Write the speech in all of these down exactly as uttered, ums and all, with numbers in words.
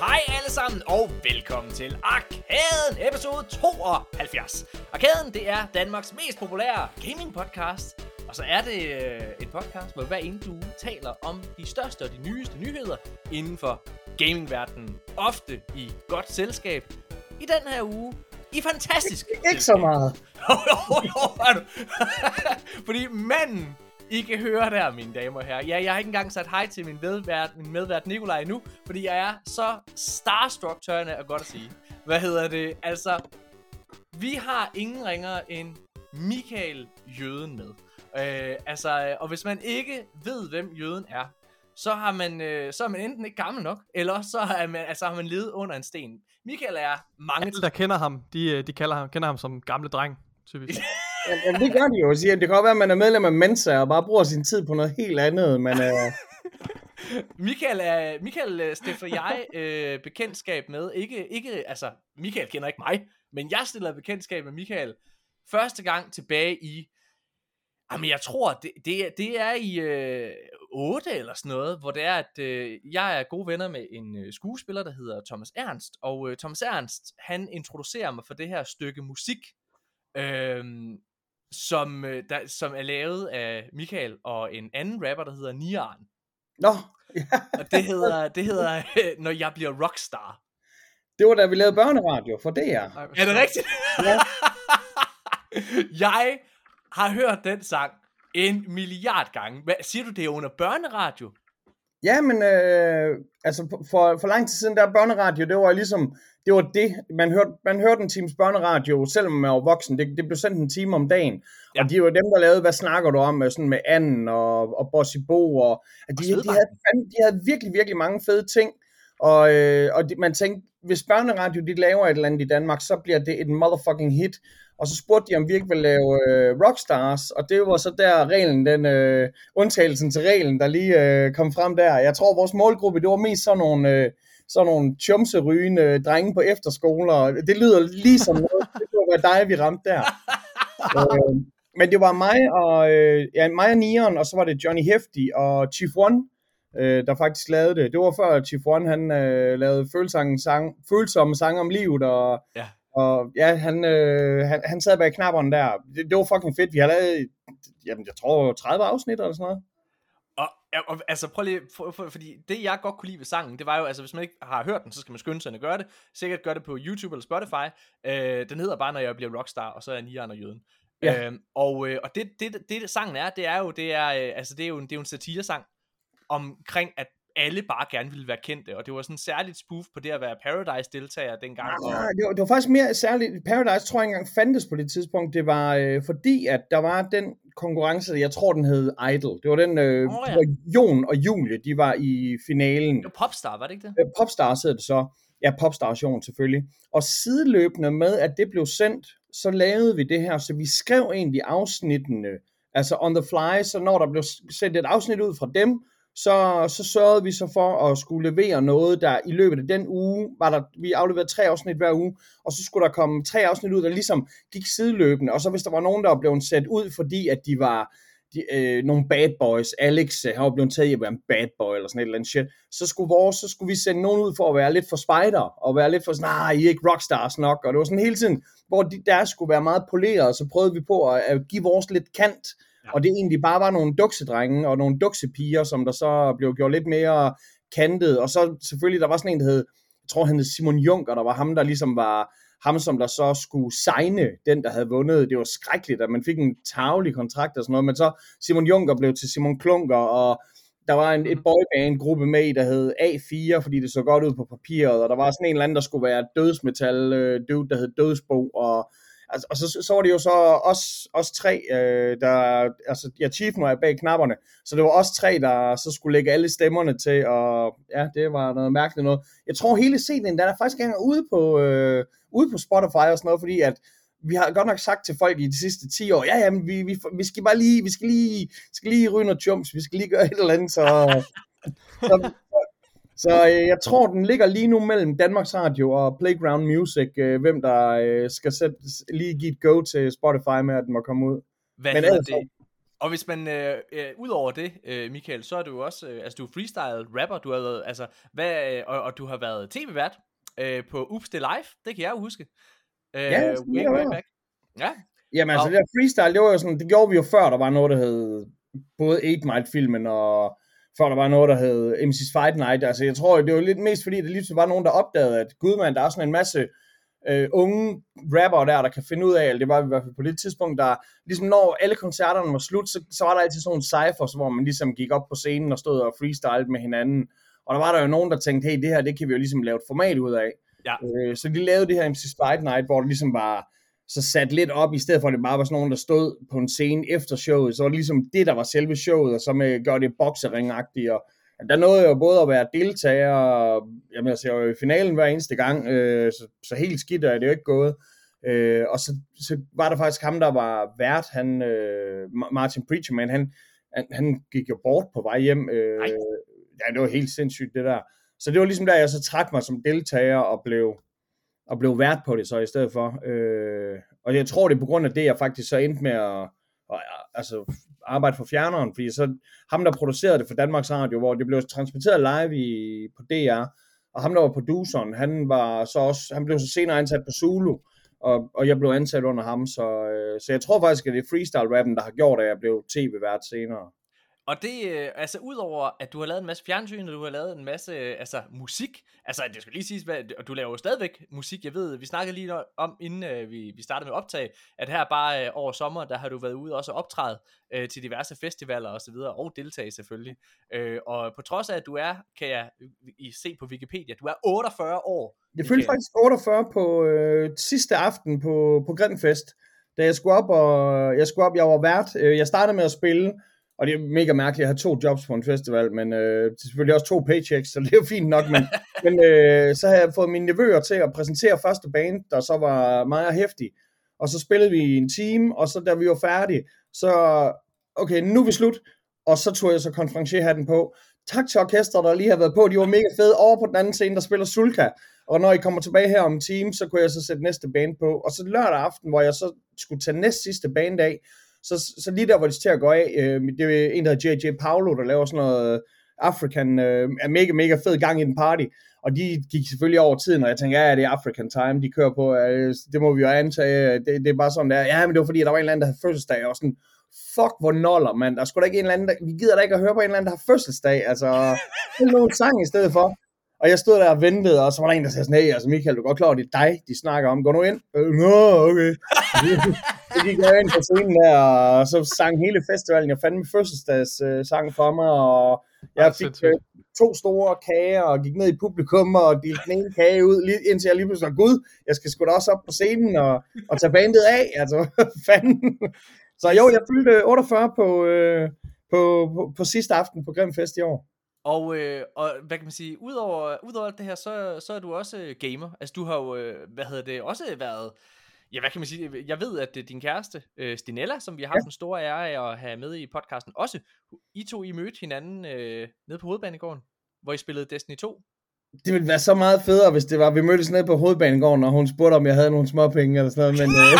Hej alle sammen, og velkommen til Arkaden, episode tooghalvfjerds. Arkaden, det er Danmarks mest populære gaming-podcast. Og så er det øh, en podcast, hvor hver eneste uge taler om de største og de nyeste nyheder inden for gamingverdenen. Ofte i godt selskab. I den her uge, i fantastisk Ikke, ikke så meget. Fordi manden, I kan høre der, mine damer og herrer. Ja, jeg har ikke engang sagt hej til min medvært, min medvært Nikolaj endnu, fordi jeg er så starstruck, tør jeg er godt at sige. Hvad hedder det? Altså, vi har ingen ringere end Michael Jøden med. Øh, altså, og hvis man ikke ved, hvem Jøden er, så har man, øh, så er man enten ikke gammel nok, eller så har man, altså, har man levet under en sten. Michael er mange... Alle, der kender ham, de, de kalder ham, kender ham som gamle dreng, typisk. Jamen, det gør de jo. Siger, det kan godt være, at man er medlem af Mensa og bare bruger sin tid på noget helt andet, men... Øh... Michael, er, Michael stifter jeg øh, bekendtskab med, ikke, ikke, altså, Michael kender ikke mig, men jeg stiller bekendtskab med Michael første gang tilbage i, jamen jeg tror, det, det, det er i øh, otte eller sådan noget, hvor det er, at øh, jeg er gode venner med en øh, skuespiller, der hedder Thomas Ernst, og øh, Thomas Ernst, han introducerer mig for det her stykke musik, øh, som, øh, der, som er lavet af Michael og en anden rapper, der hedder Nian. Nå, ja. Og det hedder, det hedder Når jeg bliver rockstar. Det var da vi lavede børneradio for det her. Er det rigtigt? Ja. Jeg har hørt den sang en milliard gange. Hvad, siger du, det er under børneradio? Ja, men øh, altså for, for lang tid siden, der børneradio, det var ligesom, det var det, man hørte, man hørte en times børneradio, selvom man var voksen, det, det blev sendt en time om dagen, ja. Og de var dem, der lavede, hvad snakker du om, sådan med Anden og, og Bossy Bo, og, og de, de, havde, de havde virkelig, virkelig mange fede ting, og, øh, og de, man tænkte, hvis børneradio, de laver et eller andet i Danmark, så bliver det et motherfucking hit. Og så spurgte de, om vi ikke ville lave øh, Rockstars, og det var så der reglen, den øh, undtagelsen til reglen, der lige øh, kom frem der. Jeg tror, vores målgruppe, det var mest sådan nogle, øh, sådan nogle tjumserygende øh, drenge på efterskoler. Det lyder lige som noget, det kunne være dig, vi ramte der. øh, men det var mig og, øh, ja, mig og Nieren, og så var det Johnny Hefti og Chief One, øh, der faktisk lavede det. Det var før Chief One, han øh, lavede følsomme sang, følsomme sange om livet, og... Ja. Og ja, han, øh, han, han sad bag knapperne der. Det, det var fucking fedt. Vi har lavet, jamen, jeg tror, tredive afsnit eller sådan noget. Og, og altså, prøv lige, for, for, fordi det, jeg godt kunne lide ved sangen, det var jo, altså, hvis man ikke har hørt den, så skal man skynde sig at gøre det. Sikkert gøre det på YouTube eller Spotify. Øh, den hedder bare, Når jeg bliver rockstar, og så er Nian og Jøden. Ja. Øh, og øh, og det, det, det, det, sangen er, det er jo, det er, øh, altså, det er jo en, det er jo en satiresang omkring, at alle bare gerne ville være kendte, og det var sådan en særligt spoof på det at være Paradise-deltager dengang. Ja, og... det, var, det var faktisk mere særligt. Paradise tror jeg ikke engang fandtes på det tidspunkt. Det var øh, fordi, at der var den konkurrence, jeg tror den hed Idol. Det var den, øh, oh, ja. Jon og Julie, de var i finalen. Det var Popstar, var det ikke det? Øh, Popstar hed det så. Ja, Popstar-station selvfølgelig. Og sideløbende med, at det blev sendt, så lavede vi det her, så vi skrev egentlig afsnittene, altså on the fly, så når der blev sendt et afsnit ud fra dem, Så, så sørgede vi så for at skulle levere noget, der i løbet af den uge, var der, vi afleverede tre afsnit hver uge, og så skulle der komme tre afsnit ud, der ligesom gik sideløbende, og så hvis der var nogen, der var blevet sat ud, fordi at de var de, øh, nogle bad boys, Alex, han var blevet taget i at være en bad boy, eller sådan et eller andet shit, så skulle, vores, så skulle vi sende nogen ud for at være lidt for spider, og være lidt for sådan, nej, I er ikke rockstars nok, og det var sådan hele tiden, hvor de der skulle være meget poleret, så prøvede vi på at, at give vores lidt kant. Og det egentlig bare var nogle duksedrenge og nogle duksepiger, som der så blev gjort lidt mere kantet. Og så selvfølgelig, der var sådan en, der hed, jeg tror han hed Simon Juncker, der var ham, der ligesom var ham, som der så skulle signe den, der havde vundet. Det var skrækkeligt, at man fik en tarvelig kontrakt og sådan noget. Men så Simon Juncker blev til Simon Klunker, og der var en, et boyband-gruppe med, der hed A fire, fordi det så godt ud på papiret. Og der var sådan en eller anden, der skulle være dødsmetal-dude, der hed Dødsbo, og Altså, og så, så var det jo så os, os tre, øh, der, altså, ja, Chief nu er bag knapperne, så det var os tre, der så skulle lægge alle stemmerne til, og ja, det var noget mærkeligt noget. Jeg tror hele C D'en, der er faktisk ikke engang ude på, øh, ude på Spotify og sådan noget, fordi at vi har godt nok sagt til folk i de sidste ti år, ja, ja, men vi, vi, vi skal bare lige, vi skal lige, skal lige ryge noget jumps, vi skal lige gøre et eller andet, så... så Så øh, jeg tror, den ligger lige nu mellem Danmarks Radio og Playground Music, øh, hvem der øh, skal sætte, lige give et go til Spotify med, at den må komme ud. Hvad Men hedder altså, det? Og hvis man, øh, øh, ud over det, øh, Michael, så er du jo også, øh, altså du er freestyle rapper, du har været, altså, hvad, øh, og, og du har været tv-vært øh, på Ups Det Live, det kan jeg jo huske. Øh, Ja, way, way back. Ja. Jamen altså, og, det der freestyle, det var jo sådan, det gjorde vi jo før, der var noget, der hed både otte Mile-filmen, og før der var noget, der hed M C's Fight Night. Altså, jeg tror, det var lidt mest fordi, det lige var nogen, der opdagede, at gud man, der er sådan en masse øh, unge rapper der, der kan finde ud af, eller det var i hvert fald på det tidspunkt, der ligesom når alle koncerterne var slut, så, så var der altid sådan nogle cyphers, hvor man ligesom gik op på scenen og stod og freestylede med hinanden. Og der var der jo nogen, der tænkte, hey, det her, det kan vi jo ligesom lave et format ud af. ja. Øh, så de lavede det her M C's Fight Night, hvor det ligesom var så sat lidt op, i stedet for at det bare var sådan nogen, der stod på en scene efter showet, så var det ligesom det, der var selve showet, og så med gør det boksering-agtigt, og der nåede jeg jo både at være deltager, jamen jeg ser jo i finalen hver eneste gang, øh, så, så helt skidt er det jo ikke gået, øh, og så, så var der faktisk ham, der var vært, han, øh, Martin Preacherman, han, han, han gik jo bort på vej hjem, øh, ja, det var helt sindssygt det der, så det var ligesom der, jeg så trak mig som deltager, og blev og blev vært på det så i stedet for. Øh, og jeg tror, det er på grund af det, jeg faktisk så endte med at, at altså, arbejde for fjerneren, fordi så ham, der producerede det for Danmarks Radio, hvor det blev transporteret live i, på D R, og ham, der var produceren, han, var så også, han blev så senere ansat på Zulu, og, og jeg blev ansat under ham, så, øh, så jeg tror faktisk, at det er freestyle-rappen, der har gjort, at jeg blev tv-vært senere. Og det, øh, altså udover at du har lavet en masse fjernsyn, og du har lavet en masse, øh, altså musik, altså det skal lige siges, hvad, og du laver jo stadigvæk musik, jeg ved, vi snakkede lige om, inden øh, vi, vi startede med optag, at her bare øh, over sommer, der har du været ude også og optræde øh, til diverse festivaler og så videre, og deltage selvfølgelig, øh, og på trods af, at du er, kan jeg I se på Wikipedia, du er otteogfyrre år. Jeg følte faktisk otteogfyrre på øh, sidste aften på, på Grinfest, da jeg skulle op, og jeg skulle op, jeg var vært, øh, jeg startede med at spille, og det er mega mærkeligt at have to jobs på en festival, men øh, det er selvfølgelig også to paychecks, så det er jo fint nok, men, men øh, så har jeg fået mine nevøer til at præsentere første band, der så var meget hæftig, og så spillede vi i en time, og så da vi var færdige, så okay, nu er vi slut, og så tog jeg så konferencierhatten på. Tak til orkestret, der lige har været på, de var mega fede. Over på den anden scene, der spiller Sulka, og når I kommer tilbage her om en time, så kunne jeg så sætte næste band på, og så lørdag aften, hvor jeg så skulle tage næst sidste band af, Så, så lige der, hvor det til at gå af, øh, det er en, der hedder J J Paolo, der laver sådan noget African, øh, er mega, mega fed gang i den party, og de gik selvfølgelig over tiden, og jeg tænkte, ja, det er African time, de kører på, øh, det må vi jo antage, det, det er bare sådan der, ja, men det var fordi, der var en eller anden, der havde fødselsdag, og sådan, fuck, hvor noller, mand, der er sgu da ikke en eller anden, der, vi gider da ikke at høre på en eller anden, der har fødselsdag, altså, det er nogen sang i stedet for. Og jeg stod der og ventede, og så var der en, der sagde sådan, hey, altså Michael, du er godt klar, det er dig, de snakker om. Går nu ind? Øh, Nå, okay. Så gik jeg ind på scenen der, og så sang hele festivalen. Jeg fandt min fødselsdags øh, sang for mig, og jeg fik øh, to store kager, og gik ned i publikum, og delte den ene kage ud, lige, indtil jeg lige pludselig var, gud, jeg skal sgu da også op på scenen, og, og tage bandet af, altså, fanden. Så jo, jeg fyldte otteogfyrre på, øh, på, på, på sidste aften på Grimfest i år. Og, øh, og hvad kan man sige, udover, udover alt det her, så, så er du også øh, gamer. Altså du har jo, øh, hvad hedder det, også været, ja hvad kan man sige, jeg ved at øh, din kæreste, øh, Stinella, som vi har haft ja. en stor ære af at have med i podcasten, også, I to I mødte hinanden øh, nede på Hovedbanegården, hvor I spillede Destiny to. Det ville være så meget federe, hvis det var, vi mødtes nede på Hovedbanegården, og hun spurgte, om jeg havde nogle småpenge eller sådan noget, men... Øh...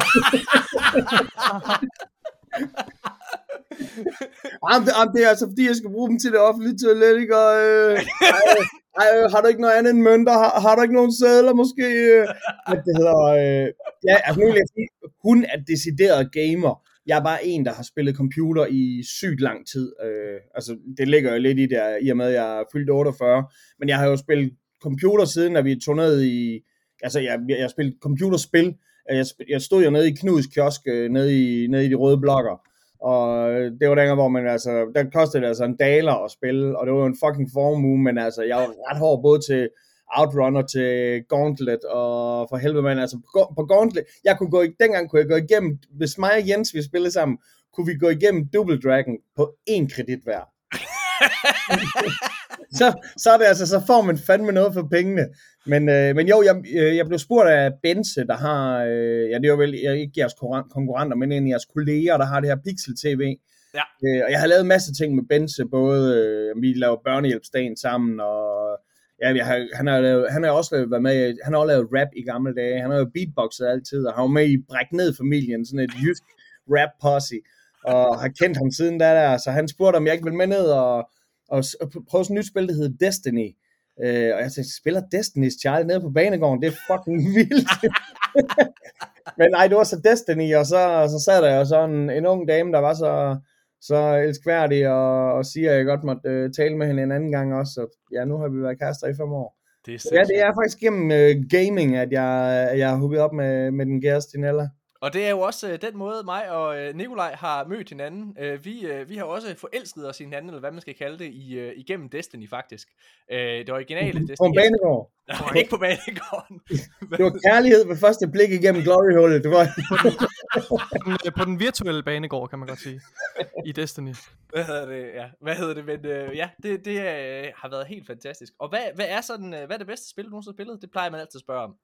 Jamen, det, det er altså fordi, jeg skal bruge dem til det offentlige toilet, ikke? Og, øh, ej, ej, har du ikke noget andet end mønter? Har, har du ikke nogen sædler måske? Hvad det hedder? Øh, ja, altså nu vil jeg sige, hun er decideret gamer. Jeg er bare en, der har spillet computer i sygt lang tid. Øh, altså, det ligger jo lidt i det, i og med, at jeg er fyldt otteogfyrre. Men jeg har jo spillet computer siden, at vi tog ned i... Altså, jeg, jeg har spillet computerspil. Jeg, jeg stod jo nede i Knuds kiosk, nede i, nede i de røde blokker. Og det var dengang, hvor man altså, der kostede det altså en daler at spille, og det var jo en fucking formue, men altså, jeg var ret hård både til Outrun og til Gauntlet, og for helvede man, altså på, på Gauntlet, jeg kunne gå, dengang kunne jeg gå igennem, hvis mig og Jens vi spillede sammen, kunne vi gå igennem Double Dragon på én kredit hver. så, så er det altså, så får man fandme noget for pengene. Men, øh, men jo, jeg, jeg blev spurgt af Bense, der har, øh, ja det er jo vel ikke jeres konkurrenter, men en af jeres kolleger, der har det her Pixel T V. Ja. Øh, og jeg har lavet en masse ting med Bense, både øh, vi laver børnehjælpsdagen sammen, og ja, jeg har, han har lavet, han har også lavet, været med, han har også lavet rap i gamle dage, han har jo beatboxet altid, og han var med i Bræk Ned Familien, sådan et jysk rap posse. og har kendt ham siden da der, så han spurgte, om jeg ikke ville med ned og, og, og prøve sådan et nyt spil, der hedder Destiny. Øh, og jeg tænkte, spiller Destiny's Child nede på banegården, det er fucking vildt. Men nej, det var så Destiny, og så, så sad der jo sådan en, en ung dame, der var så, så elskværdig, og, og siger, at jeg godt måtte øh, tale med hende en anden gang også, så ja, nu har vi været kærester i fem år. Det er ja, det er faktisk gennem øh, gaming, at jeg, jeg har hugget op med, med den kæreste Stinella. Og det er jo også øh, den måde, mig og øh, Nikolaj har mødt hinanden. Øh, vi, øh, vi har også forelsket os i hinanden, eller hvad man skal kalde det, i, øh, igennem Destiny faktisk. Øh, det originale Destiny. På en banegård? Nej, ikke på banegården. Det var kærlighed ved første blik igennem Glory-hullet. Det var... på, den, på den virtuelle banegård, kan man godt sige, i Destiny. Hvad hedder det? Ja, hvad hedder det? Men øh, ja, det, det øh, har været helt fantastisk. Og hvad, hvad er sådan, øh, hvad er det bedste spil, du nogensinde har spillet? Det plejer man altid at spørge om.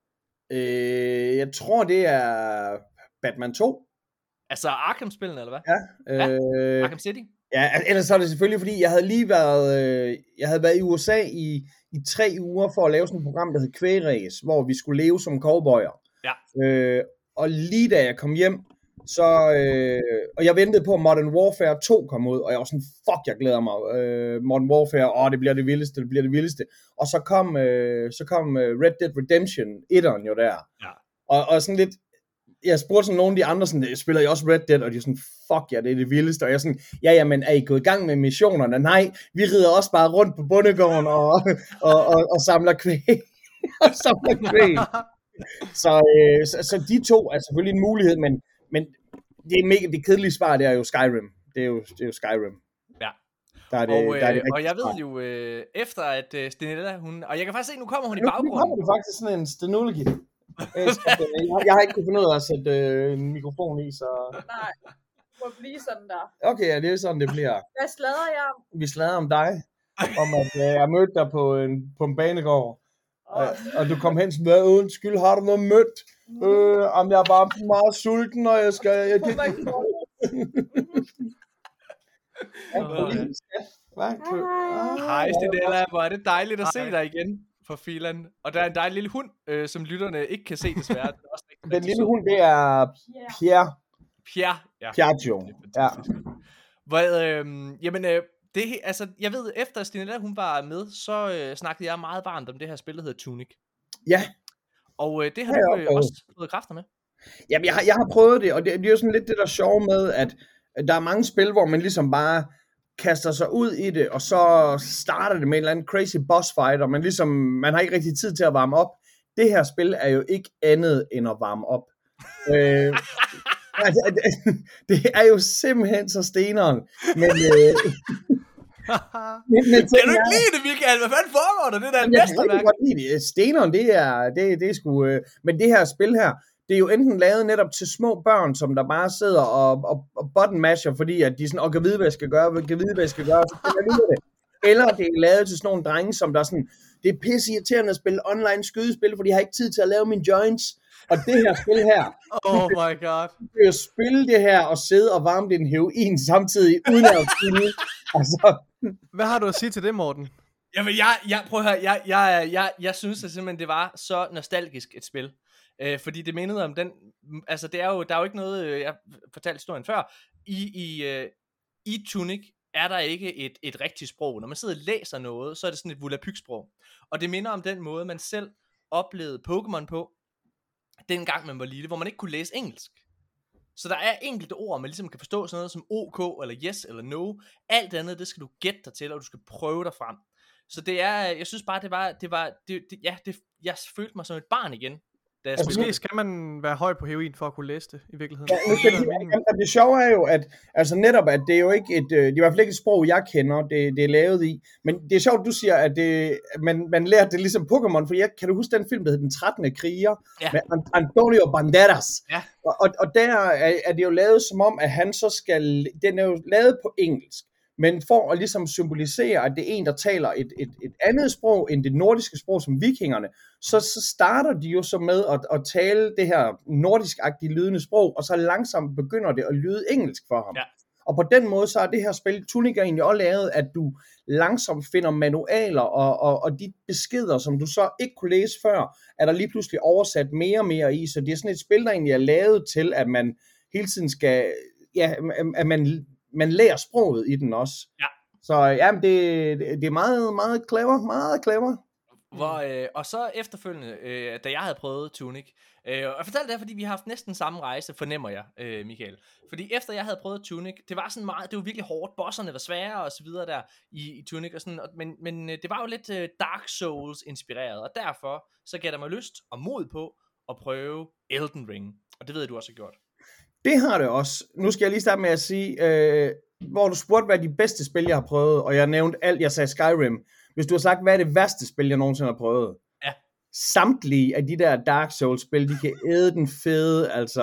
Øh, jeg tror, det er Batman to. Altså Arkham-spillene, eller hvad? Ja. Øh, ja. Arkham City? Ja, ellers så er det selvfølgelig, fordi jeg havde lige været, øh, jeg havde været i U S A i, i tre uger for at lave sådan et program, der hed Kvægræs, hvor vi skulle leve som cowboyer. Ja. Øh, og lige da jeg kom hjem, så, øh, og jeg ventede på, at Modern Warfare to kom ud, og jeg var sådan, fuck, jeg glæder mig. Øh, Modern Warfare, åh, det bliver det vildeste, det bliver det vildeste. Og så kom, øh, så kom Red Dead Redemption etteren jo der. Ja. Og, og sådan lidt, jeg spurgte sådan nogle af de andre, sådan, spiller jeg også Red Dead, og de er sådan, fuck ja, det er det vildeste, og jeg er sådan, ja, ja, men er I gået i gang med missionerne? Nej, vi rider også bare rundt på bondegården, og, og, og, og samler kvæg, og samler kvæg. Så, øh, så, så de to er selvfølgelig en mulighed, men, men det er mega, det kedelige svar, det er jo Skyrim, det er jo, det er jo Skyrim. Ja. Der er det, og, øh, der er det og jeg ved jo, øh, efter at øh, Stinella, hun, og jeg kan faktisk se, nu kommer hun i baggrunden. Nu kommer det faktisk sådan en Stenulgi. Jeg, jeg har ikke kunnet finde ud af at sætte øh, en mikrofon i, så... Nej, det må blive sådan der. Okay, ja, det er sådan, det bliver. Hvad sladrer jeg om? Vi sladrer om dig, om at øh, jeg mødte dig på en, på en banegård, og, og du kom hen sådan, hvad undskyld, har du noget mødt? Mm. Øh, om jeg er bare meget sulten, og jeg skal... Jeg kan... Hej Stinella, hvor er det dejligt at se dig igen. For filen. Og der er en dejlig lille hund, øh, som lytterne ikke kan se desværre. Den, er også rigtig, den lille hund, det er Pierre. Pierre, ja. Piaggio, ja. Hvad, øh, jamen, øh, det, altså, jeg ved, efter Stinella, hun var med, så øh, snakkede jeg meget varmt om det her spil, der hedder Tunic. Ja. Og øh, det har ja, du øh, også fået kræfter med. Jamen, jeg har, jeg har prøvet det, og det, det er jo sådan lidt det, der er sjovt med, at der er mange spil, hvor man ligesom bare kaster sig ud i det, og så starter det med en eller anden crazy boss fight, og man ligesom, man har ikke rigtig tid til at varme op. Det her spil er jo ikke andet end at varme op. øh, det, det, det er jo simpelthen så steneren, men... Øh, men, men kan du ikke lide det, Michael? Hvad fanden foregår der? Det der er et mesterværk. Steneren, det er, det, det er sgu... Øh, men det her spil her, det er jo enten lavet netop til små børn, som der bare sidder og, og, og button masher, fordi at de sådan, og kan vide, hvad jeg skal gøre, kan vide, hvad jeg skal gøre, så kan jeg det. Eller det er lavet til sådan nogle drenge, som der sådan, det er pisse irriterende at spille online skydespil, for de har ikke tid til at lave mine joints. Og det her spil her, oh my god, du kan spille det her og sidde og varme din heroin samtidig, uden at spille. Altså. Hvad har du at sige til det, Morten? Jamen, jeg, jeg, prøv at høre, jeg, jeg, jeg, jeg synes at simpelthen, det var så nostalgisk et spil. Øh, fordi det mindede om den, altså det er jo, der er jo ikke noget, øh, jeg fortalte historien før, i, i, øh, i Tunic er der ikke et, et rigtigt sprog. Når man sidder og læser noget, så er det sådan et volapyk-sprog. Og det minder om den måde, man selv oplevede Pokémon på, dengang man var lille, hvor man ikke kunne læse engelsk. Så der er enkelte ord, man ligesom kan forstå, sådan noget som OK, eller yes, eller no. Alt andet, det skal du gætte dig til, og du skal prøve dig frem. Så det er, jeg synes bare, det var, det var, det, det, ja, det, jeg følte mig som et barn igen. Altså, måske skal man være høj på heroin for at kunne læse det i virkeligheden. Ja, det, det, det, det sjove er jo, at altså netop, at det er jo ikke et, det er i hvert fald ikke et sprog, jeg kender, det, det er lavet i. Men det er sjovt, du siger, at det, man, man lærte det ligesom Pokémon, for jeg, kan du huske den film, der hed Den trettende kriger, ja. Med Antonio Banderas? Ja. Og, og, og der er, er det jo lavet som om, at han så skal, den er jo lavet på engelsk. Men for at ligesom symbolisere, at det er en, der taler et, et, et andet sprog end det nordiske sprog som vikingerne, så, så starter de jo så med at, at tale det her nordisk-agtige lydende sprog, og så langsomt begynder det at lyde engelsk for ham. Ja. Og på den måde, så er det her spil, Tunic er egentlig også lavet, at du langsomt finder manualer, og, og, og de beskeder, som du så ikke kunne læse før, er der lige pludselig oversat mere og mere i, så det er sådan et spil, der egentlig er lavet til, at man hele tiden skal ja, at man, man lærer sproget i den også. Ja. Så ja, det, det er meget, meget clever, meget clever. Hvor, øh, og så efterfølgende, øh, da jeg havde prøvet Tunic, øh, og jeg fortalte det, fordi vi har haft næsten samme rejse, fornemmer jeg, øh, Michael. Fordi efter jeg havde prøvet Tunic, det var sådan meget, det var virkelig hårdt, bosserne var svære og så videre der i, i Tunic, og sådan, og, men, men øh, det var jo lidt øh, Dark Souls inspireret, og derfor så gav der mig lyst og mod på at prøve Elden Ring, og det ved jeg, du også har gjort. Det har det også. Nu skal jeg lige starte med at sige, øh, hvor du spurgte, hvad er de bedste spil, jeg har prøvet, og jeg nævnte alt, jeg sagde Skyrim. Hvis du har sagt, hvad er det værste spil, jeg nogensinde har prøvet? Ja. Samtlige af de der Dark Souls-spil, de kan æde den fede, altså.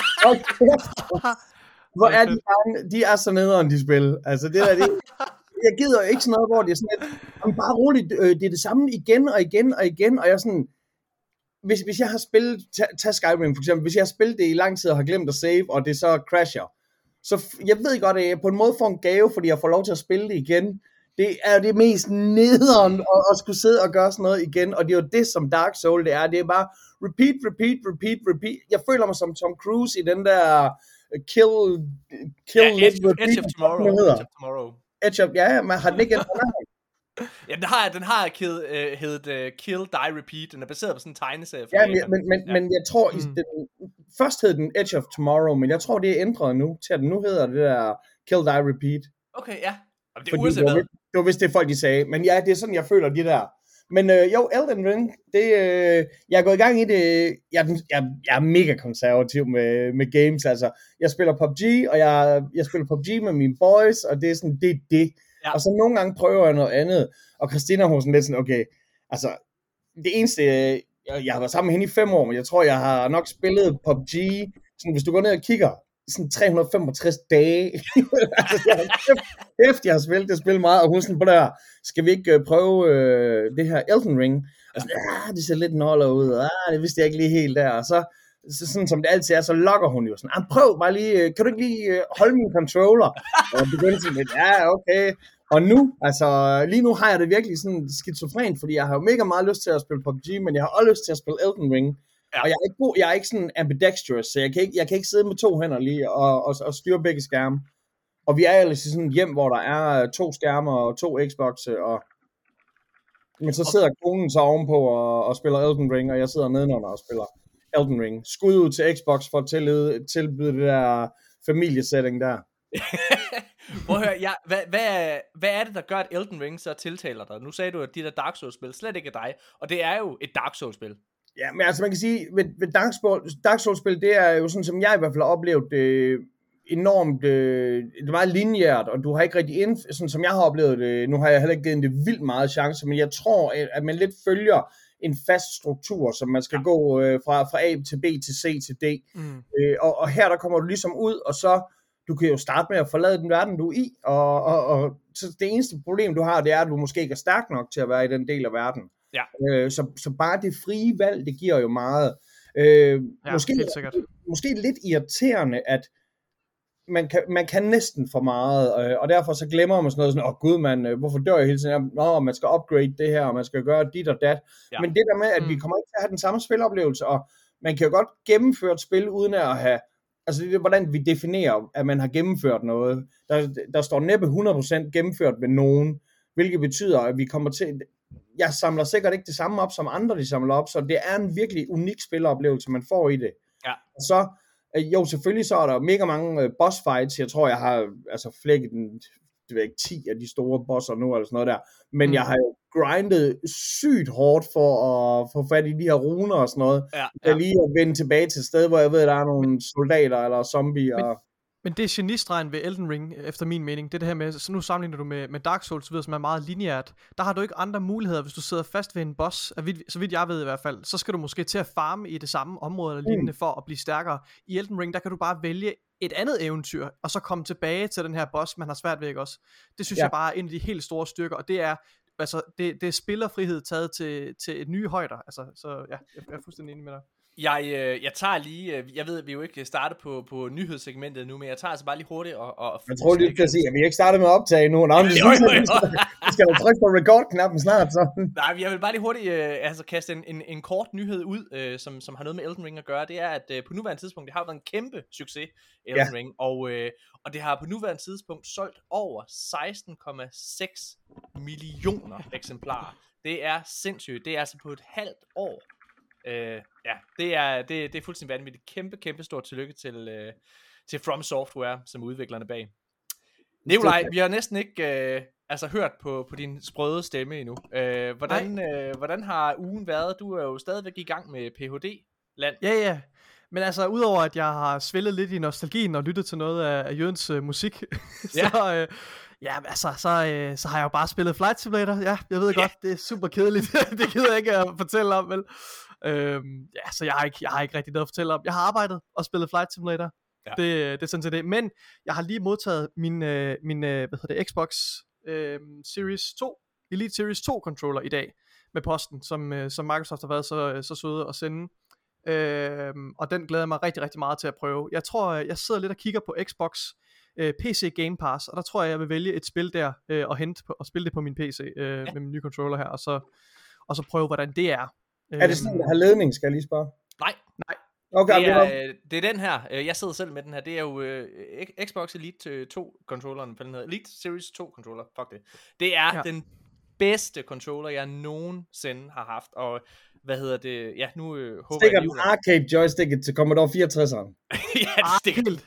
Hvor er de bare, de er så nederen, de spil. Altså, det der, det, jeg gider jo ikke sådan noget, hvor det er sådan lidt, jamen, bare roligt, øh, det er det samme igen og igen og igen, og jeg er sådan, hvis, hvis jeg har spillet, tag, tag Skyrim for eksempel, hvis jeg har spillet det i lang tid og har glemt at save, og det så crasher, så f- jeg ved godt, at jeg på en måde får en gave, fordi jeg får lov til at spille det igen. Det er det mest nederen at, at skulle sidde og gøre sådan noget igen, og det er jo det, som Dark Souls det er. Det er bare repeat, repeat, repeat, repeat. Jeg føler mig som Tom Cruise i den der kill, kill, ja, live, Edge, repeat. Edge of Tomorrow. Edge of Tomorrow. Edge of, ja, man har den ikke ændret. Ja, den har, den har kid, uh, heddet uh, Kill, Die, Repeat. Den er baseret på sådan en tegneserie. Ja, men, men, men, ja. men jeg tror, Mm. den, først hed den Edge of Tomorrow, men jeg tror, det er ændret nu, til at den nu hedder det der Kill, Die, Repeat. Okay, ja. Og det er Fordi uanset det var, hvad. vist- det var vist det, folk de sagde. Men ja, det er sådan, jeg føler de der. Men øh, jo, Elden Ring, det, øh, jeg er gået i gang i det. Jeg, er den- jeg, jeg er mega konservativ med, med games. Altså, jeg spiller P U B G, og jeg, jeg spiller P U B G med mine boys, og det er sådan, det er det. Ja. Og så nogle gange prøver jeg noget andet. Og Christina, hun er sådan lidt sådan, okay, altså, det eneste, øh, jeg, jeg har været sammen med hende i fem år, men jeg tror, jeg har nok spillet P U B G, sådan, hvis du går ned og kigger, sådan tre hundrede og femogtres dage. Altså, jeg har kæft, jeg har spillet det spil meget, og hun sådan på der, skal vi ikke øh, prøve øh, det her Elden Ring? Og sådan, ja, det ser lidt noller ud, og ah, det vidste jeg ikke lige helt der, og så, så sådan som det altid er, så lokker hun jo sådan, ah, prøv bare lige, øh, kan du ikke lige øh, holde min controller? Og jeg begyndte sådan lidt, ja, okay. Og nu, altså lige nu har jeg det virkelig sådan skizofrent, fordi jeg har jo mega meget lyst til at spille P U B G, men jeg har også lyst til at spille Elden Ring. Ja. Og jeg er ikke god, jeg er ikke sådan ambidextrous, så jeg kan ikke, jeg kan ikke sidde med to hænder lige og, og, og styre begge skærme. Og vi er ellers i sådan et hjem, hvor der er to skærme og to Xbox'e, og men så sidder konen så ovenpå og, og spiller Elden Ring, og jeg sidder nedenunder og spiller Elden Ring. Skud ud til Xbox for at tilbyde, tilbyde det der familiesetting der. Prøv at høre, ja, hvad, hvad, hvad er det, der gør, at Elden Ring så tiltaler dig? Nu sagde du, at de der Dark Souls-spil slet ikke er dig, og det er jo et Dark Souls-spil. Ja, men altså man kan sige, ved, ved Dark, Souls, Dark Souls-spil, det er jo sådan, som jeg i hvert fald har oplevet det øh, enormt, øh, det er meget lineært, og du har ikke rigtig, indf- sådan som jeg har oplevet det, nu har jeg heller ikke givet det vildt meget chance, men jeg tror, at man lidt følger en fast struktur, som man skal ja. gå øh, fra, fra A til B til C til D, Mm. øh, og, og her der kommer du ligesom ud, og så, du kan jo starte med at forlade den verden, du er i, og, og, og så det eneste problem, du har, det er, at du måske ikke er stærk nok til at være i den del af verden. Ja. Øh, så, så bare det frie valg, det giver jo meget. Øh, Ja, måske, helt sikkert. måske lidt irriterende, at man kan, man kan næsten for meget, øh, og derfor så glemmer man sådan noget, sådan, åh oh, gud man, øh, hvorfor dør jeg hele tiden? Nå, man skal upgrade det her, og man skal gøre dit og dat. Ja. Men det der med, at mm. vi kommer ikke til at have den samme spiloplevelse, og man kan jo godt gennemføre et spil, uden at have, altså det er, hvordan vi definerer, at man har gennemført noget. Der, der står næppe hundrede procent gennemført ved nogen, hvilket betyder, at vi kommer til, jeg samler sikkert ikke det samme op, som andre de samler op, så det er en virkelig unik spiloplevelse, man får i det. Ja. Og så, øh, jo selvfølgelig så er der mega mange øh, boss fights, jeg tror jeg har altså flækket den, det ved ikke, ti af de store bosser nu, eller sådan noget der, men mm. jeg har jo grindet sygt hårdt for at få fat i de her runer og sådan noget, Ja, ja. lige at vende tilbage til et sted, hvor jeg ved, at der er nogle soldater eller zombier. Men, og... men det er genistregen ved Elden Ring, efter min mening, det er det her med, så nu sammenligner du med, med Dark Souls, som er meget lineært, der har du ikke andre muligheder, hvis du sidder fast ved en boss, så vidt jeg ved i hvert fald, så skal du måske til at farme i det samme område eller lignende, mm. for at blive stærkere. I Elden Ring, der kan du bare vælge et andet eventyr, og så komme tilbage til den her boss, man har svært ved, ikke også? Det synes ja. jeg bare er en af de helt store styrker, og det er altså, det, det er spillerfrihed taget til, til et nye højder. Altså, så ja, jeg, jeg er fuldstændig enig med dig. Jeg, øh, jeg tager lige, øh, jeg ved, at vi jo ikke starter på, på nyhedssegmentet nu, men jeg tager altså bare lige hurtigt og... og jeg tror lige til at sige, at vi ikke startet med at optage nu. Nå, men vi skal da trykke på record-knappen snart, så. Nej, jeg vil bare lige hurtigt øh, altså, kaste en, en, en kort nyhed ud, øh, som, som har noget med Elden Ring at gøre. Det er, at øh, på nuværende tidspunkt, det har været en kæmpe succes, Elden ja. Ring, og, øh, og det har på nuværende tidspunkt solgt over seksten komma seks millioner eksemplarer. Det er sindssygt. Det er altså på et halvt år. Uh, ja, det er, det, det er fuldstændig vanvittigt. Kæmpe, kæmpe stort tillykke til, uh, til From Software, som udviklerne bag. Nikolaj, vi har næsten ikke uh, altså hørt på, på din sprøde stemme endnu. Uh, hvordan, uh, hvordan har ugen været? Du er jo stadigvæk i gang med P H D-land. Ja, ja. Men altså, udover at jeg har svillet lidt i nostalgien og lyttet til noget af, af Jørgens uh, musik, ja. så... Uh, Ja, altså, så, øh, så har jeg jo bare spillet Flight Simulator. Ja, jeg ved yeah. godt, det er super kedeligt. Det gider jeg ikke at fortælle om, vel? Øhm, ja, så jeg har, ikke, jeg har ikke rigtig noget at fortælle om. Jeg har arbejdet og spillet Flight Simulator. Ja. Det, det er sådan set det. Men jeg har lige modtaget min, øh, min øh, hvad hedder det, Xbox øh, Series to, Elite Series to controller i dag med posten, som, øh, som Microsoft har været så, så søde at sende. Øh, og den glæder jeg mig rigtig, rigtig meget til at prøve. Jeg tror, jeg sidder lidt og kigger på Xbox P C Game Pass, og der tror jeg, jeg vil vælge et spil der øh, og hente på, og spille det på min P C øh, ja. med min nye controller her, og så, og så prøve, hvordan det er. Er det sådan, der har ledning, skal jeg lige spørge? Nej. Nej. Okay, det, er, det er den her. Jeg sidder selv med den her. Det er jo øh, Xbox Elite to controlleren, hvad den hedder. Elite Series to controller. Fuck det. Det er ja. den bedste controller, jeg nogensinde har haft, og hvad hedder det? Ja, nu øh, håber stikker jeg... Stikker den arcade joysticket til Commodore fireogtresseren? Ja, det stikker helt.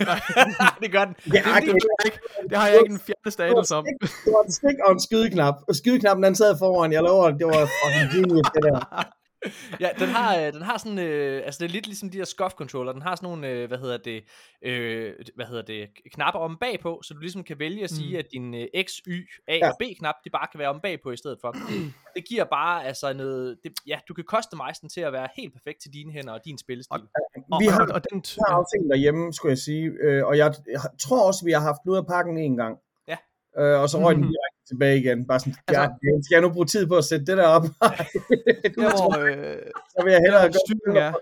Det gør den. Ja, det, det, det, det har jeg ikke en fjerneste anelse om. Det var en stik og en skydeknap. Og skydeknappen, den sad foran. Jeg lover, det var fucking genius, det der. Ja, den har, den har sådan, øh, altså det er lidt ligesom de der scuff controller, den har sådan nogle, øh, hvad hedder det, øh, hvad hedder det, knapper om bagpå, så du ligesom kan vælge at sige, mm. at din øh, X, Y, A ja. og B-knap, de bare kan være om bagpå i stedet for. Det giver bare, altså noget, det, ja, du kan customize den til at være helt perfekt til dine hænder og din spillestil. Og, vi har, og, og den t- har også ting derhjemme, skulle jeg sige, øh, og jeg, jeg tror også, vi har haft noget af pakken en gang. Ja. Øh, og så røg den direkte tilbage igen. Bare sådan, altså, ja, skal jeg nu bruge tid på at sætte det der op? det var, øh, så vil jeg hellere gå. Styrken er,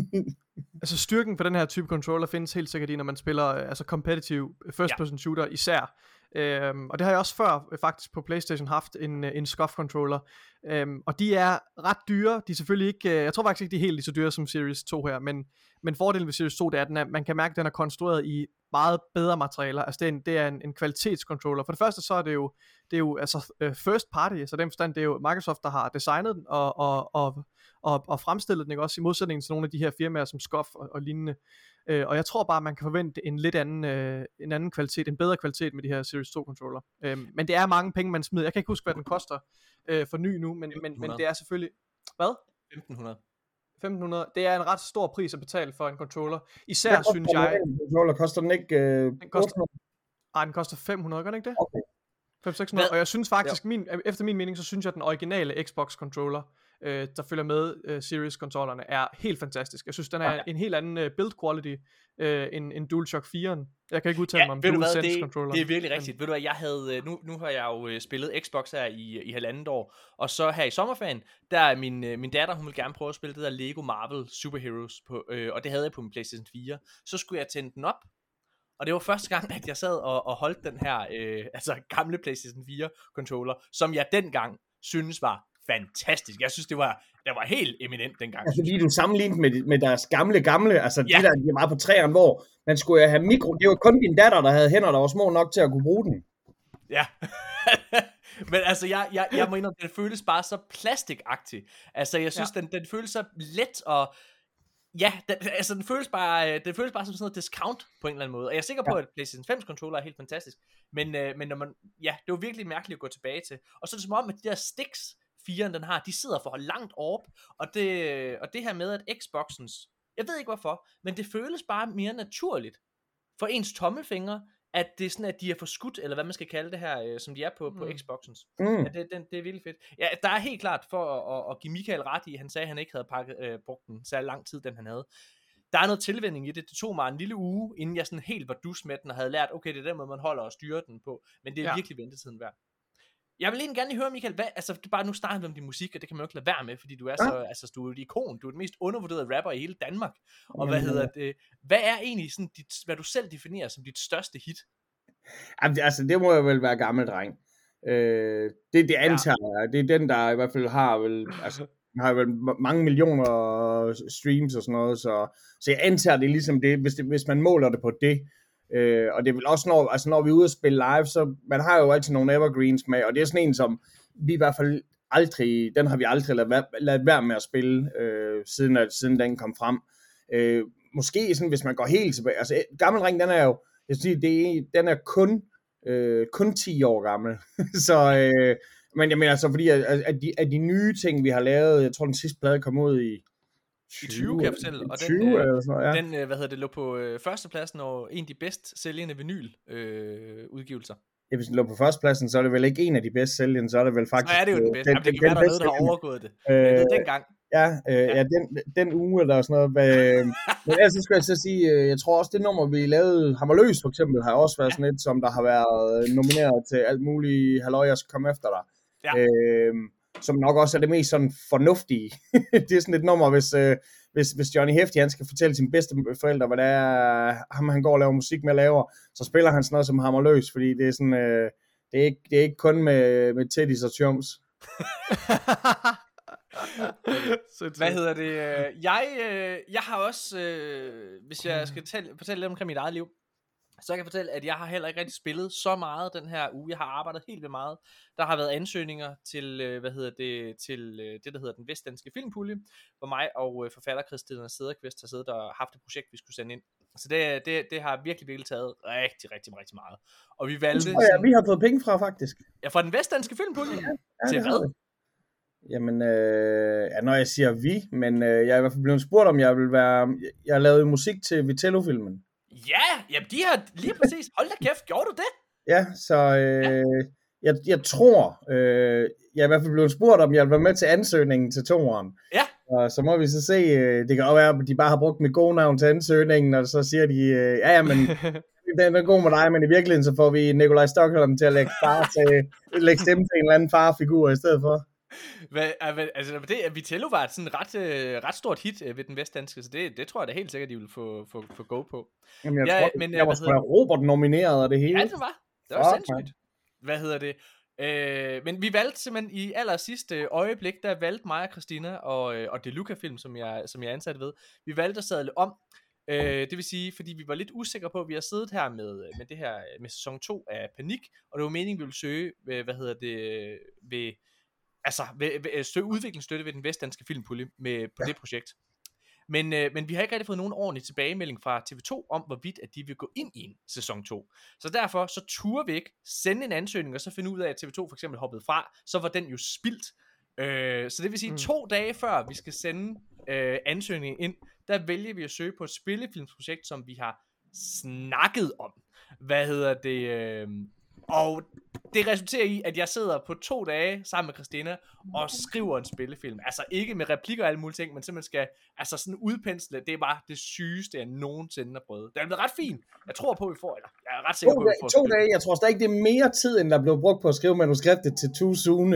altså styrken for den her type controller findes helt sikkert i, når man spiller altså competitive first person shooter især. Øhm, og det har jeg også før øh, faktisk på PlayStation haft en, en scuff controller. Øhm, og de er ret dyre. De er selvfølgelig ikke, øh, jeg tror faktisk ikke, de er helt lige så dyre som Series to her, men, men fordelen ved Series to, det er, at den er, man kan mærke, at den er konstrueret i meget bedre materialer. Altså det er en, det er en, en kvalitetscontroller. For det første så er det jo, det er jo altså uh, first party, så den forstand, det er jo Microsoft, der har designet den og, og, og, og, og fremstillet den, ikke? Også i modsætning til nogle af de her firmaer som Scuff og, og lignende. Uh, og jeg tror bare, man kan forvente en lidt anden, uh, en anden kvalitet, en bedre kvalitet med de her Series to controller. Uh, men det er mange penge, man smider. Jeg kan ikke huske, hvad den koster uh, for ny nu, men, men, men det er selvfølgelig... Hvad? femten hundrede. femten hundrede. Det er en ret stor pris at betale for en controller. Især hvad synes jeg... En controller koster den ikke... Øh, den koster... Ej, den koster fem hundrede, gør den ikke det? Okay. fem seks hundrede. Og jeg synes faktisk, min, efter min mening, så synes jeg, at den originale Xbox controller, øh, der følger med øh, Series-controllerne, er helt fantastisk. Jeg synes, den er ja. en helt anden øh, build quality øh, end, end DualShock fire'en. Jeg kan ikke udtale ja, mig om DualSense controller. Det er virkelig rigtigt. Men... Ved du hvad, jeg havde, nu, nu har jeg jo spillet Xbox her i, i halvandet år, og så her i sommerferien, der er min, min datter, hun vil gerne prøve at spille det der Lego Marvel Superheroes, på, øh, og det havde jeg på min PlayStation fire. Så skulle jeg tænde den op, og det var første gang, at jeg sad og, og holdt den her øh, altså gamle PlayStation fire controller, som jeg dengang synes var fantastisk. Jeg synes, det var, det var helt eminent dengang. Altså fordi du sammenlignede med, med deres gamle, gamle, altså ja. de der, de var på træerne, hvor man skulle have mikro. Det var kun din datter, der havde hænder, der var små nok til at kunne bruge den. Ja. Men altså, jeg, jeg, jeg må indrømme, den føles bare så plastikagtig. Altså, jeg synes, ja. den, den føles så let og... Ja, den, altså den føles bare den føles bare som sådan noget discount på en eller anden måde. Og jeg er sikker på, ja. at PlayStation fem controller er helt fantastisk. Men, øh, men når man, ja, det var virkelig mærkeligt at gå tilbage til. Og så er det som om, at de der sticks, firen den har, de sidder for langt op. Og det, og det her med, at Xboxens, jeg ved ikke hvorfor, men det føles bare mere naturligt for ens tommelfingre, at det er sådan, at de er for skudt, eller hvad man skal kalde det her, øh, som de er på, mm. på Xboxens. Mm. Ja, det, det, det er virkelig fedt. Ja, der er helt klart, for at, at, at give Michael ret i, han sagde, at han ikke havde pakket, øh, brugt den særlig lang tid, den han havde. Der er noget tilvænning i det. Det tog mig en lille uge, inden jeg sådan helt var dus med den, og havde lært, okay, det er den måde, man holder og styrer den på. Men det er ja. virkelig ventetiden værd. Jeg vil egentlig gerne lige høre, Michael, hvad, altså det er bare nu starter vi om din musik, og det kan man jo ikke lade være med, fordi du er så, Ja. altså du er et ikon, du er den mest undervurderede rapper i hele Danmark. Og Jamen, hvad hedder øh. det, hvad er egentlig sådan dit, hvad du selv definerer som dit største hit? Jamen, altså, det må jo vel være gammel dreng. Øh, det, det antager jeg. Det er den, der i hvert fald har vel, altså, har vel mange millioner streams og sådan noget, så, så jeg antager det ligesom det, hvis, det, hvis man måler det på det. Øh, og det er vel også, når, altså, når vi er ude at spille live, så man har jo altid nogle evergreens med, og det er sådan en, som vi i hvert fald aldrig, den har vi aldrig ladet være, ladet være med at spille, øh, siden, at, siden den kom frem. Øh, måske sådan, hvis man går helt tilbage, altså Gammel Dreng, den er jo, jeg synes, det er, den er kun, øh, kun ti år gammel, så, øh, men jeg mener altså, fordi at, at, de, at de nye ting, vi har lavet, jeg tror, den sidste plade kom ud i I tyve, kan jeg fortælle, og den, tyve, øh, eller sådan noget, ja. den øh, hvad hedder det, lå på øh, førstepladsen og en af de bedst sælgende vinyl øh, udgivelser. Ja, hvis den lå på førstepladsen, så er det vel ikke en af de bedst sælgende, så er det vel faktisk... Så er det jo den bedste. Jamen, det kan være, der er noget, der har overgået det. Øh, Men det dengang. Ja, øh, ja. ja den, den uge eller sådan noget. Øh, men ellers så skulle jeg så sige, øh, jeg tror også, det nummer, vi lavede, Hammerløs for eksempel, har også været sådan et, som der har været nomineret til alt muligt halløj, jeg skal komme efter dig. Ja. Øh, som nok også er det mest sådan fornuftige. Det er sådan et nummer, hvis, øh, hvis, hvis Johnny Hefti, han skal fortælle sine bedste forældre, hvad det er, ham han går og laver musik med laver, så spiller han sådan noget som Hammerløs, fordi det er sådan, øh, det, er ikke, det er ikke kun med, med titties og chums. Hvad hedder det? Jeg, øh, jeg har også, øh, hvis jeg skal tælle, fortælle lidt omkring mit eget liv, så jeg kan fortælle, at jeg har heller ikke rigtig spillet så meget den her uge. Jeg har arbejdet helt vildt meget. Der har været ansøgninger til, øh, hvad hedder det, til øh, det, der hedder den Vestdanske Filmpulje, hvor mig og øh, forfatter Christina Sederqvist har siddet og haft et projekt, vi skulle sende ind. Så det, det, det har virkelig, virkelig taget rigtig, rigtig, rigtig meget. Og vi valgte... Oh, ja, vi har fået penge fra, faktisk. Ja, fra den Vestdanske Filmpulje? Ja, ja, til hvad? Jamen, øh, ja, når jeg siger vi, men øh, jeg er i hvert fald blevet spurgt, om jeg vil være... Jeg har lavet musik til Vitello-filmen. Ja, jamen de har lige præcis... Hold da kæft, gjorde du det? Ja, så øh, ja. Jeg, jeg tror... Øh, jeg er i hvert fald blevet spurgt, om jeg vil være med til ansøgningen til toeren. Ja. Og så må vi så se... Øh, det kan også være, at de bare har brugt mit gode navn til ansøgningen, og så siger de... Øh, ja, ja, men... Den er god med dig, men i virkeligheden så får vi Nikolaj Stockholm til at lægge, far til, lægge stemme til en eller anden farfigur i stedet for. Hvad, altså det, at Vitello var et sådan ret, øh, ret stort hit øh, ved den Vestdanske, så det, det tror jeg da helt sikkert, de vil få, få, få go på. Jamen jeg ja, tror, men, jeg var sgu da Robert nomineret og det hele. Ja, det var. Det var Fuck, sindssygt. Hvad hedder det? Øh, men vi valgte simpelthen i aller sidste øjeblik, der valgte mig og Christina og, øh, og DeLuca Film, som jeg, som jeg er ansat ved, vi valgte at sadle om. Øh, det vil sige, fordi vi var lidt usikre på, at vi har siddet her med, med det her, med sæson to af Panik, og det var meningen, vi ville søge, hvad hedder det, ved, altså, ved, ved, søge udviklingsstøtte ved den Vestdanske Filmpulje med, på ja. det projekt. Men, øh, men vi har ikke rigtig fået nogen ordentlig tilbagemelding fra T V to om, hvorvidt at de vil gå ind i en sæson to. Så derfor så turde vi ikke sende en ansøgning, og så finde ud af, at T V to for eksempel hoppede fra, så var den jo spildt. Øh, så det vil sige, mm. to dage før vi skal sende øh, ansøgningen ind, der vælger vi at søge på et spillefilmsprojekt, som vi har snakket om. Hvad hedder det? Øh, og det resulterer i, at jeg sidder på to dage sammen med Christina og skriver en spillefilm. Altså ikke med replikker og alle mulige ting, men simpelthen skal altså sådan udpensle. Det er bare det sygeste, jeg nogensinde har prøvet. Det er blevet ret fint. Jeg tror på, at vi får, eller jeg er ret sikker to på, at vi får To dage, jeg tror stadig, det er mere tid, end der blev brugt på at skrive manuskriptet til Too Soon.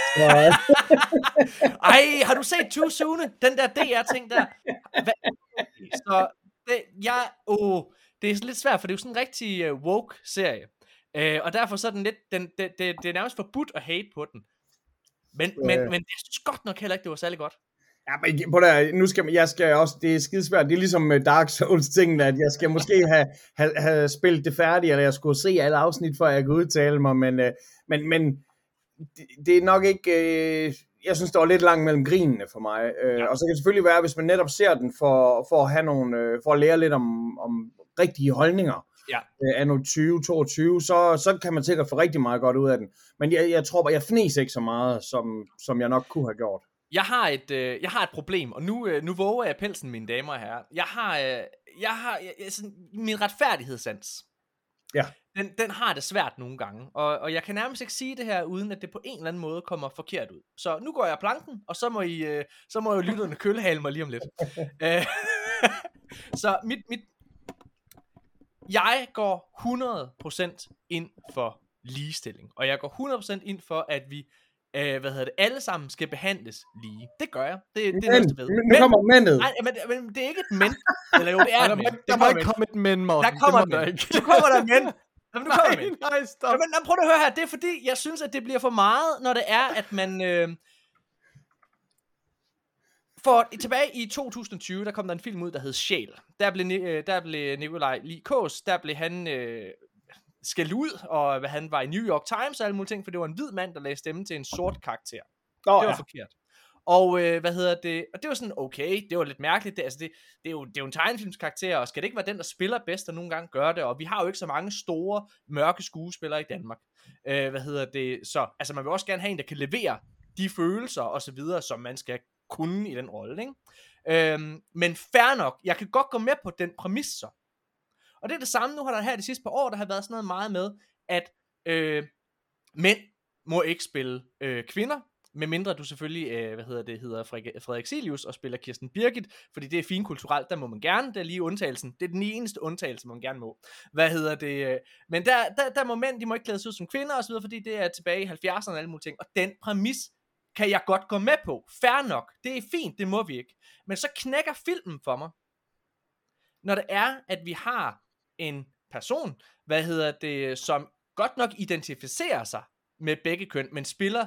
Ej, har du set Too Soon? Den der D R-ting der. Hva? Så det, jeg, oh, det er lidt svært, for det er jo sådan en rigtig uh, woke-serie. Uh, og derfor så er den lidt, den, det, det, det er nærmest forbudt at hate på den. Men, øh. men, men jeg synes godt nok heller ikke, det var særlig godt. Ja, men på der, nu skal jeg skal også, det er skidesvært, det er ligesom med Dark Souls tingene, at jeg skal måske have, have, have spillet det færdigt, eller jeg skulle se alle afsnit, før jeg kan udtale mig, men, øh, men, men det, det er nok ikke, øh, jeg synes, der var lidt langt mellem grinene for mig, øh, ja. Og så kan det selvfølgelig være, hvis man netop ser den for, for at have nogle, øh, for at lære lidt om, om rigtige holdninger, ja. øh, anno tyve toogtyve, så, så kan man sikkert få rigtig meget godt ud af den, men jeg, jeg tror bare, jeg fnes ikke så meget, som, som jeg nok kunne have gjort. Jeg har et, øh, jeg har et problem, og nu, øh, nu våger jeg pelsen, mine damer og herrer. Jeg har, øh, jeg har jeg, sådan, min retfærdighedssans. Ja. Den, den har det svært nogle gange, og, og jeg kan nærmest ikke sige det her, uden at det på en eller anden måde kommer forkert ud. Så nu går jeg planken, og så må I, øh, så må jo lytterne kølehale mig lige om lidt. øh, så mit, mit, jeg går hundrede procent ind for ligestilling. Og jeg går hundrede procent ind for, at vi øh, hvad hedder det, alle sammen skal behandles lige. Det gør jeg. Det, det er Men, noget, ved. nu kommer mændet. Nej, men, men det er ikke et men. Eller jo, det er et men. Der må ikke komme et men, Morten. Der kommer det må der ikke. Nu kommer der et men. Jamen, nu kommer Nej, men. nej, stop. Jamen, prøv at høre her. Det er fordi, jeg synes, at det bliver for meget, når det er, at man... Øh, For tilbage i to tusind og tyve, der kom der en film ud, der hed Sjæl. Der blev, øh, der blev Nikolaj Lie Kaas, der blev han øh, skældt ud, og hvad han var i New York Times og alle mulige ting, for det var en hvid mand, der lagde stemme til en sort karakter. Oh, det var ja. forkert. Og øh, hvad hedder det? Og det var sådan, okay, det var lidt mærkeligt. Det, altså det, det, er jo, det er jo en tegnefilmskarakter, og skal det ikke være den, der spiller bedst, der nogle gange gør det? Og vi har jo ikke så mange store, mørke skuespillere i Danmark. Øh, hvad hedder det? Så altså, man vil også gerne have en, der kan levere de følelser og så videre, som man skal kunne i den rolle, ikke? Øhm, men fair nok, jeg kan godt gå med på den præmis så. Og det er det samme, nu har der her de sidste par år, der har været sådan noget meget med, at øh, mænd må ikke spille øh, kvinder, medmindre du selvfølgelig, øh, hvad hedder det, hedder Frederik Silius og spiller Kirsten Birgit, fordi det er fint kulturelt, der må man gerne, det er lige undtagelsen, det er den eneste undtagelse, man gerne må. Hvad hedder det, øh, men der, der, der må mænd, de må ikke klædes ud som kvinder og så videre, fordi det er tilbage i halvfjerdserne og alle mulige ting, og den præmis kan jeg godt gå med på. Fair nok. Det er fint, det må vi ikke. Men så knækker filmen for mig, når det er, at vi har en person, hvad hedder det, som godt nok identificerer sig med begge køn, men spiller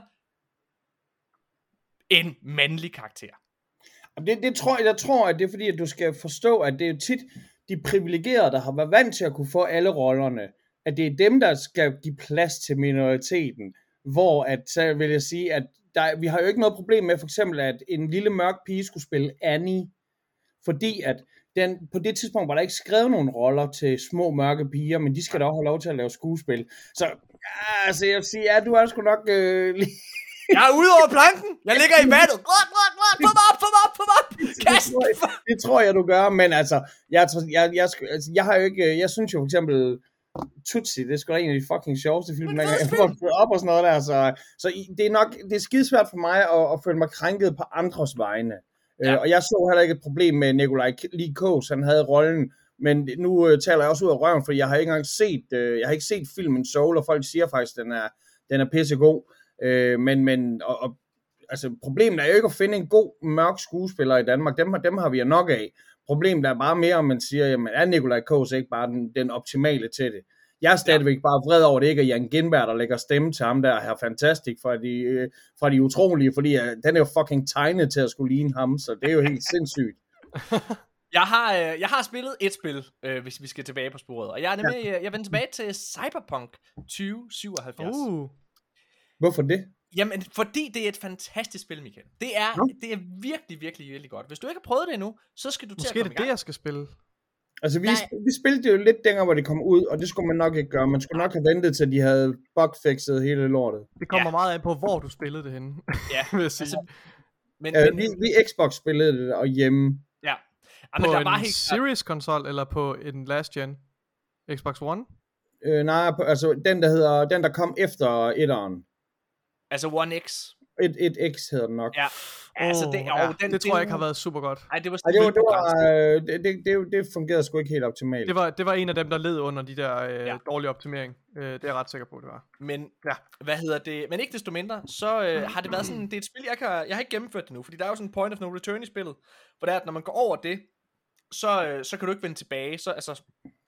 en mandlig karakter. Det, det tror jeg, jeg tror, at det er fordi, at du skal forstå, at det er tit de privilegerede, der har været vant til at kunne få alle rollerne, at det er dem, der skal give plads til minoriteten, hvor at, så vil jeg sige, at der, vi har jo ikke noget problem med for eksempel, at en lille mørk pige skulle spille Annie, fordi at den, på det tidspunkt var der ikke skrevet nogen roller til små mørke piger, men de skal da også have lov til at lave skuespil. Så ja, altså jeg vil sige, ja, du er sgu nok øh, lige... Jeg er ude over planken. Jeg ligger i vandet. Rot, rot, rot. Få mig op, få mig op, få mig op. Kast. Det tror, jeg, det tror jeg, du gør, men altså, jeg, jeg, jeg, altså, jeg har jo ikke, jeg synes jo for eksempel, Tootsie, det er sgu da en af de fucking sjoveste film, man kan få op og sådan noget der, så, så det er nok, det er skidesvært for mig at, at føle mig krænket på andres vegne, ja. øh, og jeg så heller ikke et problem med Nikolaj Lie Kaas, han havde rollen, men nu øh, taler jeg også ud af røven, for jeg har ikke engang set, øh, jeg har ikke set filmen Soul, og folk siger faktisk, den er, den er pissegod, øh, men, men og, og, altså, problemet er jo ikke at finde en god, mørk skuespiller i Danmark, dem, dem har vi jo nok af. Problemet er bare mere, om man siger, jamen er Nikolaj Kaas ikke bare den, den optimale til det? Jeg er stadigvæk bare vred over, det ikke er Jan Gindberg, der lægger stemme til ham der, her fantastisk fra de, øh, fra de utrolige, fordi øh, den er jo fucking tegnet til at skulle ligne ham, så det er jo helt sindssygt. Jeg har, øh, jeg har spillet et spil, øh, hvis vi skal tilbage på sporet, og jeg er nemlig, ja. jeg vender tilbage til Cyberpunk tyve syvoghalvfjerds. Uh. Hvorfor det? Jamen, fordi det er et fantastisk spil, Michael. Det er, no. det er virkelig, virkelig, virkelig godt. Hvis du ikke har prøvet det endnu, så skal du til Måske at komme det er det, jeg skal spille. Altså, vi, vi spillede det jo lidt dengang, hvor det kom ud, og det skulle man nok ikke gøre. Man skulle nok have ventet til, de havde bugfixet hele lortet. Det kommer ja. meget an på, hvor du spillede det henne. Ja, vil jeg sige. Altså, men, øh, men, vi, vi Xbox spillede det, og hjemme. Ja. På der en var helt Series-konsol, eller på en last gen? Xbox One? Øh, nej, på, altså den der hedder, den der kom efter etteren. Altså One X. Et, et X hedder den nok. Ja. Oh, altså, det, ja. oh, den, det tror jeg ikke har været super godt. Nej, det var Ej, det, var, det, var, var, det, det, det, det fungerede sgu ikke helt optimalt. Det var, det var en af dem, der led under de der øh, ja. dårlige optimering. Øh, det er jeg ret sikker på, det var. Men, ja. hvad hedder det? Men ikke desto mindre, så øh, har det været sådan, det er et spil, jeg, kan, jeg har ikke gennemført det nu, fordi der er jo sådan en point of no return i spillet, hvor det er, at når man går over det, så, øh, så kan du ikke vende tilbage, så, altså,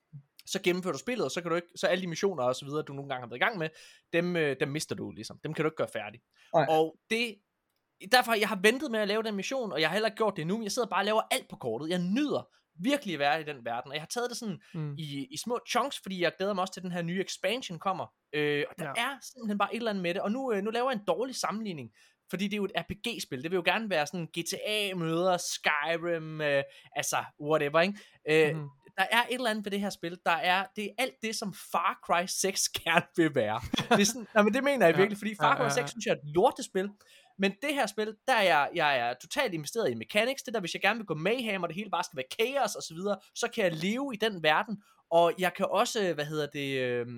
så gennemfører du spillet, og så kan du ikke, så alle de missioner og så videre, du nogle gange har været i gang med, dem, øh, dem mister du ligesom, dem kan du ikke gøre færdig. Ej. Og det, derfor jeg har ventet med at lave den mission, og jeg har heller ikke gjort det endnu, jeg sidder bare og laver alt på kortet, jeg nyder virkelig at være i den verden, og jeg har taget det sådan mm. i, i små chunks, fordi jeg glæder mig også til, den her nye expansion kommer, øh, og der ja. er simpelthen bare et eller andet med det, og nu, øh, nu laver jeg en dårlig sammenligning, fordi det er jo et R P G-spil, det vil jo gerne være sådan G T A møder Skyrim, øh, altså whatever, ikke? Øh, mm. Der er et eller andet ved det her spil, der er, det er alt det, som Far Cry seks gerne vil være. Det er sådan, nej, men det mener jeg ja. virkelig, fordi Far Cry ja, ja, ja. seks synes jeg er et lortespil, men det her spil, der er jeg, jeg er totalt investeret i mechanics, det der, hvis jeg gerne vil gå mayhem, og det hele bare skal være chaos og så videre, så kan jeg leve i den verden, og jeg kan også, hvad hedder det, øh,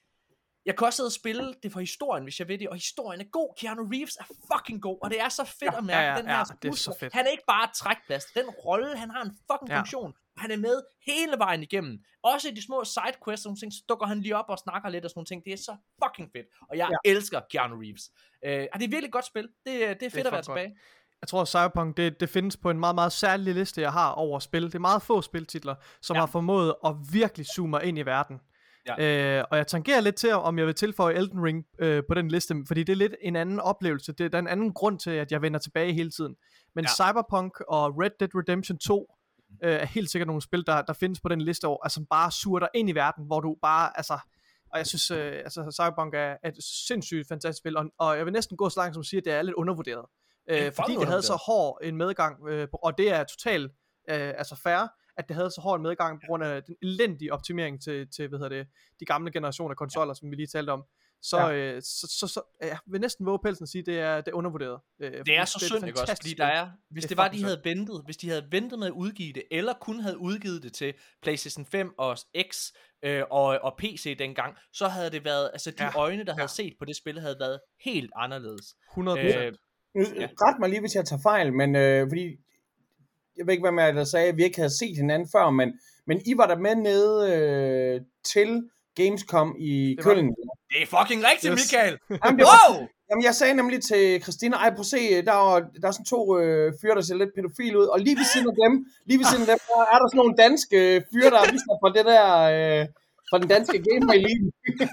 jeg kan også sidde og spille det for historien, hvis jeg ved det, og historien er god, Keanu Reeves er fucking god, og det er så fedt ja, at mærke, ja, ja, den her ja, det er så fedt. Han er ikke bare et trækplads, den rolle, han har en fucking ja. funktion, han er med hele vejen igennem. Også i de små sidequests og sådan ting, så dukker han lige op og snakker lidt og sådan ting. Det er så fucking fedt. Og jeg ja. elsker Keanu Reeves. Øh, og det er virkelig et godt spil. Det, det er fedt det er at være tilbage. Godt. Jeg tror, at Cyberpunk, det, det findes på en meget, meget særlig liste, jeg har over spil. Det er meget få spiltitler, som ja. har formået at virkelig zoome ind i verden. Ja. Øh, og jeg tangerer lidt til, om jeg vil tilføje Elden Ring øh, på den liste, fordi det er lidt en anden oplevelse. Det er en anden grund til, at jeg vender tilbage hele tiden. Men ja. Cyberpunk og Red Dead Redemption to øh, er helt sikkert nogle spil, der, der findes på den liste over, altså bare suger dig ind i verden, hvor du bare, altså... Og jeg synes, øh, altså Cyberpunk er, er et sindssygt fantastisk spil, og, og jeg vil næsten gå så langt som at sige, at det er lidt undervurderet. Øh, fordi det havde så hård en medgang, øh, og det er totalt øh, altså fair, at det havde så hård en medgang på grund af den elendige optimering til, til hvad hedder det, de gamle generationer af konsoller, ja. som vi lige talte om. Så, ja. øh, så, så, så jeg vil næsten våge pelsen at sige, at det er, det er undervurderet. Øh, det er så synd, ikke også? Fordi der er, hvis det, det var, de havde ventet, hvis de havde ventet med at udgive det, eller kun havde udgivet det til PlayStation fem og X øh, og, og P C dengang, så havde det været, altså de ja. øjne, der ja. havde set på det spil, havde været helt anderledes. hundrede procent. Øh, ja. Ret mig lige, hvis jeg tager fejl, men øh, fordi jeg ved ikke, hvad man der sagde, at vi ikke havde set hinanden før, men, men I var der med nede øh, til Gamescom i Køln. Det er fucking rigtigt, yes. Michael! Jamen, wow! Jamen, jeg sagde nemlig til Christina, ej, prøv at se, der er, der er sådan to øh, fyre, der ser lidt pædofil ud, og lige ved siden af dem, lige ved siden af dem, der er der sådan nogle danske fyre, der er vist fra det der, øh, fra den danske Gamer Elite.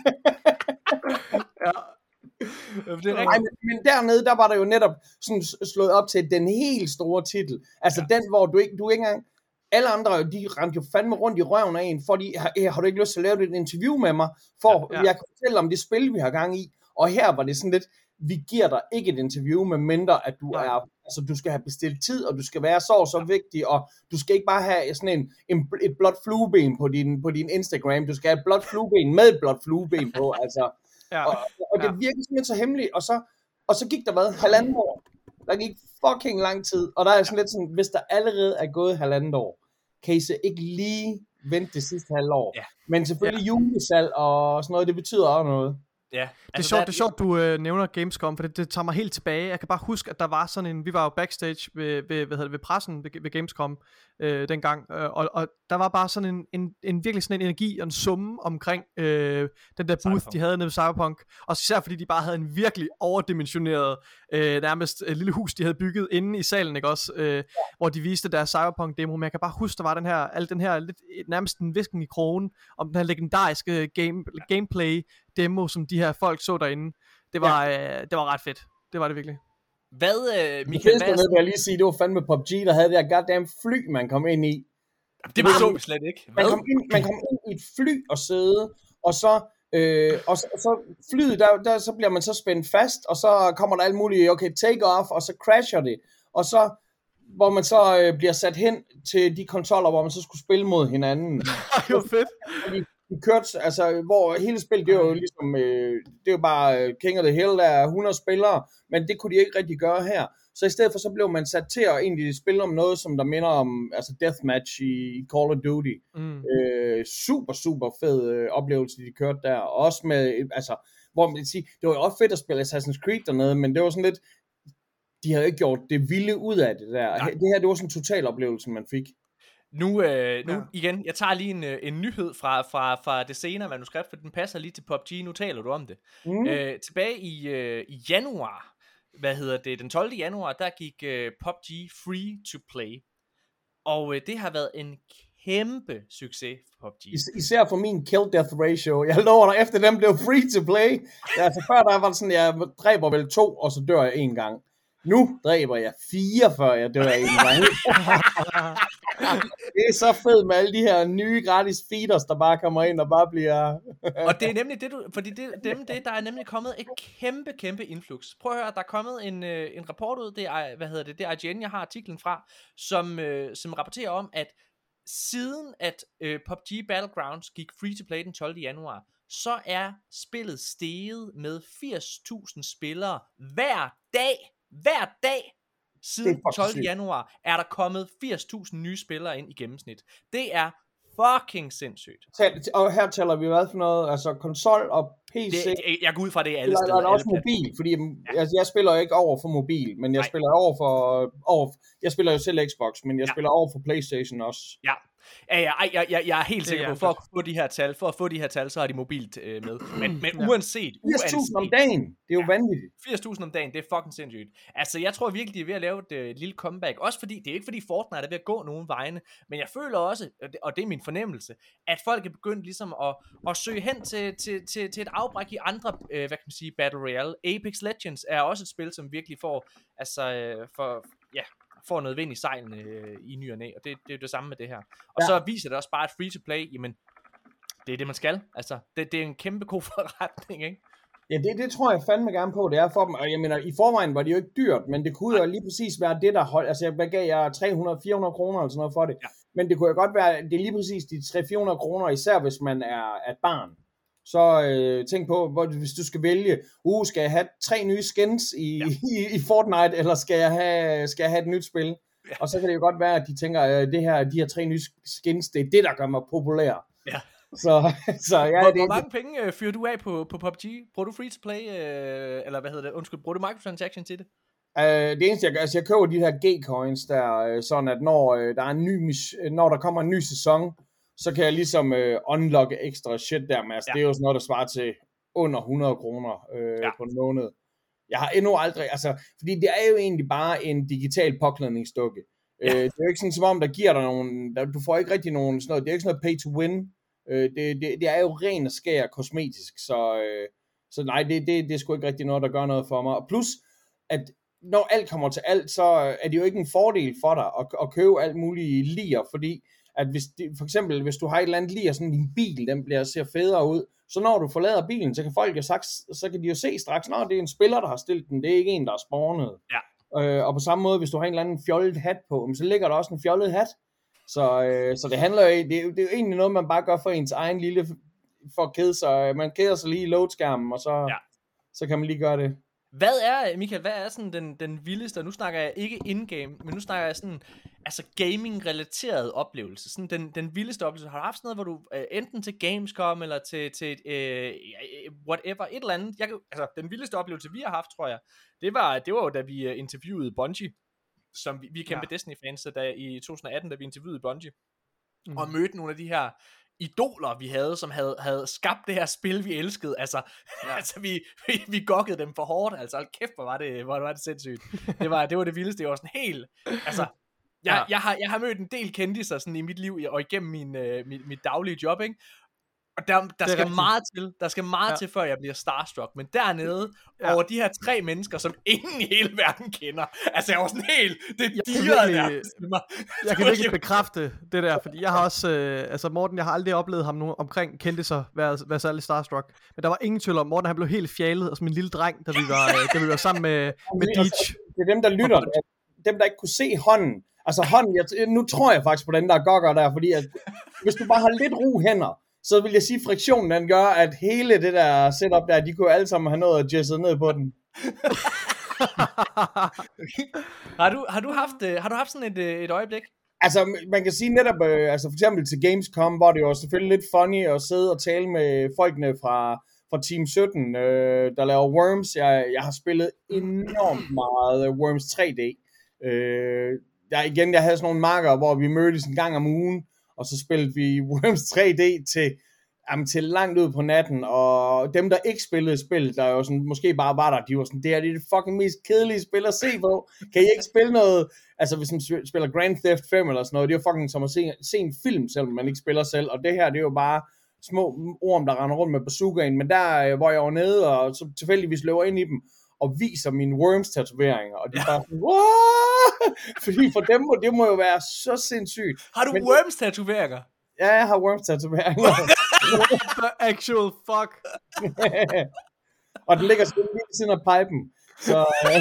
Ja. Det er Ej, men, men dernede, der var der jo netop sådan slået op til den helt store titel. Altså ja. den, hvor du ikke, du ikke engang, alle andre, de rendte jo fandme rundt i røven af en, fordi, har, har du ikke lyst til at lave et interview med mig, for ja, ja. jeg kan fortælle om det spil, vi har gang i. Og her var det sådan lidt, vi giver dig ikke et interview, med mindre at du ja. er, altså du skal have bestilt tid, og du skal være så så vigtig, og du skal ikke bare have sådan en, en et blåt flueben på din, på din Instagram, du skal have et blåt flueben med et blåt flueben på, altså. Ja. Og, og det ja. virkede simpelthen så hemmeligt, og så, og så gik der hvad, halvandet år. Der gik fucking lang tid, og der er sådan lidt sådan, hvis der allerede er gået halvandet år, kan I så ikke lige vente det sidste halvår. Ja. Men selvfølgelig ja. julesalg og sådan noget, det betyder også noget. Ja, altså det er sjovt, det er sjovt du øh, nævner Gamescom, for det, det tager mig helt tilbage. Jeg kan bare huske, at der var sådan en, vi var jo backstage ved, ved, hvad hedder det, ved pressen ved, ved Gamescom øh, dengang, øh, og, og der var bare sådan en, en, en virkelig sådan en energi og en summe omkring øh, den der booth, Cyberpunk. de havde nede ved Cyberpunk, og især fordi de bare havde en virkelig overdimensioneret øh, nærmest øh, lille hus, de havde bygget inde i salen, ikke også, øh, ja. hvor de viste deres Cyberpunk demo, men jeg kan bare huske, der var den her, al den her lidt, nærmest en visken i krogen om den her legendariske game, gameplay demo, som de her folk så derinde. Det var, ja. øh, det var ret fedt. Det var det virkelig. Hvad, øh, Michael Madsen? Det vil jeg lige sige, det var fandme P U B G, der havde det her goddamn fly, man kom ind i. Det så vi slet ikke. Man kom, ind, man kom ind i et fly og sidde, og så, øh, og så, og så flyet, der, der, så bliver man så spændt fast, og så kommer der alt muligt, okay, take off, og så crasher det. Og så, hvor man så øh, bliver sat hen til de konsoller, hvor man så skulle spille mod hinanden. Det var fedt. De kørte, altså, hvor hele spillet, det er jo ligesom, øh, det er jo bare King of the Hill, der er hundrede spillere, men det kunne de ikke rigtig gøre her. Så i stedet for, så blev man sat til at egentlig spille om noget, som der minder om, altså Deathmatch i Call of Duty. Mm. Øh, super, super fed øh, oplevelse, de kørte der. Også med, altså, hvor man sige, det var jo også fedt at spille Assassin's Creed dernede, men det var sådan lidt, de havde ikke gjort det vilde ud af det der. Nej. Det her, det var sådan en total oplevelse, man fik. Nu, øh, nu ja. igen, jeg tager lige en, en nyhed fra, fra, fra det senere manuskript, for den passer lige til P U B G, nu taler du om det. Mm. Øh, tilbage i, øh, i januar, hvad hedder det, den tolvte januar, der gik øh, P U B G free to play. Og øh, det har været en kæmpe succes for P U B G. Is- især for min kill death ratio. Jeg lover dig, efter den blev free to play. Ja, altså før der var det sådan, jeg dræber vel to, og så dør jeg en gang. Nu dræber jeg fire, før jeg dør en gang. Det er så fedt med alle de her nye gratis feeders, der bare kommer ind og bare bliver... Og det er nemlig det, du... Fordi det, dem, det, der er nemlig kommet et kæmpe, kæmpe influx. Prøv at høre, der er kommet en, en rapport ud, det er, hvad hedder det, det er I G N, jeg har artiklen fra, som, som rapporterer om, at siden at øh, P U B G Battlegrounds gik free to play den tolvte januar, så er spillet steget med firs tusind spillere hver dag. Hver dag siden tolvte januar er der kommet firs tusind nye spillere ind i gennemsnit. Det er fucking sindssygt. Og her taler vi hvad for noget, altså konsol og P C. Det, jeg går ud fra det alle steder. Eller også mobil, fordi ja. jeg, jeg spiller ikke over for mobil, men jeg Nej. spiller over for, over, jeg spiller jo selv Xbox, men jeg ja. spiller over for PlayStation også. Ja. Ja, ja, ej, jeg, jeg, jeg er helt Det sikker er på, for at få de her tal, for at få de her tal, så har de mobilt øh, med. Men, men Ja. uanset, firs tusind om uanset, dagen, det er jo Ja. vanvittigt. firs tusind om dagen, det er fucking sindssygt. Altså, jeg tror virkelig, de er ved at lave et øh, lille comeback. Også fordi, det er ikke fordi Fortnite er ved at gå nogen vegne, men jeg føler også, og det, og det er min fornemmelse, at folk er begyndt ligesom at, at søge hen til, til, til, til et afbræk i andre, øh, hvad kan man sige, Battle Royale. Apex Legends er også et spil, som virkelig får, altså, øh, for, ja, får noget vind i sejlene øh, i ny og næ, og det, det er jo det samme med det her. Og Ja. så viser det også bare, at free-to-play, jamen, det er det, man skal. Altså, det, det er en kæmpe god forretning, ikke? Ja, det, det tror jeg fandme gerne på, det er for dem. Og jeg mener, i forvejen var det jo ikke dyrt, men det kunne jo lige præcis være det, der holdt. Altså, jeg gav jer tre hundrede til fire hundrede kroner eller sådan noget for det. Ja. Men det kunne jo godt være, det er lige præcis de tre hundrede til fire hundrede kroner, især hvis man er, er et barn. Så øh, tænk på, hvor, hvis du skal vælge, uh, skal jeg have tre nye skins i, Ja. i, i Fortnite, eller skal jeg, have, skal jeg have et nyt spil? Ja. Og så kan det jo godt være, at de tænker, at det her, de her tre nye skins, det er det, der gør mig populær. Ja. Så, så ja, hvor, det, hvor mange penge øh, fyrer du af på, på P U B G? Bruger du free-to-play, øh, eller hvad hedder det? Undskyld, bruger du microtransaction til det? Uh, det eneste jeg gør, altså jeg køber de her G-coins der, uh, sådan at når uh, der er en ny mis- når der kommer en ny sæson, så kan jeg ligesom uh, unlocke ekstra shit der, men altså, Ja. det er jo sådan noget, der svarer til under hundrede kroner uh, Ja. på en måned. Jeg har endnu aldrig, altså, fordi det er jo egentlig bare en digital påklædningsdukke. Ja. Uh, det er jo ikke sådan som om, der giver dig nogen, der, du får ikke rigtig nogen sådan noget, det er ikke sådan noget pay to win. Uh, det, det, det er jo ren og skær kosmetisk, så, uh, så nej, det, det, det er sgu ikke rigtig noget, der gør noget for mig. Og plus, at når alt kommer til alt, så er det jo ikke en fordel for dig at, at købe alt muligt lier, fordi at hvis det, for eksempel, hvis du har et eller andet lier, sådan din bil, den bliver ser federe ud, så når du forlader bilen, så kan folk jo sagt, så kan de jo se straks, når det er en spiller, der har stillet den, det er ikke en, der er spawnet. Ja. Øh, og på samme måde, hvis du har en eller anden fjollet hat på, så ligger der også en fjollet hat. Så, øh, så det handler jo, det er, jo- det er jo egentlig noget, man bare gør for ens egen lille, for at kede sig, man keder sig lige i loadskærmen, og så, Ja. så kan man lige gøre det. Hvad er, Michael, hvad er sådan den, den vildeste, og nu snakker jeg ikke in-game, men nu snakker jeg sådan, altså gaming-relateret oplevelse, sådan den, den vildeste oplevelse. Har du haft sådan noget, hvor du øh, enten til Gamescom, eller til, til øh, whatever, et eller andet, jeg, kan- altså den vildeste oplevelse, vi har haft, tror jeg, det var, det var jo, da vi uh, interviewede Bungie, som vi, vi er kæmpe Ja. Destiny-fans, så da, i to tusind atten, da vi interviewede Bungie, Mm. mm. og mødte nogle af de her idoler, vi havde, som havde, havde skabt det her spil, vi elskede. Altså, ja. altså vi, vi, vi gokkede dem for hårdt. Altså, hold kæft, hvor var det, hvor var det sindssygt. Det var, det var det vildeste. Det var sådan helt... Altså, jeg, Ja. jeg, har, jeg har mødt en del kendiser sådan i mit liv, og igennem min, uh, mit, mit daglige job, ikke? Og der, der skal rigtigt. meget til, der skal meget Ja. til, før jeg bliver starstruck. Men dernede, Ja. ja. over de her tre mennesker, som ingen i hele verden kender. Altså, jeg var sådan helt... Det Jeg kan dirrede virkelig- nærmest i mig. Jeg kan virkelig bekræfte det der, fordi jeg har også, øh, altså Morten, jeg har aldrig oplevet ham nogen omkring kendte sig være, være særlig starstruck, men der var ingen tvivl om, Morten han blev helt fjalet, og som en lille dreng, da vi var, øh, da vi var sammen med, med Det er- Deitch. Det er dem, der lytter, at dem, der ikke kunne se hånden. Altså hånden, jeg, nu tror jeg faktisk på den der gokker der, fordi at, hvis du bare har lidt ro hænder, så vil jeg sige, at friktionen den gør, at hele det der setup der, de kunne alle sammen have noget at jesse ned på den. Har du, har du haft, øh, har du haft sådan et, øh, et øjeblik? Altså, man kan sige netop, øh, altså for eksempel til Gamescom, hvor det jo selvfølgelig lidt funny at sidde og tale med folkene fra, fra Team sytten, øh, der laver Worms. Jeg, jeg har spillet enormt meget øh, Worms tre D. Øh, jeg, igen, jeg havde sådan nogle marker, hvor vi mødtes en gang om ugen, og så spillede vi Worms tre D til, jamen, til langt ud på natten, og dem, der ikke spillede spil, der jo sådan, måske bare var der, de var sådan, det her det er det fucking mest kedelige spil at se på. Kan I ikke spille noget, altså hvis man spiller Grand Theft fem eller sådan noget, det er jo fucking som at se, se en film, selvom man ikke spiller selv, og det her, det er jo bare små orm, der render rundt med bazookaen, men der, øh, hvor jeg var nede, og så tilfældigvis løber ind i dem, og viser mine Worms-tatoveringer, og de er bare sådan, what? Fordi for dem, må- det må jo være så sindssygt. Har du Men- Worms-tatoveringer? Ja, jeg har Worms-tatoveringer. The actual fuck. Og den ligger sådan lige ved siden af pipen. Så øh,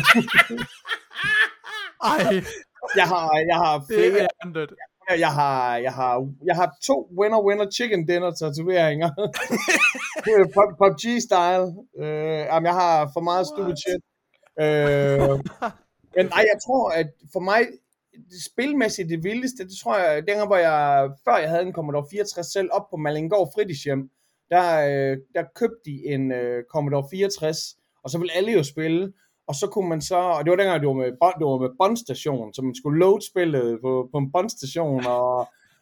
Ej, jeg har, jeg har det flere, er andet. jeg har, jeg har, jeg har to winner winner chicken dinner tatoveringer. P U B G style. Øh, jamen, jeg har for meget stupid shit. Øh, men nej, jeg tror, at for mig, spilmæssigt det vildeste, det tror jeg, dengang hvor jeg, før jeg havde en Commodore fireogtres selv op på Malingård Fritidshjem, der, øh, der købte de en øh, Commodore fireogtres, og så ville alle jo spille, og så kunne man så, og det var dengang, det var med, bånd- det var med båndstation, så man skulle load spillet på, på en båndstation, og,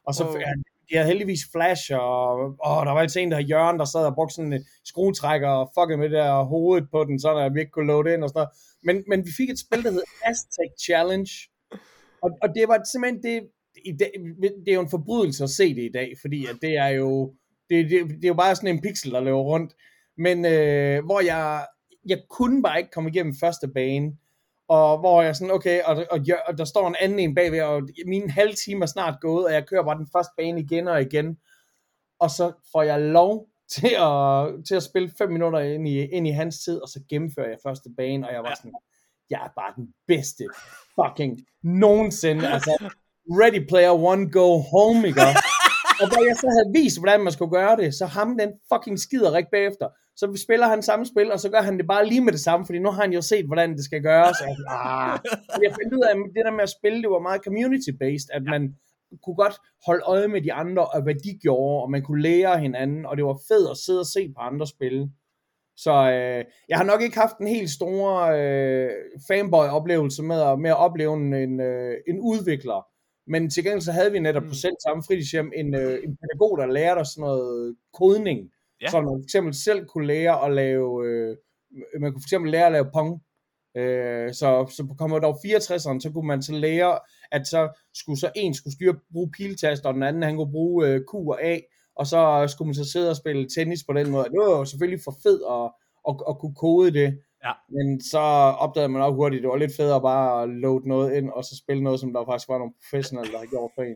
Og så, Wow. ja, de havde heldigvis flash, og, og der var altså en, der havde Jørgen, der sad og brugte sådan en skruetrækker og fuckede med det der hovedet på den, så vi ikke kunne loade ind og sådan noget. Men, men vi fik et spil, der hed Aztec Challenge, og, og det var simpelthen, det, i dag, det er jo en forbrydelse at se det i dag, fordi at det er jo, det, det, det er jo bare sådan en pixel, der løber rundt. Men øh, hvor jeg, jeg kunne bare ikke komme igennem første bane, og hvor jeg sådan, okay, og, og, og der står en anden en bagved, og mine halve time er snart gået, og jeg kører bare den første bane igen og igen, og så får jeg lov til at, til at spille fem minutter ind i, ind i hans tid, og så gennemfører jeg første bane, og jeg var sådan, jeg er bare den bedste fucking nogensinde, altså, Ready Player One, go home, ikke? Og da jeg så havde vist, hvordan man skulle gøre det, så ham den fucking skider rigtig bagefter. Så vi spiller han samme spil, og så gør han det bare lige med det samme, fordi nu har han jo set, hvordan det skal gøres. Og jeg, ah. jeg fandt ud af, at det der med at spille, det var meget community-based, at man kunne godt holde øje med de andre, og hvad de gjorde, og man kunne lære hinanden, og det var fedt at sidde og se på andre spil. Så øh, jeg har nok ikke haft en helt stor øh, fanboy-oplevelse med at, med at opleve en, øh, en udvikler. Men til gengæld så havde vi netop mm. på selv samme fritidshjem en, øh, en pædagog, der lærte os sådan noget kodning. Ja. Så man for eksempel selv kunne lære at lave, øh, man kunne for eksempel lære at lave Pong. Øh, så, så på Commodore fireogtresseren, så kunne man så lære, at så skulle så en skulle styre bruge piltaster, og den anden han kunne bruge øh, Q og A, og så skulle man så sidde og spille tennis på den måde. Det var jo selvfølgelig for fedt at, at, at kunne kode det. Ja. Men så opdagede man også hurtigt, det var lidt federe bare at load noget ind, og så spille noget, som der faktisk var nogle professionelle, der har gjort for en.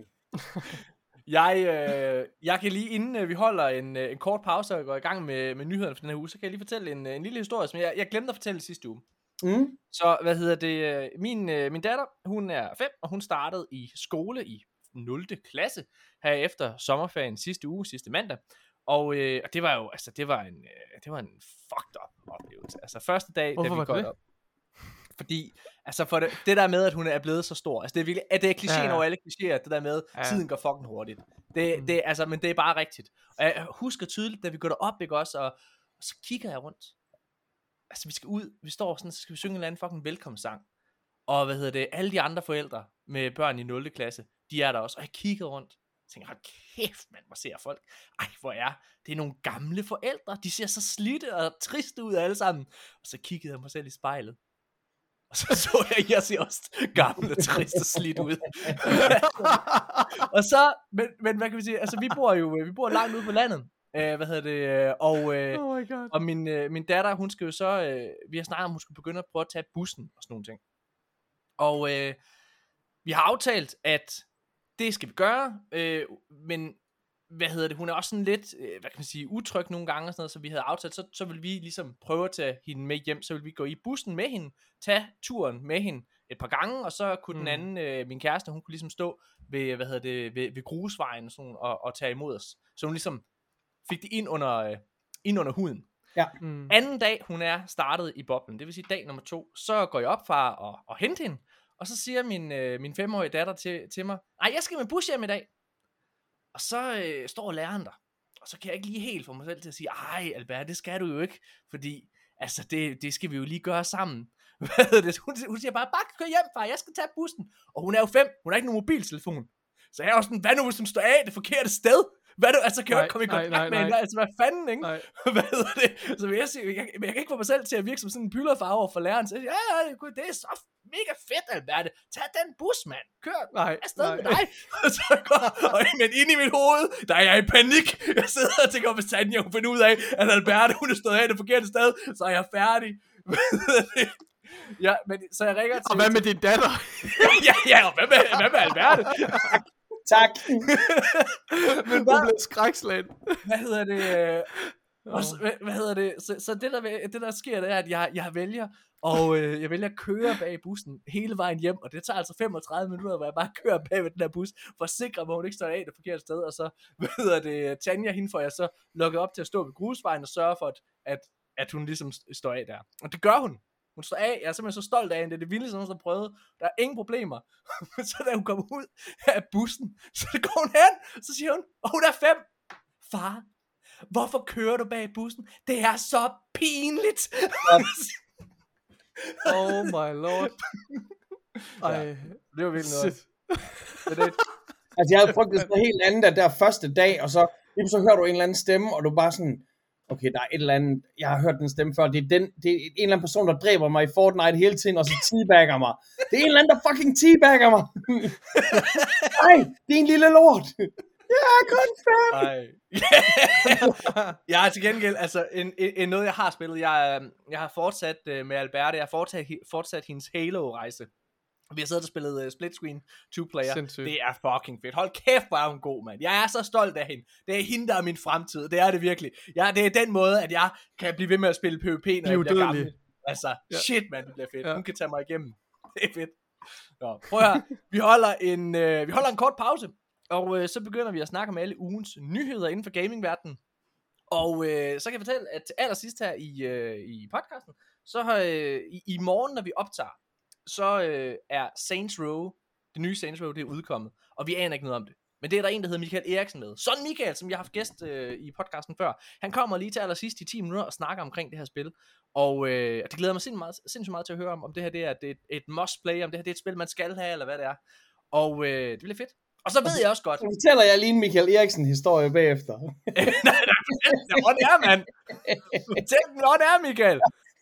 Jeg, øh, jeg kan lige, inden øh, vi holder en, øh, en kort pause og går i gang med, med nyhederne for den her uge, så kan jeg lige fortælle en, en lille historie, som jeg, jeg glemte at fortælle sidste uge. Mm. Så, hvad hedder det, min, øh, min datter, hun er fem, og hun startede i skole i nul klasse, her efter sommerferien sidste uge, sidste mandag. Og, øh, og det var jo, altså, det var en, øh, det var en fucked up oplevelse. Altså, første dag, Hvorfor da vi går op. Fordi, altså, for det, det der med, at hun er blevet så stor, altså, det er virkelig, at det er klichéen ja. over alle klichéer, det der med, ja. tiden går fucking hurtigt. Det, mm. det, altså, men det er bare rigtigt. Og jeg husker tydeligt, da vi går derop, ikke også, og, og så kigger jeg rundt. Altså, vi skal ud, vi står sådan, så skal vi synge en eller anden fucking velkomstsang. Og, hvad hedder det, alle de andre forældre med børn i nul klasse, de er der også. Og jeg kiggede rundt. Jeg tænker, hold kæft, mand, hvor ser folk. Ej, hvor er det er nogle gamle forældre. De ser så slidte og triste ud alle sammen. Og så kiggede jeg mig selv i spejlet. Og så så jeg, jeg ser også gamle, triste, slidt ud. Og så, men, men hvad kan vi sige, altså vi bor jo, vi bor langt ude på landet. Uh, hvad hedder det, og, uh, oh og min, uh, min datter, hun skal jo så, uh, vi har snakket om, hun skal begynde at prøve at tage bussen og sådan nogle ting. Og uh, vi har aftalt, at det skal vi gøre, øh, men hvad hedder det, hun er også sådan lidt, øh, hvad kan man sige, utryg nogle gange og sådan noget, så vi havde aftalt, så, så vil vi ligesom prøve at tage hende med hjem, så vil vi gå i bussen med hende, tage turen med hende et par gange, og så kunne mm. den anden, øh, min kæreste, hun kunne ligesom stå ved, hvad hedder det, ved, ved grusvejen og, sådan, og, og tage imod os, så hun ligesom fik det ind under, øh, ind under huden. Ja. Mm. Anden dag, hun er startet i boblen, det vil sige dag nummer to, så går jeg op fra og, og hente hende, og så siger min, øh, min femårige datter til, til mig, nej, jeg skal med bus hjem i dag. Og så øh, står læreren der. Og så kan jeg ikke lige helt få mig selv til at sige, ej Albert, det skal du jo ikke. Fordi, altså, det, det skal vi jo lige gøre sammen. det? Hun, hun siger bare, bare kør hjem, far, jeg skal tage bussen. Og hun er jo fem, hun har ikke nogen mobiltelefon. Så jeg er jo sådan, hvad nu hvis hun står af det forkerte sted? Hvad du, altså kan jeg jo ikke komme i kontakt med hende, altså hvad fanden, ikke? Hvad hedder det? Så vil jeg sige, jeg, jeg kan ikke få mig selv til at virke som sådan en pylderfarve over for læreren, så jeg siger, ja, ja, det er så mega fedt, Albert, tag den bus, mand, kør afsted med dig. Og så går, og, men inde i mit hoved, der er jeg i panik, jeg sidder og tænker, hvis Tanja kunne finde ud af, at Albert, hun er stået af det forkerte sted, så er jeg færdig. Ja, men så jeg ringer til... Og hvad med din datter? ja, ja, og hvad med, hvad med Albert? Tak. Men du blev skrækslagen. Hvad hedder det? Og så, hvad, hvad hedder det? Så, så det, der, det der sker, det er, at jeg, jeg vælger, og øh, jeg vælger at køre bag bussen hele vejen hjem, og det tager altså femogtredive minutter, hvor jeg bare kører bag ved den der bus, for at sikre, at hun ikke står af det forkerte sted, og så, hvad hedder det, Tanja, hende får jeg så lukket op til at stå ved grusvejen og sørge for, at, at, at hun ligesom står af der. Og det gør hun. Hun står af, jeg er simpelthen så stolt af hende, det er det vildeste, hun har prøvet. Der er ingen problemer. Så da hun kommer ud af bussen, så går hun hen, så siger hun, og hun er fem. Far, hvorfor kører du bag bussen? Det er så pinligt. Oh my lord. Ej. Ja, det var virkelig noget. Det, det, Altså, jeg havde frygtet sådan noget helt andet der, der første dag, og så, lige så hører du en eller anden stemme, og du bare sådan, okay, der er et eller andet, jeg har hørt den stemme før, det er, den, det er en eller anden person, der dræber mig i Fortnite hele tiden, og så teabagger mig. Det er en eller anden, der fucking teabagger mig. Nej, det er en lille lort. Ja, kun færdig. Jeg har til gengæld, altså, en, en, en noget, jeg har spillet, jeg, jeg har fortsat uh, med Alberte, jeg har fortsat, fortsat hendes Halo-rejse. Vi har siddet og spillet uh, split screen, two-player. Sindssygt. Det er fucking fedt. Hold kæft, hvor er hun god, mand. Jeg er så stolt af hende. Det er hende, der er min fremtid. Det er det virkelig. Ja, det er den måde, at jeg kan blive ved med at spille PvP, når jeg bliver gammel. Altså, ja. Shit, mand, det bliver fedt. Ja. Hun kan tage mig igennem. Det er fedt. Nå, prøv at høre. Vi holder en, øh, vi holder en kort pause. Og øh, så begynder vi at snakke om alle ugens nyheder inden for gamingverdenen. Og øh, så kan jeg fortælle, at til allersidst her i, øh, i podcasten, så har øh, i, i morgen, når vi optager, så øh, er Saints Row, det nye Saints Row, det er udkommet. Og vi aner ikke noget om det. Men det er der en, der hedder Michael Eriksen med. Sådan Michael, som jeg har haft gæst øh, i podcasten før. Han kommer lige til allersidst i ti minutter og snakker omkring det her spil. Og øh, det glæder mig sindssygt meget, sindssygt meget til at høre om, om det her det er et, et must-play, om det her det er et spil, man skal have, eller hvad det er. Og øh, det bliver fedt. Og så ved jeg også godt. Så fortæller jeg lige en Michael Eriksen-historie bagefter. nej, nej, hvor det er, mand. Tænk, hvor det er, Michael.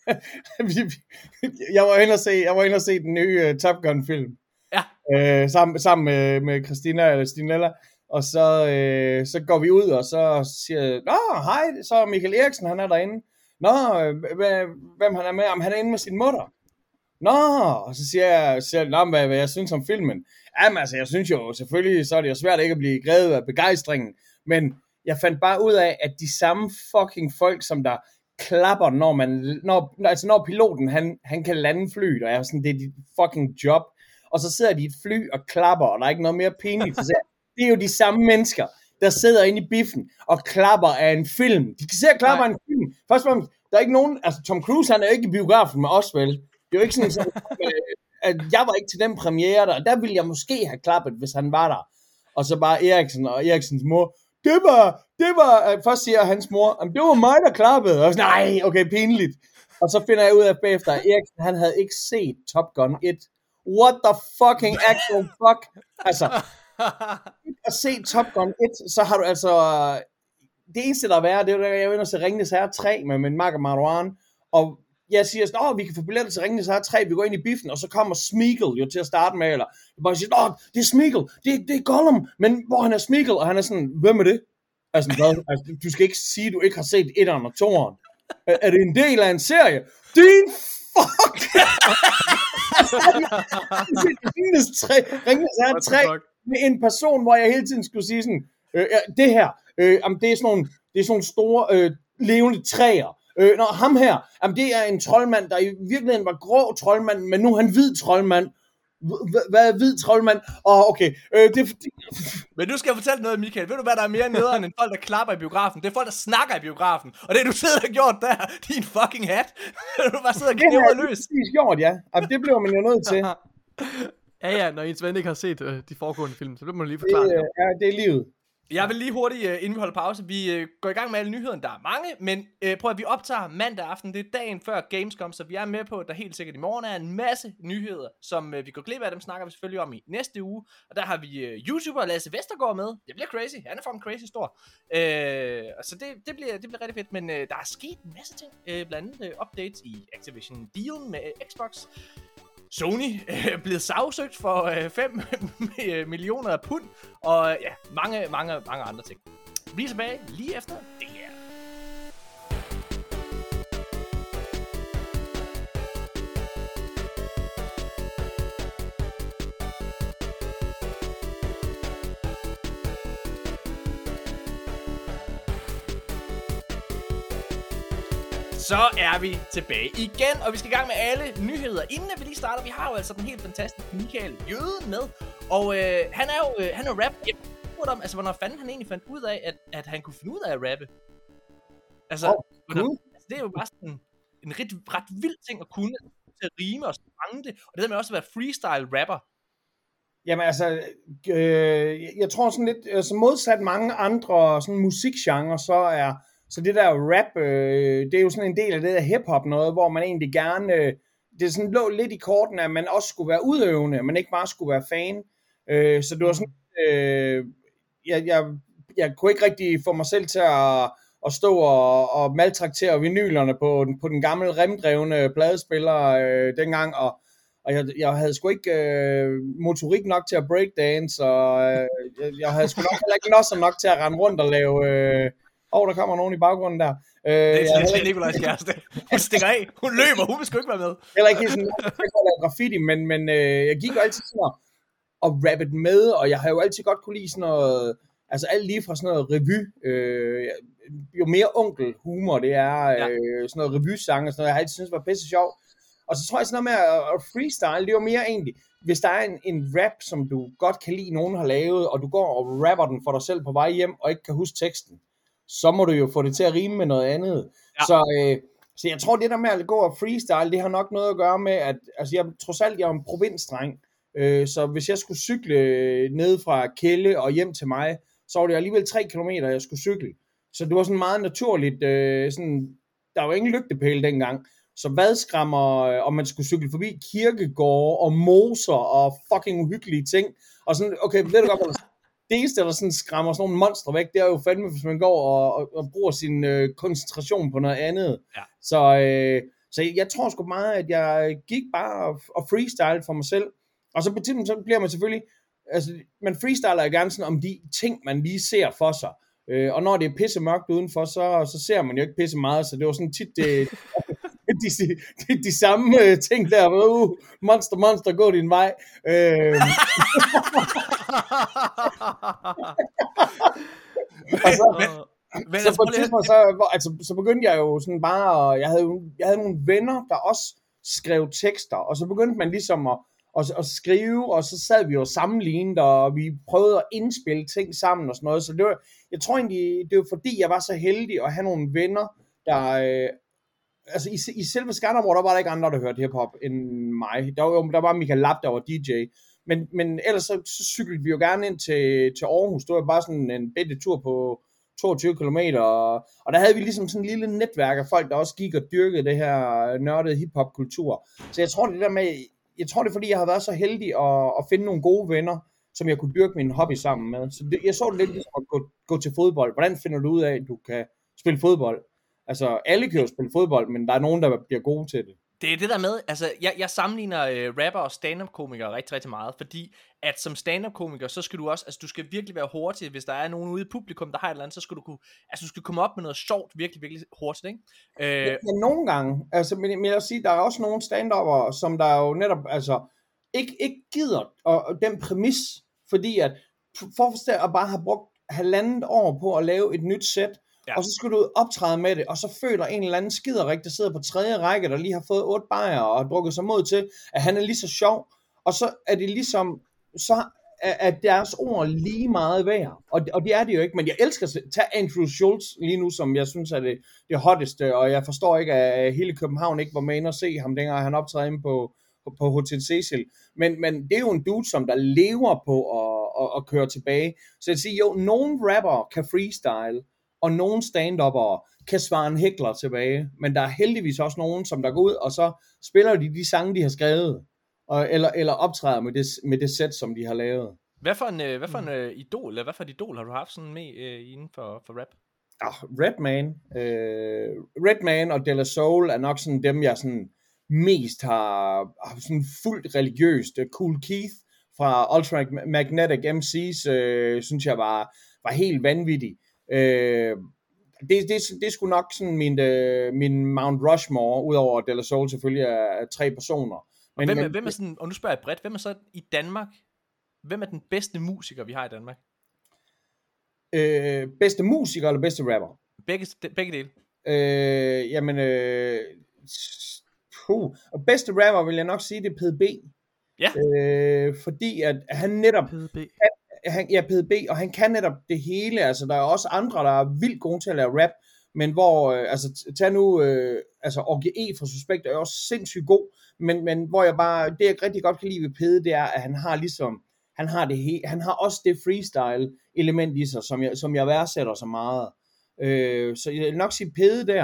jeg var inde og se, jeg var inde og se den nye uh, Top Gun film. Ja. Øh, sammen, sammen med, med Christina eller Stinella. Og så, øh, så går vi ud, og så siger jeg, nå, hej, så er Michael Eriksen, han er derinde. Nå, hvem han er med? Jamen, han er inde med sin mutter. Nå, og så siger jeg, siger, nå, hvad, hvad jeg synes om filmen. Jamen altså, jeg synes jo, selvfølgelig, så er det jo svært ikke at blive grebet af begejstringen. Men jeg fandt bare ud af, at de samme fucking folk, som der klapper, når man, når, altså når piloten, han, han kan lande flyet, og jeg er sådan, det er dit fucking job. Og så sidder de i et fly og klapper, og der er ikke noget mere pinligt. Så det er jo de samme mennesker, der sidder inde i biffen og klapper af en film. De kan se at klapper af en film. Først og fremmest, der er ikke nogen, altså Tom Cruise, han er jo ikke i biografen med os, vel? Det er jo ikke sådan, sådan at jeg var ikke til den premiere der, og der ville jeg måske have klappet, hvis han var der. Og så bare Eriksen og Eriksens mor, det var, det var, først siger hans mor, det var mig, der klappede. Og så, nej, okay, pinligt. Og så finder jeg ud af bagefter, at Eriksen, han havde ikke set Top Gun et. What the fucking actual fuck? Altså, at se Top Gun et, så har du altså, det eneste der er værre, det er jo, jeg var inde og se Ringenes Herre tre med min makker Marwan, og jeg siger sådan, åh, vi kan få billetter til Ringenes Herre tre, vi går ind i biffen, og så kommer Smeagol jo til at starte med, eller jeg bare siger, åh, det er Smeagol, det, det er Gollum, men hvor han er Smeagol, og han er sådan, hvem er det? Altså, altså du skal ikke sige, at du ikke har set etteren og toeren. Er, er det en del af en serie? Din fuck! Ringenes Herre tre, med en person, hvor jeg hele tiden skulle sige sådan, øh, det her, øh, jamen, det er sådan nogle, det er sådan nogle store, øh, levende træer. Øh, når ham her, jamen det er en troldmand, der i virkeligheden var grå troldmand, men nu er han hvid troldmand. Hvad er hvid troldmand? Åh, oh, okay. Øh, det, det... Men nu skal jeg fortælle noget, Michael. Ved du, hvad der er mere nederen end folk, der klapper i biografen? Det er folk, der snakker i biografen. Og det, du sidder og gjort der, din fucking hat. Du bare sidder og knæver løs. Det har gjort, ja. Altså, det bliver man jo nødt til. ja, ja, når ens ven ikke har set øh, de foregående film, så bliver man lige forklare det. Ja, det er livet. Jeg vil lige hurtigt, uh, inden vi holder pause, vi uh, går i gang med alle nyhederne, der er mange, men uh, prøv at vi optager mandag aften, det er dagen før Gamescom, så vi er med på, at der helt sikkert i morgen er en masse nyheder, som uh, vi går glip af, dem snakker vi selvfølgelig om i næste uge, og der har vi uh, YouTuber Lasse Vestergaard med, det bliver crazy, han er fucking crazy stor, uh, så det, det, bliver, det bliver rigtig fedt, men uh, der er sket en masse ting, uh, blandt andet uh, updates i Activision deal med uh, Xbox. Sony er øh, blevet sagsøgt for fem øh, millioner pund, og ja, mange, mange, mange andre ting. Vi er tilbage lige efter det her. Så er vi tilbage igen, og vi skal i gang med alle nyheder. Inden vi lige starter, vi har jo altså den helt fantastiske Michael Jøden med. Og øh, han er jo øh, han er rap. Jeg spurgte om, altså, hvornår fanden han egentlig fandt ud af, at, at han kunne finde ud af at rappe. Altså, oh, hvornår, altså det er jo bare sådan en ret, ret vild ting at kunne, til at rime og sange det. Og det der med også at være freestyle rapper. Jamen altså, øh, jeg tror sådan lidt, altså modsat mange andre sådan musikgenre, så er Så det der rap, øh, det er jo sådan en del af det der hip-hop noget, hvor man egentlig gerne, øh, det er sådan lå lidt i korten, at man også skulle være udøvende, man ikke bare skulle være fan. Øh, så det var sådan øh, jeg, jeg, jeg kunne ikke rigtig få mig selv til at, at stå og, og maltraktere vinylerne på, på den gamle remdrevne pladespiller øh, dengang, og, og jeg, jeg havde sgu ikke øh, motorik nok til at breakdance, og øh, jeg, jeg havde sgu nok heller ikke nosser nok til at rende rundt og lave... Øh, Åh, oh, der kommer nogen i baggrunden der. Øh, det er til ikke... Nikolajs kæreste. Hun stikker af. Hun løber. Hun vil sgu ikke være med. Heller ikke sådan, jeg kan lave graffiti, men, men øh, jeg gik jo altid sådan at, at rappe med, og jeg har jo altid godt kunne lide sådan noget, altså alt lige fra sådan noget revy, øh, jo mere onkel humor det er, ja. øh, sådan noget revy-sang og sådan noget, jeg har altid syntes var pisse sjov. Og så tror jeg sådan noget med at, at freestyle, det er jo mere egentlig, hvis der er en, en rap, som du godt kan lide, nogen har lavet, og du går og rapper den for dig selv på vej hjem, og ikke kan huske teksten, så må du jo få det til at rime med noget andet. Ja. Så, øh, så jeg tror, det der med at gå og freestyle, det har nok noget at gøre med, at altså jeg, trods alt, jeg er en provinsdreng, øh, så hvis jeg skulle cykle ned fra Kælde og hjem til mig, så var det alligevel tre kilometer, jeg skulle cykle. Så det var sådan meget naturligt, øh, sådan, der var ingen lygtepæle dengang, så hvad skræmmer, øh, om man skulle cykle forbi kirkegårde og moser og fucking uhyggelige ting, og sådan, okay, ved du godt, hvad det eneste, der sådan skræmmer sådan nogle monstre væk, det er jo fandme, hvis man går og, og, og bruger sin øh, koncentration på noget andet. Ja. Så, øh, så jeg tror sgu meget, at jeg gik bare og, og freestyle for mig selv. Og så på tiden, så bliver man selvfølgelig, altså man freestyler gerne sådan om de ting, man lige ser for sig. Øh, og når det er pisse mørkt udenfor, så, så ser man jo ikke pisse meget, så det var sådan tit det... De, de, de samme øh, ting der, uh, monster, monster, gå din vej. Øh. og så, men, så, på et tidspunkt, så, altså, så begyndte jeg jo sådan bare, jeg havde, jeg havde nogle venner, der også skrev tekster, og så begyndte man ligesom at, at, at skrive, og så sad vi jo sammenlignet, og vi prøvede at indspille ting sammen og sådan noget, så det var, jeg tror egentlig, det var fordi, jeg var så heldig at have nogle venner, der... Øh, altså i, i selve Skanderborg, der var der ikke andre, der hørte hiphop end mig. Der var, der var Michael Lapp, der var D J. Men, men ellers så, så cyklede vi jo gerne ind til, til Aarhus. Det var bare sådan en bedre tur på toogtyve kilometer. Og, og der havde vi ligesom sådan en lille netværk af folk, der også gik og dyrkede det her nørdede hiphop-kultur. Så jeg tror det der med, jeg tror det er fordi, jeg har været så heldig at, at finde nogle gode venner, som jeg kunne dyrke min hobby sammen med. Så det, jeg så det lidt ligesom at gå, gå til fodbold. Hvordan finder du ud af, at du kan spille fodbold? Altså, alle kan jo spille fodbold, men der er nogen, der bliver gode til det. Det er det der med, altså, jeg, jeg sammenligner øh, rapper og stand-up-komikere rigtig, rigtig meget, fordi at som stand-up-komiker, så skal du også, altså, du skal virkelig være hurtig, hvis der er nogen ude i publikum, der har et eller andet, så skal du kunne, altså, du skal komme op med noget sjovt, virkelig, virkelig hurtigt, ikke? Øh... Ja, ja, nogle gange, altså, men, men jeg vil sige, der er også nogle stand-upper, som der jo netop, altså, ikke, ikke gider, og, og den præmis, fordi at, for at bare have brugt halvandet år på at lave et nyt sæt, ja. Og så skulle du optræde med det, og så føler en eller anden skiderik, der sidder på tredje række, der lige har fået otte bajer og har drukket sig mod til, at han er lige så sjov, og så er det ligesom, så er deres ord lige meget værd, og, og det er det jo ikke, men jeg elsker at tage Andrew Schulz lige nu, som jeg synes er det, det hotteste, og jeg forstår ikke, at hele København ikke var med ind og se ham, dengang han optræder inde på, på, på Hotel Cecil, men, men det er jo en dude, som der lever på at, at, at køre tilbage, så jeg siger jo, nogle rapper kan freestyle, og nogle stand-up'ere kan svare en hækler tilbage, men der er heldigvis også nogen, som der går ud, og så spiller de de sange, de har skrevet, og, eller, eller optræder med det, med det sæt, som de har lavet. Hvad for en, hvad for en uh, idol, eller hvad for et idol har du haft sådan med uh, inden for, for rap? Ah, Redman, uh, Redman og De La Soul er nok sådan dem, jeg sådan mest har, har sådan fuldt religiøst. Kool Keith fra Ultra Magnetic M C's, uh, synes jeg var, var helt vanvittig. Øh, det, det, det er sgu nok sådan min, øh, min Mount Rushmore, udover De La Soul selvfølgelig er, er tre personer. Men, og hvem, er, men, hvem er sådan, og nu spørger jeg bredt, hvem er så i Danmark, hvem er den bedste musiker, vi har i Danmark? Øh, bedste musiker eller bedste rapper? Begge, begge dele. Øh, jamen, øh, puh. Og bedste rapper vil jeg nok sige, det er P D B. Ja. Øh, fordi at han netop... P D B. Han, ja, P D B, og han kan netop det hele, altså der er også andre, der er vildt gode til at lave rap, men hvor, øh, altså tag nu, øh, altså O G E fra Suspekt er også sindssygt god, men, men hvor jeg bare, det jeg rigtig godt kan lide ved Pede, det er, at han har ligesom, han har det he, han har også det freestyle element i sig, som jeg, som jeg værdsætter så meget, øh, så jeg vil nok sige Pede der,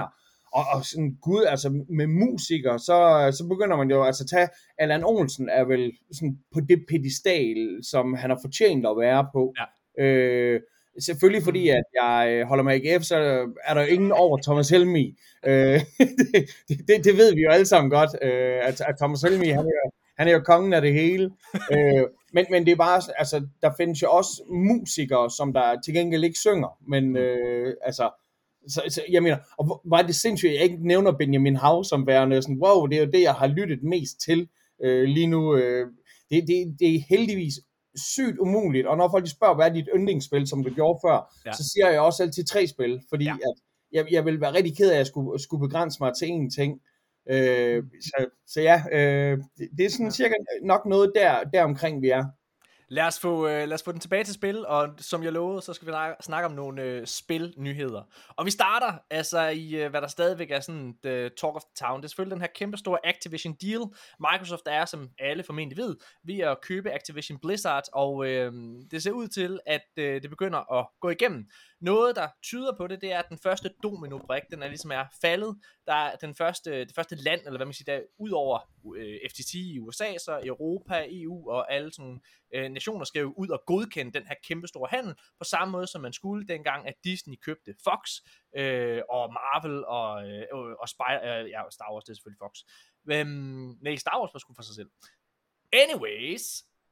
og, og sådan, gud, altså med musikere, så, så begynder man jo altså at tage, Allan Olsen er vel sådan på det pedestal, som han har fortjent at være på. Ja. Øh, selvfølgelig fordi, at jeg holder med A G F, så er der jo ingen over Thomas Helmig. Øh, det, det, det ved vi jo alle sammen godt, øh, at, at Thomas Helmig, han er, han er jo kongen af det hele. øh, men, men det er bare, altså, der findes jo også musikere, som der til gengæld ikke synger, men øh, altså, så, så jeg mener, og var det sindssygt, at jeg ikke nævner Benjamin Hav som værende sådan, wow, det er jo det, jeg har lyttet mest til øh, lige nu. Øh, det, det, det er heldigvis sygt umuligt, og når folk de spørger, hvad er dit yndlingsspil, som du gjorde før, ja. Så siger jeg også altid tre spil, fordi ja. at jeg, jeg vil være rigtig ked af, at jeg skulle, skulle begrænse mig til én ting. Øh, så, så ja, øh, det, det er sådan ja. cirka nok noget der, der omkring vi er. Lad os, få, øh, lad os få den tilbage til spil, og som jeg lovede, så skal vi snakke om nogle øh, spilnyheder. Og vi starter altså i, øh, hvad der stadigvæk er sådan et uh, talk of the town. Det er selvfølgelig den her kæmpe store Activision deal. Microsoft er, som alle formentlig ved, ved at købe Activision Blizzard, og øh, det ser ud til, at øh, det begynder at gå igennem. Noget, der tyder på det, det er, at den første domino-brik, den er ligesom er faldet. Der er den første, det første land, eller hvad man siger, der ud over øh, F T C i U S A, så Europa, E U og alle sådan øh, nationer skal jo ud og godkende den her kæmpe store handel, på samme måde som man skulle dengang, at Disney købte Fox, øh, og Marvel og, øh, og Spy- øh, ja, Star Wars, det er selvfølgelig Fox. Øhm, nej, Star Wars var sgu for sig selv. Anyways,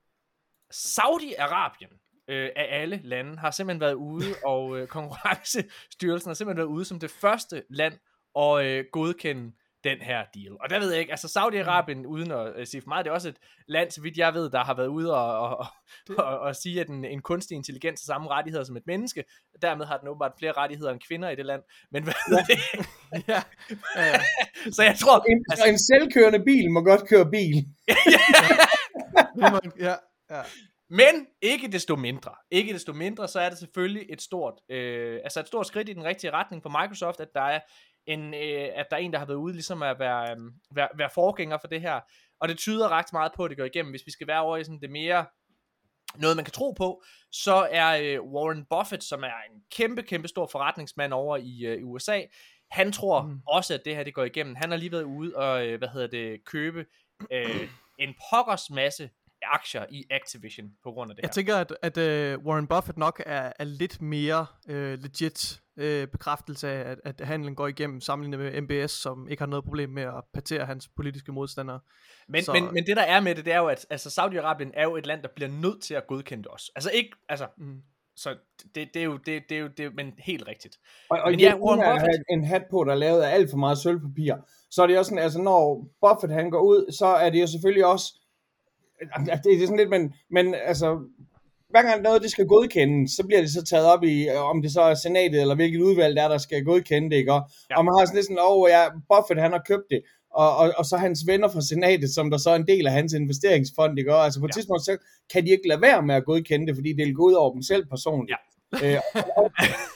Saudi-Arabien, Øh, af alle lande, har simpelthen været ude, og øh, Konkurrencestyrelsen har simpelthen været ude som det første land at øh, godkende den her deal. Og der ved jeg ikke, altså Saudi-Arabien, uden at øh, sige for meget, det er også et land, så vidt jeg ved, der har været ude og, og, og, og, og sige, at en, en kunstig intelligens har samme rettigheder som et menneske. Dermed har den åbenbart flere rettigheder end kvinder i det land. Men hvad ja. det? ja. ja. Så jeg tror... En, altså, en selvkørende bil må godt køre bil. ja, ja. Men ikke desto mindre, ikke desto mindre, så er det selvfølgelig et stort, øh, altså et stort skridt i den rigtige retning for Microsoft, at der er en, øh, at der er en, der har været ude ligesom at være, øh, være, være forgænger for det her, og det tyder ret meget på, at det går igennem. Hvis vi skal være over i sådan det mere, noget man kan tro på, så er øh, Warren Buffett, som er en kæmpe, kæmpe stor forretningsmand over i øh, U S A, han tror mm. også, at det her det går igennem. Han har lige været ude og, øh, hvad hedder det, købe øh, en pokkers masse aktier i Activision på grund af det Jeg her. tænker, at, at uh, Warren Buffett nok er, er lidt mere uh, legit uh, bekræftelse af, at, at handlen går igennem, sammenlignet med M B S, som ikke har noget problem med at partere hans politiske modstandere. Men, men, men det der er med det, det er jo, at altså, Saudi-Arabien er jo et land, der bliver nødt til at godkende det også. Altså ikke, altså... Mm. Så det, det er jo det, det er jo det, men helt rigtigt. Og, og men ja, Warren Buffett har en hat på, der er lavet af alt for meget sølvpapir. Så er det også sådan, altså når Buffett han går ud, så er det jo selvfølgelig også det er sådan lidt, men, men altså, hver gang noget det skal godkendes, så bliver det så taget op i, om det så er senatet, eller hvilket udvalg der er, der skal godkende det, ikke? Og, ja. og man har sådan lidt sådan, åh oh, ja, Buffett han har købt det, og, og, og så hans venner fra senatet, som der så er en del af hans investeringsfond, ikke? Og altså på et ja. tidspunkt, så kan de ikke lade være med at godkende det, fordi det vil gå ud over dem selv personligt. Ja. øh, og,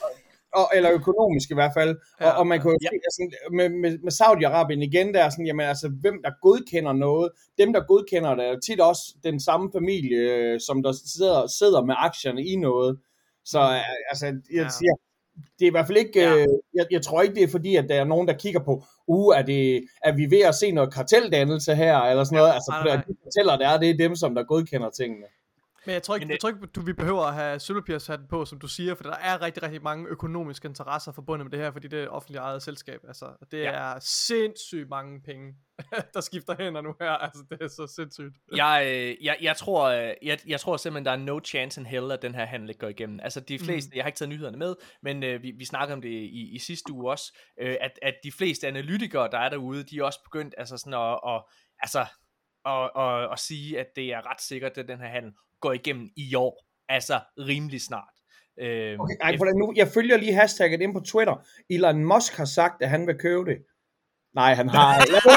og, eller økonomisk i hvert fald, ja, og, og man kan jo ja. se, altså, med, med, med Saudi-Arabien igen, der er sådan, jamen altså, hvem der godkender noget, dem der godkender det, er tit også den samme familie, som der sidder, sidder med aktierne i noget, så altså, jeg ja. siger, det er i hvert fald ikke, ja. øh, jeg, jeg tror ikke det er fordi, at der er nogen der kigger på, uh, er, det, er vi ved at se noget karteldannelse her, eller sådan noget, ja, altså, nej, nej. de karteller der er, det er dem, som der godkender tingene. Men jeg tror ikke, jeg tror ikke du, vi behøver at have sølvpapirshatten på, som du siger, for der er rigtig, rigtig mange økonomiske interesser forbundet med det her, fordi det er et offentligt ejet selskab. Altså, det ja. er sindssygt mange penge, der skifter hænder nu her. Altså, det er så sindssygt. Jeg, jeg, jeg, tror, jeg, jeg tror simpelthen, der er no chance in hell, at den her handel ikke går igennem. Altså, de fleste, mm. jeg har ikke taget nyhederne med, men øh, vi, vi snakkede om det i, i sidste uge også, øh, at, at de fleste analytikere, der er derude, de er også begyndt altså sådan at, og, altså, at, at, at sige, at det er ret sikkert, at den her handel går igennem i år, altså rimelig snart. Øhm, okay, ej, efter... nu, jeg følger lige hashtagget ind på Twitter. Elon Musk har sagt, at han vil købe det. Nej, han har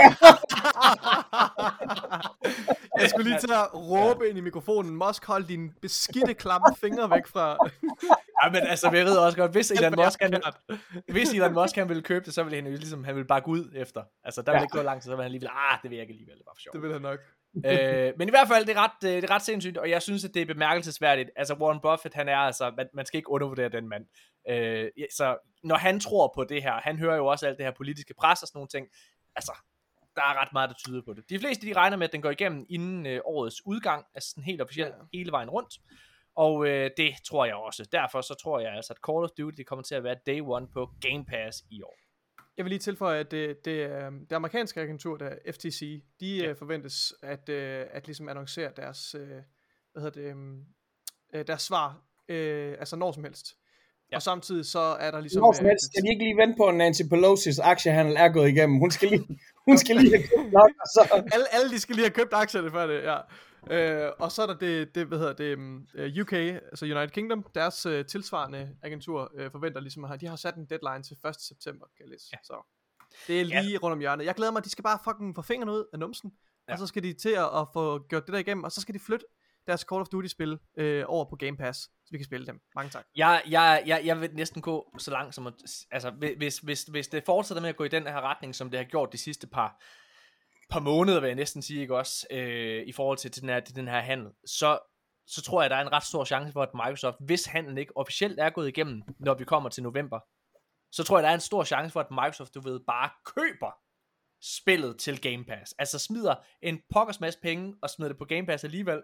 Jeg skulle lige til at råbe ind i mikrofonen. Musk, hold dine beskidte, klamme fingre væk fra... Ja, men altså, jeg ved også godt, hvis Elon Musk kan, hvis Elon Musk kan ville købe det, så ville han jo ligesom, han ville bare gå ud efter. Altså, der ville ja. ikke gå lang tid, så ville han lige ville, ah, det vil jeg ikke alligevel, det var for sjovt. Det vil han nok. øh, men i hvert fald, det er, ret, det er ret sindssygt, og jeg synes, at det er bemærkelsesværdigt. Altså, Warren Buffett, han er altså, man, man skal ikke undervurdere den mand. Øh, så når han tror på det her, han hører jo også alt det her politiske pres og sådan nogle ting, altså, der er ret meget, der tyder på det. De fleste, de regner med, at den går igennem inden øh, årets udgang, altså sådan helt officielt ja. hele vejen rundt. Og øh, det tror jeg også. Derfor så tror jeg altså, at Call of Duty det kommer til at være day one på Game Pass i år. Jeg vil lige tilføje, at det, det, det amerikanske agentur, der F T C, de ja. uh, forventes at, uh, at ligesom annoncere deres, uh, hvad hedder det, um, uh, deres svar, uh, altså når som helst. Ja. Og samtidig så er der ligesom... Når som helst, skal de ikke lige vente på, at Nancy Pelosi's aktiehandel er gået igennem? Hun skal lige, hun skal lige have købt nok, og så... alle, alle de skal lige have købt aktierne før det, ja. Uh, og så er der det, det hvad hedder det, um, U K, altså United Kingdom, deres uh, tilsvarende agentur uh, forventer ligesom, at de har sat en deadline til første september, kan jeg læse. Ja. Så det er lige ja. rundt om hjørnet. Jeg glæder mig, de skal bare fucking få fingrene ud af numsen, ja. og så skal de til at, at få gjort det der igennem, og så skal de flytte deres Call of Duty-spil øh, over på Game Pass, så vi kan spille dem. Mange tak. Jeg, jeg, jeg, jeg vil næsten gå så langt som at, altså hvis, hvis, hvis det fortsætter med at gå i den her retning, som det har gjort de sidste par, par måneder, vil jeg næsten sige, ikke også, øh, i forhold til, til, den her, til den her handel, så, så tror jeg, der er en ret stor chance for, at Microsoft, hvis handlen ikke officielt er gået igennem, når vi kommer til november, så tror jeg, der er en stor chance for, at Microsoft, du ved, bare køber spillet til Game Pass. Altså smider en pokkers masse penge, og smider det på Game Pass alligevel,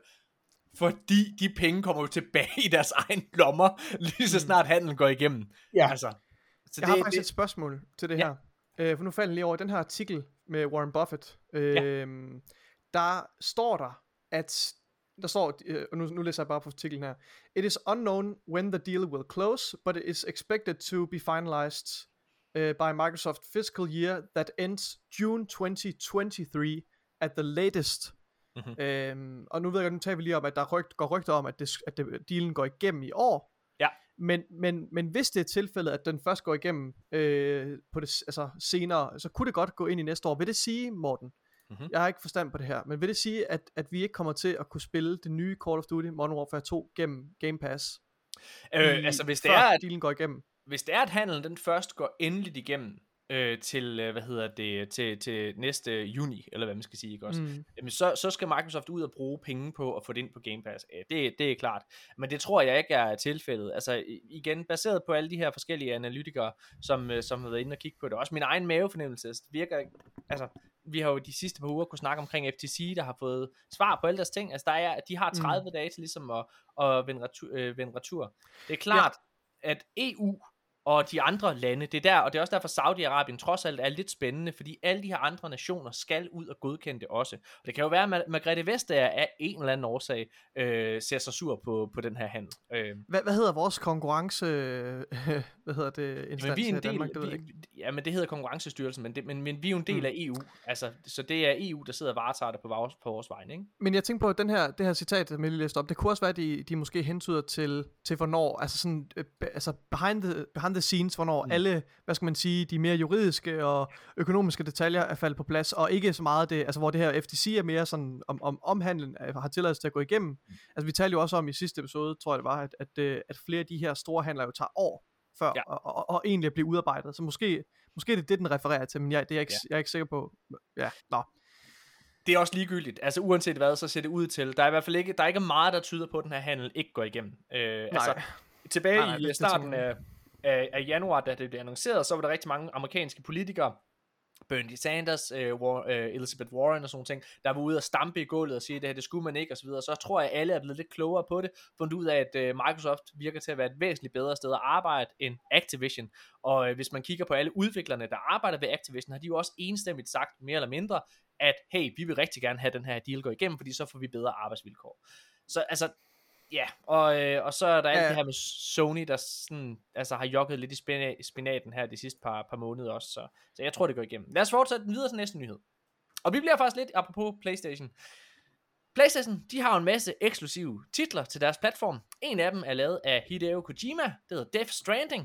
fordi de penge kommer jo tilbage i deres egen lommer, lige så snart handlen går igennem. Ja. Altså, så jeg det, har faktisk det... et spørgsmål til det ja. her. Øh, for nu falder jeg lige over den her artikel med Warren Buffett. Øh, ja. Der står der, at der står, øh, nu, nu læser jeg bare på artiklen her. It is unknown when the deal will close, but it is expected to be finalized uh, by Microsoft fiscal year that ends June twenty twenty-three at the latest. Mm-hmm. Øhm, og nu ved jeg, nu tager vi lige om, at der rygt, går rygter om, at, det, at det, dealen går igennem i år. Ja. Men, men, men hvis det er tilfældet, at den først går igennem øh, på det, altså senere, så kunne det godt gå ind i næste år. Vil det sige, Morten, mm-hmm. jeg har ikke forstand på det her, men vil det sige, at, at vi ikke kommer til at kunne spille det nye Call of Duty Modern Warfare to gennem Game Pass? Øh, i, altså hvis det er, at dealen går igennem. Hvis det er, at handlen den først går endeligt igennem, Øh, til, øh, hvad hedder det, til, til næste juni, eller hvad man skal sige, ikke også? Mm. Jamen, så, så skal Microsoft ud og bruge penge på at få det ind på Game Pass. Øh, det, det er klart. Men det tror jeg ikke er tilfældet. Altså, igen, baseret på alle de her forskellige analytikere, som, øh, som har været inde og kigge på det. Også min egen mavefornemmelse virker ikke, altså, vi har jo de sidste par uger kunne snakke omkring F T C, der har fået svar på alle deres ting. Altså, der er, de har tredive mm. dage til ligesom at, at vende, retur, øh, vende retur. Det er klart, ja. at E U og de andre lande, det er der, og det er også derfor Saudi-Arabien trods alt er lidt spændende, fordi alle de her andre nationer skal ud og godkende det også. Og det kan jo være, at Margrethe Vestager af en eller anden årsag øh, ser sig sur på, på den her handel. Øh. Hvad, hvad hedder vores konkurrence, øh, hvad hedder det, instans i i Danmark? Det vi, ja, men det hedder Konkurrencestyrelsen, men, det, men, men vi er jo en del mm. af E U. Altså, så det er E U, der sidder og varetager det på vores, på vores vegne, ikke? Men jeg tænker på, at den her, det her citat, der lige læste op, det kunne også være, at de, de måske hentyder til, til hvornår, altså sådan, øh, altså behind the, behind the scenes, hvornår mm. alle, hvad skal man sige, de mere juridiske og økonomiske detaljer er faldet på plads, og ikke så meget det, altså hvor det her F T C er mere sådan, om, om omhandlen har tilladelse til at gå igennem. Mm. Altså vi talte jo også om i sidste episode, tror jeg det var, at, at, at flere af de her store handler jo tager år før, ja. og, og, og egentlig bliver udarbejdet, så måske, måske det er det, den refererer til, men jeg, det er jeg, ikke, ja. jeg er ikke sikker på. Ja, nå. Det er også ligegyldigt. Altså uanset hvad, så ser det ud til. Der er i hvert fald ikke, der er ikke meget, der tyder på, at den her handel ikke går igennem. Øh, altså, tilbage nej, nej, i starten af, af, af januar, da det blev annonceret, så var der rigtig mange amerikanske politikere, Bernie Sanders, øh, War, øh, Elizabeth Warren og sådan ting, der var ude og stampe i gulvet og sige, at det her, det skulle man ikke, og så videre. Så tror jeg, at alle er blevet lidt klogere på det, fundet ud af, at øh, Microsoft virker til at være et væsentligt bedre sted at arbejde end Activision. Og øh, hvis man kigger på alle udviklerne, der arbejder ved Activision, har de jo også enstemmigt sagt, mere eller mindre, at hey, vi vil rigtig gerne have den her deal gå igennem, fordi så får vi bedre arbejdsvilkår. Så altså, ja, og, øh, og så er der alt ja. det her med Sony, der sådan, altså, har jogget lidt i spinaten her de sidste par, par måneder også, så, så jeg tror, det går igennem. Lad os fortsætte videre til næste nyhed. Og vi bliver faktisk lidt, apropos PlayStation. PlayStation, de har jo en masse eksklusive titler til deres platform. En af dem er lavet af Hideo Kojima, det hedder Death Stranding.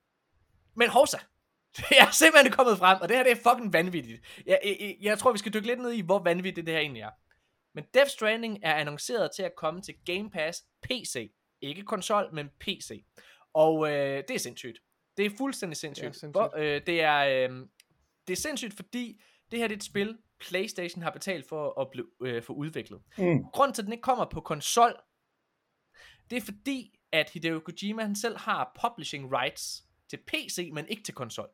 Men hovsa, det er simpelthen kommet frem, og det her det er fucking vanvittigt. Jeg, jeg, jeg tror, vi skal dykke lidt ned i, hvor vanvittigt det her egentlig er. Men Death Stranding er annonceret til at komme til Game Pass P C. Ikke konsol, men P C. Og øh, det er sindssygt. Det er fuldstændig sindssygt. Det er, sindssygt. Hvor, øh, det, er, øh, det er sindssygt, fordi det her det er et spil, PlayStation har betalt for at blive, øh, få udviklet. Mm. Grunden til, at den ikke kommer på konsol, det er fordi, at Hideo Kojima han selv har publishing rights til P C, men ikke til konsol.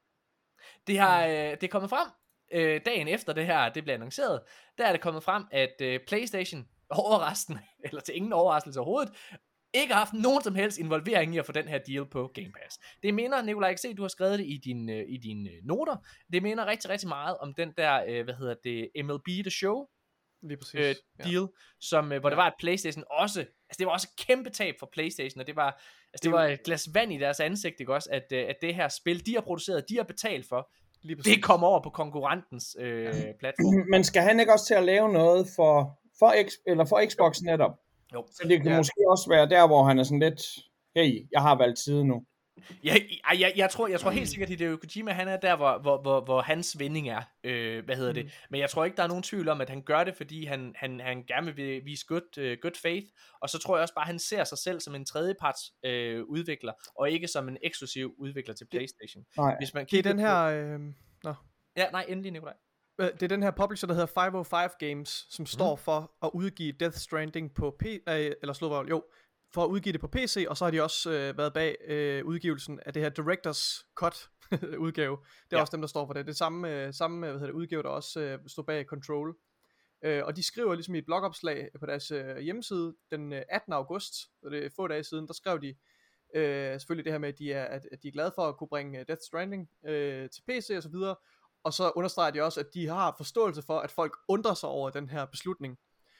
Det, har, øh, det er kommet frem, øh, dagen efter det her, det blev annonceret, der er det kommet frem, at øh, PlayStation, overraskende, eller til ingen overraskelse overhovedet, ikke har haft nogen som helst involvering i at få den her deal på Game Pass. Det minder, Nikolaj, jeg kan se, du har skrevet det i dine øh, i din, øh, noter, det minder rigtig, rigtig meget om den der, øh, hvad hedder det, M L B The Show, Lige præcis. øh, deal, ja. som, øh, hvor ja. det var et PlayStation også, altså det var også et kæmpe tab for PlayStation, og det var, altså det var et glas vand i deres ansigt, ikke også, at, øh, at det her spil, de har produceret, de har betalt for, det kommer over på konkurrentens øh, ja. platform. Men skal han ikke også til at lave noget for, for, X, eller for Xbox netop? Jo. Så det kan ja. måske også være der, hvor han er sådan lidt, hey, jeg har valgt side nu. Ja, jeg, jeg, jeg, tror, jeg tror helt sikkert, at Hideo Kojima, han er der, hvor, hvor, hvor, hvor hans vinding er. Øh, hvad hedder mm. det? Men jeg tror ikke, der er nogen tvivl om, at han gør det, fordi han, han, han gerne vil vise good, uh, good faith. Og så tror jeg også bare, at han ser sig selv som en tredjeparts øh, udvikler, og ikke som en eksklusiv udvikler til PlayStation. Nej. Hvis man Det er den her... Øh... Nå. Ja, nej, endelig, Nikolaj. Det er den her publisher, der hedder fem nul fem Games, som mm. står for at udgive Death Stranding på P... Øh, eller slå jo... for at udgive det på P C, og så har de også øh, været bag øh, udgivelsen af det her Director's Cut udgave. Det er ja. også dem, der står for det. Det er samme, øh, samme hvad hedder det, udgave, der også øh, står bag Control. Øh, og de skriver ligesom i et blogopslag på deres øh, hjemmeside den øh, attende august, så det er få dage siden, der skrev de øh, selvfølgelig det her med, at de er, at, at de er glade for at kunne bringe Death Stranding øh, til P C og så videre. Og så understreger de også, at de har forståelse for, at folk undrer sig over den her beslutning.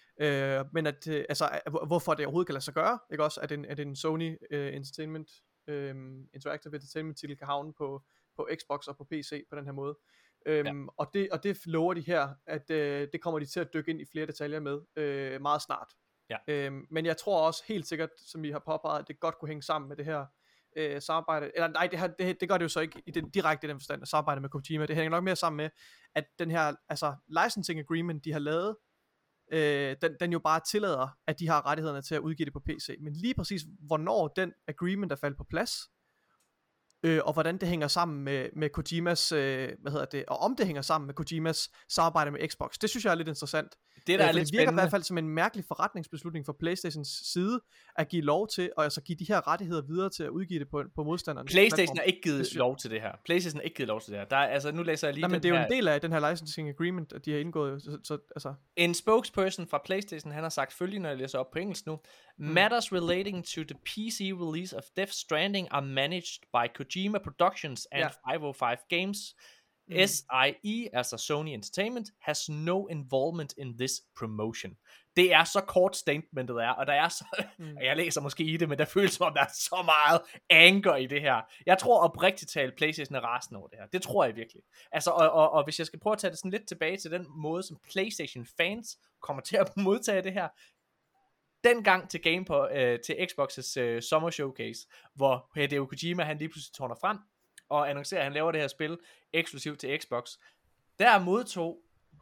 Øh, men at, øh, altså, hvorfor det overhovedet kan lade sig gøre, ikke også, at en, at en Sony uh, Entertainment, uh, Interactive Entertainment titel kan havne på, på Xbox og på P C på den her måde. Um, ja. og, det, og det lover de her, at uh, det kommer de til at dykke ind i flere detaljer med uh, meget snart. Ja. Um, men jeg tror også helt sikkert, som vi har påpeget, at det godt kunne hænge sammen med det her uh, samarbejde, eller nej, det, her, det, det gør det jo så ikke i den, direkte i den forstand, at samarbejde med Kojima, det hænger nok mere sammen med, at den her altså, licensing agreement, de har lavet, Øh, den, den jo bare tillader, at de har rettighederne til at udgive det på P C. Men lige præcis, hvornår den agreement er faldet på plads, øh, og hvordan det hænger sammen med, med Kojimas, øh, hvad hedder det, og om det hænger sammen med Kojimas samarbejde med Xbox, det synes jeg er lidt interessant. Det, der øh, er lidt det virker spændende. i hvert fald som en mærkelig forretningsbeslutning fra PlayStations side, at give lov til, og altså give de her rettigheder videre til at udgive det på, på modstanderne. PlayStation har ikke givet lov til det her. PlayStation har ikke givet lov til det her. Der er, altså, nu læser jeg lige Nej, men den det er jo her. en del af den her licensing agreement, at de har indgået, så, så altså... En spokesperson fra PlayStation, han har sagt følgende, når jeg læser op på engelsk nu. Mm. Matters relating to the P C release of Death Stranding are managed by Kojima Productions and Ja. fem nul fem Games. Mm. S I E, altså Sony Entertainment, has no involvement in this promotion. Det er så kort statementet er, og der er så, mm. jeg læser måske i det, men der føles som om, der er så meget anger i det her. Jeg tror oprigtigt talt, PlayStation er rasende over det her. Det tror jeg virkelig. Altså, og, og, og hvis jeg skal prøve at tage det sådan lidt tilbage til den måde, som PlayStation fans kommer til at modtage det her, dengang til Game på, øh, til Xbox's øh, Summer Showcase, hvor Hideo Kojima, han lige pludselig tårner frem, og annoncerer, at han laver det her spil eksklusivt til Xbox. Der modtog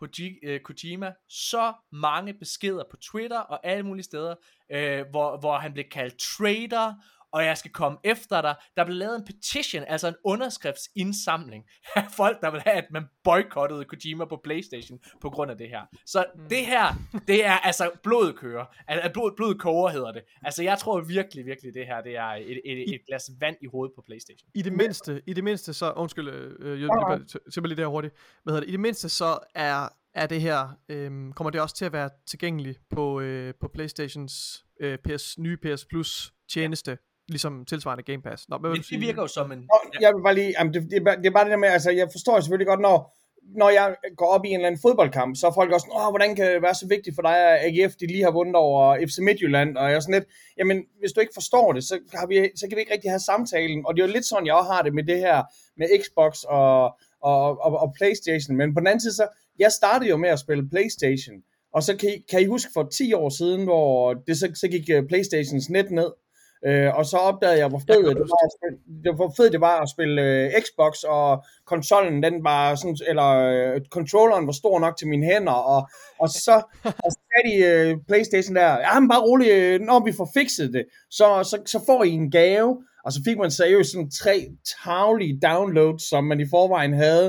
Kojima så mange beskeder på Twitter og alle mulige steder, øh, hvor, hvor han blev kaldt traitor, og jeg skal komme efter dig. Der blev lavet en petition, altså en underskriftsindsamling af folk, der vil have, at man boykottede Kojima på PlayStation på grund af det her. Så mm. det her, det er altså blodet kører. Altså blod, blodet koger hedder det. Altså jeg tror virkelig, virkelig det her, det er et, et, et glas vand i hovedet på PlayStation. I det mindste, i det mindste så, undskyld, øh, jeg øh, simpelthen lige der hurtigt, hvad hedder det, i det mindste så er, er det her, øh, kommer det også til at være tilgængeligt på, øh, på PlayStations øh, P S, nye P S Plus tjeneste, ligesom tilsvarende Game Pass. Nå, hvad vil Men du sige? det virker jo som en... Ja. Jeg vil bare lige, jamen det, det, er bare, det er bare det der med, altså jeg forstår selvfølgelig godt, når, når jeg går op i en eller anden fodboldkamp, så er folk også sådan, åh, hvordan kan det være så vigtigt for dig, at A G F, de lige har vundet over F C Midtjylland, og jeg er sådan lidt, jamen hvis du ikke forstår det, så, har vi, så kan vi ikke rigtig have samtalen, og det er jo lidt sådan, jeg også har det med det her, med Xbox og, og, og, og PlayStation, men på den anden side så, jeg startede jo med at spille PlayStation, og så kan I, kan I huske for ti år siden, hvor det så, så gik PlayStations net ned, Øh, og så opdagede jeg, hvor fedt det var at spille, det, hvor fedt det var at spille øh, Xbox, og konsollen, den var sådan, eller øh, controlleren var stor nok til mine hænder, og, og så og så sagde de øh, PlayStation der, ja, men bare roligt, øh, når vi får fikset det, så, så, så får I en gave, og så fik man seriøst sådan tre taglige downloads, som man i forvejen havde,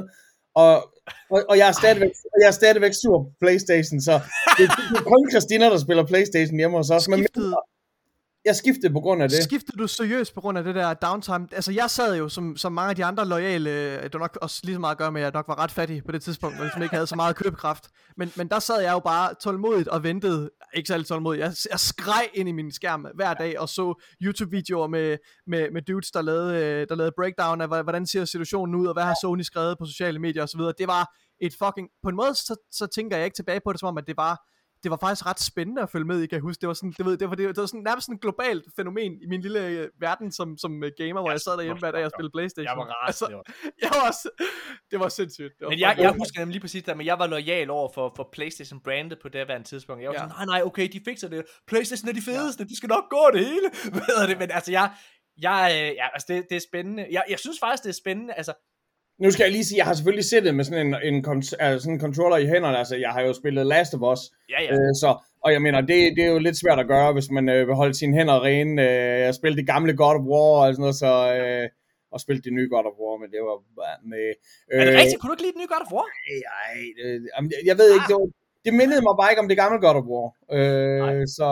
Og, og, og, jeg er stadigvæk, og jeg er stadigvæk sur på PlayStation, så det, det er kun Christina, der spiller PlayStation hjemme hos os. Men Skiftede, jeg skiftede på grund af det. skiftede du seriøst på grund af det der downtime? Altså jeg sad jo som, som mange af de andre loyale, det var nok også lige så meget at gøre med, at jeg nok var ret fattig på det tidspunkt, og ligesom ikke havde så meget købekraft. Men, men der sad jeg jo bare tålmodigt og ventede, ikke særlig tålmodigt, jeg, jeg skreg ind i min skærm hver dag og så YouTube-videoer med, med, med dudes, der lavede, der lavede breakdown af, hvordan ser situationen ud, og hvad har Sony skrevet på sociale medier osv. Det var et fucking, på en måde så, så tænker jeg ikke tilbage på det, som om at det var det var faktisk ret spændende at følge med i, kan jeg huske. Det var sådan, det var, det var, det var sådan nærmest sådan et globalt fænomen i min lille øh, verden som, som gamer, hvor jeg sad derhjemme hver dag og spillede PlayStation. Jeg var rast, altså, det var. Jeg var også, det var sindssygt. Det var men jeg, jeg husker nemlig lige præcis der, men jeg var loyal over for, for PlayStation brandet på det her tidspunkt. Jeg var ja. sådan, nej, nej, okay, de fikser det. PlayStation er de fedeste, ja. De skal nok gå det hele. Ved det, men altså, jeg, jeg, ja, altså det, det er spændende. Jeg, jeg synes faktisk, det er spændende, altså. Nu skal jeg lige sige, jeg har selvfølgelig siddet med sådan en, en, kon- altså sådan en controller i hænderne, altså jeg har jo spillet Last of Us, ja, ja. Øh, så, og jeg mener, det, det er jo lidt svært at gøre, hvis man øh, vil holde sine hænder rene. Øh, jeg spillede det gamle God of War og sådan noget, så, øh, og spillede det nye God of War, men det var med... Øh, er det rigtigt? Kunne du ikke lide det nye God of War? Nej, øh, jeg ved ikke, det, var, det mindede mig bare ikke om det gamle God of War, øh, så...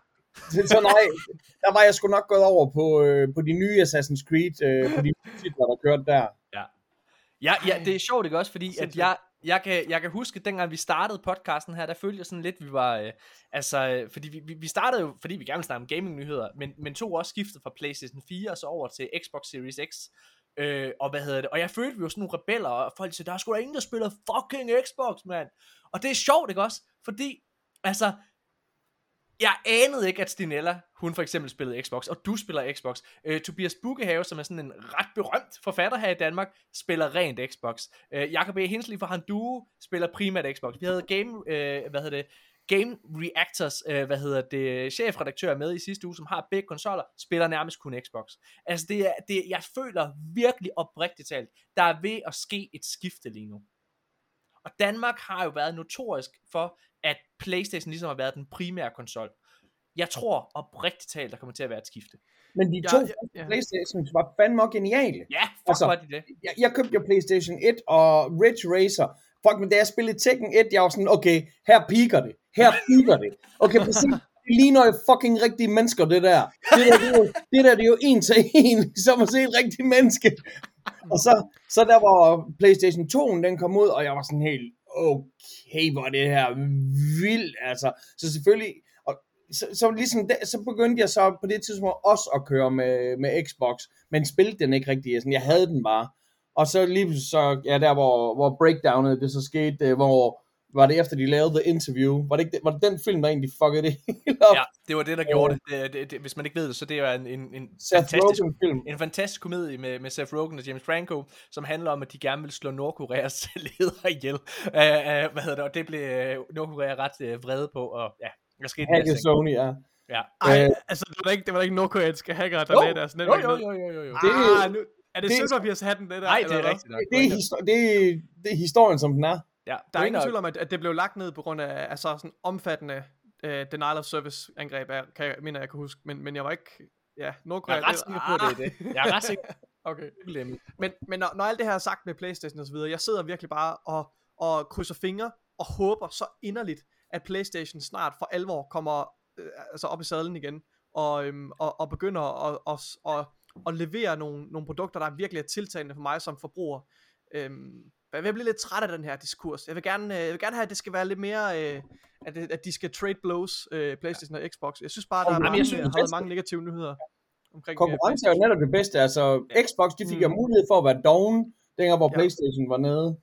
Så nej, der var jeg sgu nok gået over på, øh, på de nye Assassin's Creed, øh, på de titler, der kørte der. Ja. Ja, ja, det er sjovt, ikke også? Fordi at jeg, jeg, kan, jeg kan huske, dengang vi startede podcasten her, der følte jeg sådan lidt, vi var, øh, altså, fordi vi, vi startede jo, fordi vi gerne ville snakke om gaming-nyheder, men, men tog også skiftet fra PlayStation fire og så over til Xbox Series X, øh, og hvad hedder det, og jeg følte, vi var sådan nogle rebeller, og folk siger, der er sgu da ingen, der spiller fucking Xbox, mand, og det er sjovt, ikke også? Fordi, altså, jeg anede ikke, at Stinella, hun for eksempel spillede Xbox, og du spiller Xbox. Uh, Tobias Bukkehave, som er sådan en ret berømt forfatter her i Danmark, spiller rent Xbox. Uh, Jacob E. Hensley fra Handuo spiller primært Xbox. Vi havde Game, uh, hvad hedder det, Game Reactors, uh, hvad hedder det, chefredaktør med i sidste uge, som har begge konsoller, spiller nærmest kun Xbox. Altså, det er, det, jeg føler virkelig oprigtigt talt, der er ved at ske et skifte lige nu. Og Danmark har jo været notorisk for, at PlayStation ligesom har været den primære konsol. Jeg tror oprigtigt talt, der kommer til at være et skifte. Men de to ja, ja, ja. PlayStations var fandme geniale. Ja, fuck altså, var de det. Jeg, jeg købte jo PlayStation et og Ridge Racer. Fuck, men da jeg spillede Tekken et, jeg var sådan, okay, her piker det. Her piker det. Okay, præcis. Det ligner jo fucking rigtige mennesker, det der. Det der, det er jo, det der, det er jo en til en, som at se et rigtigt menneske. Og så, så der var PlayStation to, den kom ud, og jeg var sådan helt, okay, hvor er det her vildt, altså. Så selvfølgelig, og så, så ligesom, der, så begyndte jeg så på det tidspunkt også at køre med, med Xbox, men spilte den ikke rigtig, sådan, jeg havde den bare. Og så lige så, ja, der hvor, hvor breakdownet, det så skete, hvor, var det efter de lavede The Interview, var det, ikke, var det den film, der egentlig fuckede det hele op? Ja, det var det, der gjorde det. Det, det, det. Hvis man ikke ved det, så det er en, en, en, fantastisk, film. en fantastisk komedie med, med Seth Rogen og James Franco, som handler om, at de gerne vil slå Nordkoreas leder ihjel. Uh, uh, hvad hedder det? Og det blev uh, Nordkorea ret uh, vrede på, og ja, der skete det. Hacker Sony, ja. Ja. Ej, altså det var ikke, det var ikke nordkoreanske hacker, der lagde deres netværk. Jo, jo, jo, jo, jo, jo. Det, ah, nu, er det, det Sølvpapirshatten, det der? Nej, det er rigtigt nok. Det er, histor- det, er, det er historien, som den er. Ja, der er ingen tvivl om, at, at det blev lagt ned på grund af altså, sådan omfattende uh, denial of service angreb, jeg, kan jeg, mener jeg kan huske, men, men jeg var ikke, ja, Nordkorea. Jeg er ret sikker på, det er det. Jeg er ret sikker. Okay. Men, men når, når alt det her er sagt med PlayStation og så videre, jeg sidder virkelig bare og, og krydser fingre og håber så inderligt, at PlayStation snart for alvor kommer øh, altså op i sadlen igen, og, øhm, og, og begynder at, og, og, og levere nogle, nogle produkter, der virkelig er tiltalende for mig som forbruger. Øhm, Jeg vil blive lidt træt af den her diskurs. Jeg vil gerne, jeg vil gerne have, at det skal være lidt mere, øh, at, at de skal trade blows, øh, PlayStation og Xbox. Jeg synes bare, der er mange, jeg synes, har mange negative nyheder omkring. Konkurrence er jo netop det bedste. Altså, ja. Xbox, de fik jo mm. mulighed for at være doven, dengang hvor ja. PlayStation var nede.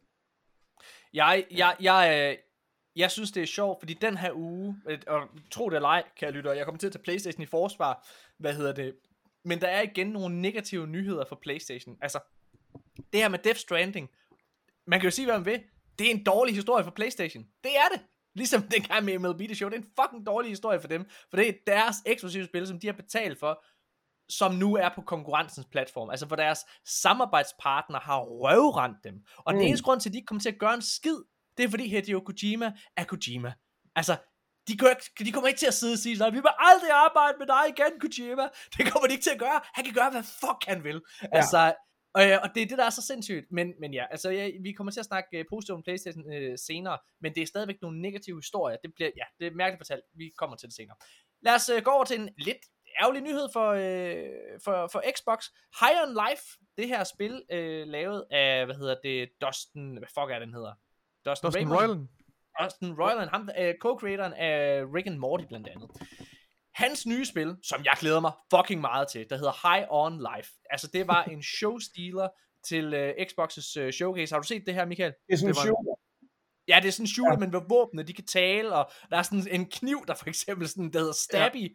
Jeg, jeg, jeg, jeg synes, det er sjovt, fordi den her uge, og tro det eller ej, kære lytter, jeg kommer til at tage PlayStation i forsvar, hvad hedder det, men der er igen nogle negative nyheder for PlayStation. Altså, det her med Death Stranding, man kan jo sige, hvad man vil. Det er en dårlig historie for PlayStation. Det er det. Ligesom den gang med M L B The Show. Det er en fucking dårlig historie for dem. For det er deres eksklusive spil, som de har betalt for, som nu er på konkurrencens platform. Altså, hvor deres samarbejdspartner har røvrendt dem. Og mm. den eneste grund til, at de ikke kommer til at gøre en skid, det er fordi Hideo Kojima er Kojima. Altså, de, gør, de kommer ikke til at sidde og sige sådan, vi vil aldrig arbejde med dig igen, Kojima. Det kommer de ikke til at gøre. Han kan gøre, hvad fuck han vil. Ja. Altså, Og, og det er det, der er så sindssygt. Men, men ja, altså ja, vi kommer til at snakke uh, positivt om PlayStation uh, senere, men det er stadigvæk nogle negative historier. Det bliver, ja, det er mærkeligt fortalt. Vi kommer til det senere. Lad os uh, gå over til en lidt ærgerlig nyhed for, uh, for, for Xbox. High on Life, det her spil uh, lavet af, hvad hedder det, Dustin, hvad fuck er den hedder? Dustin, Dustin Roiland. Dustin Roiland, ham, uh, co-creatoren af Rick and Morty blandt andet. Hans nye spil, som jeg glæder mig fucking meget til, der hedder High on Life. Altså, det var en showstealer til uh, Xbox's uh, showcase. Har du set det her, Michael? Det er sådan en var... shooter. Ja, det er sådan en shooter, Ja. men hvor våbne, de kan tale, og der er sådan en kniv, der for eksempel sådan, der hedder Stabby.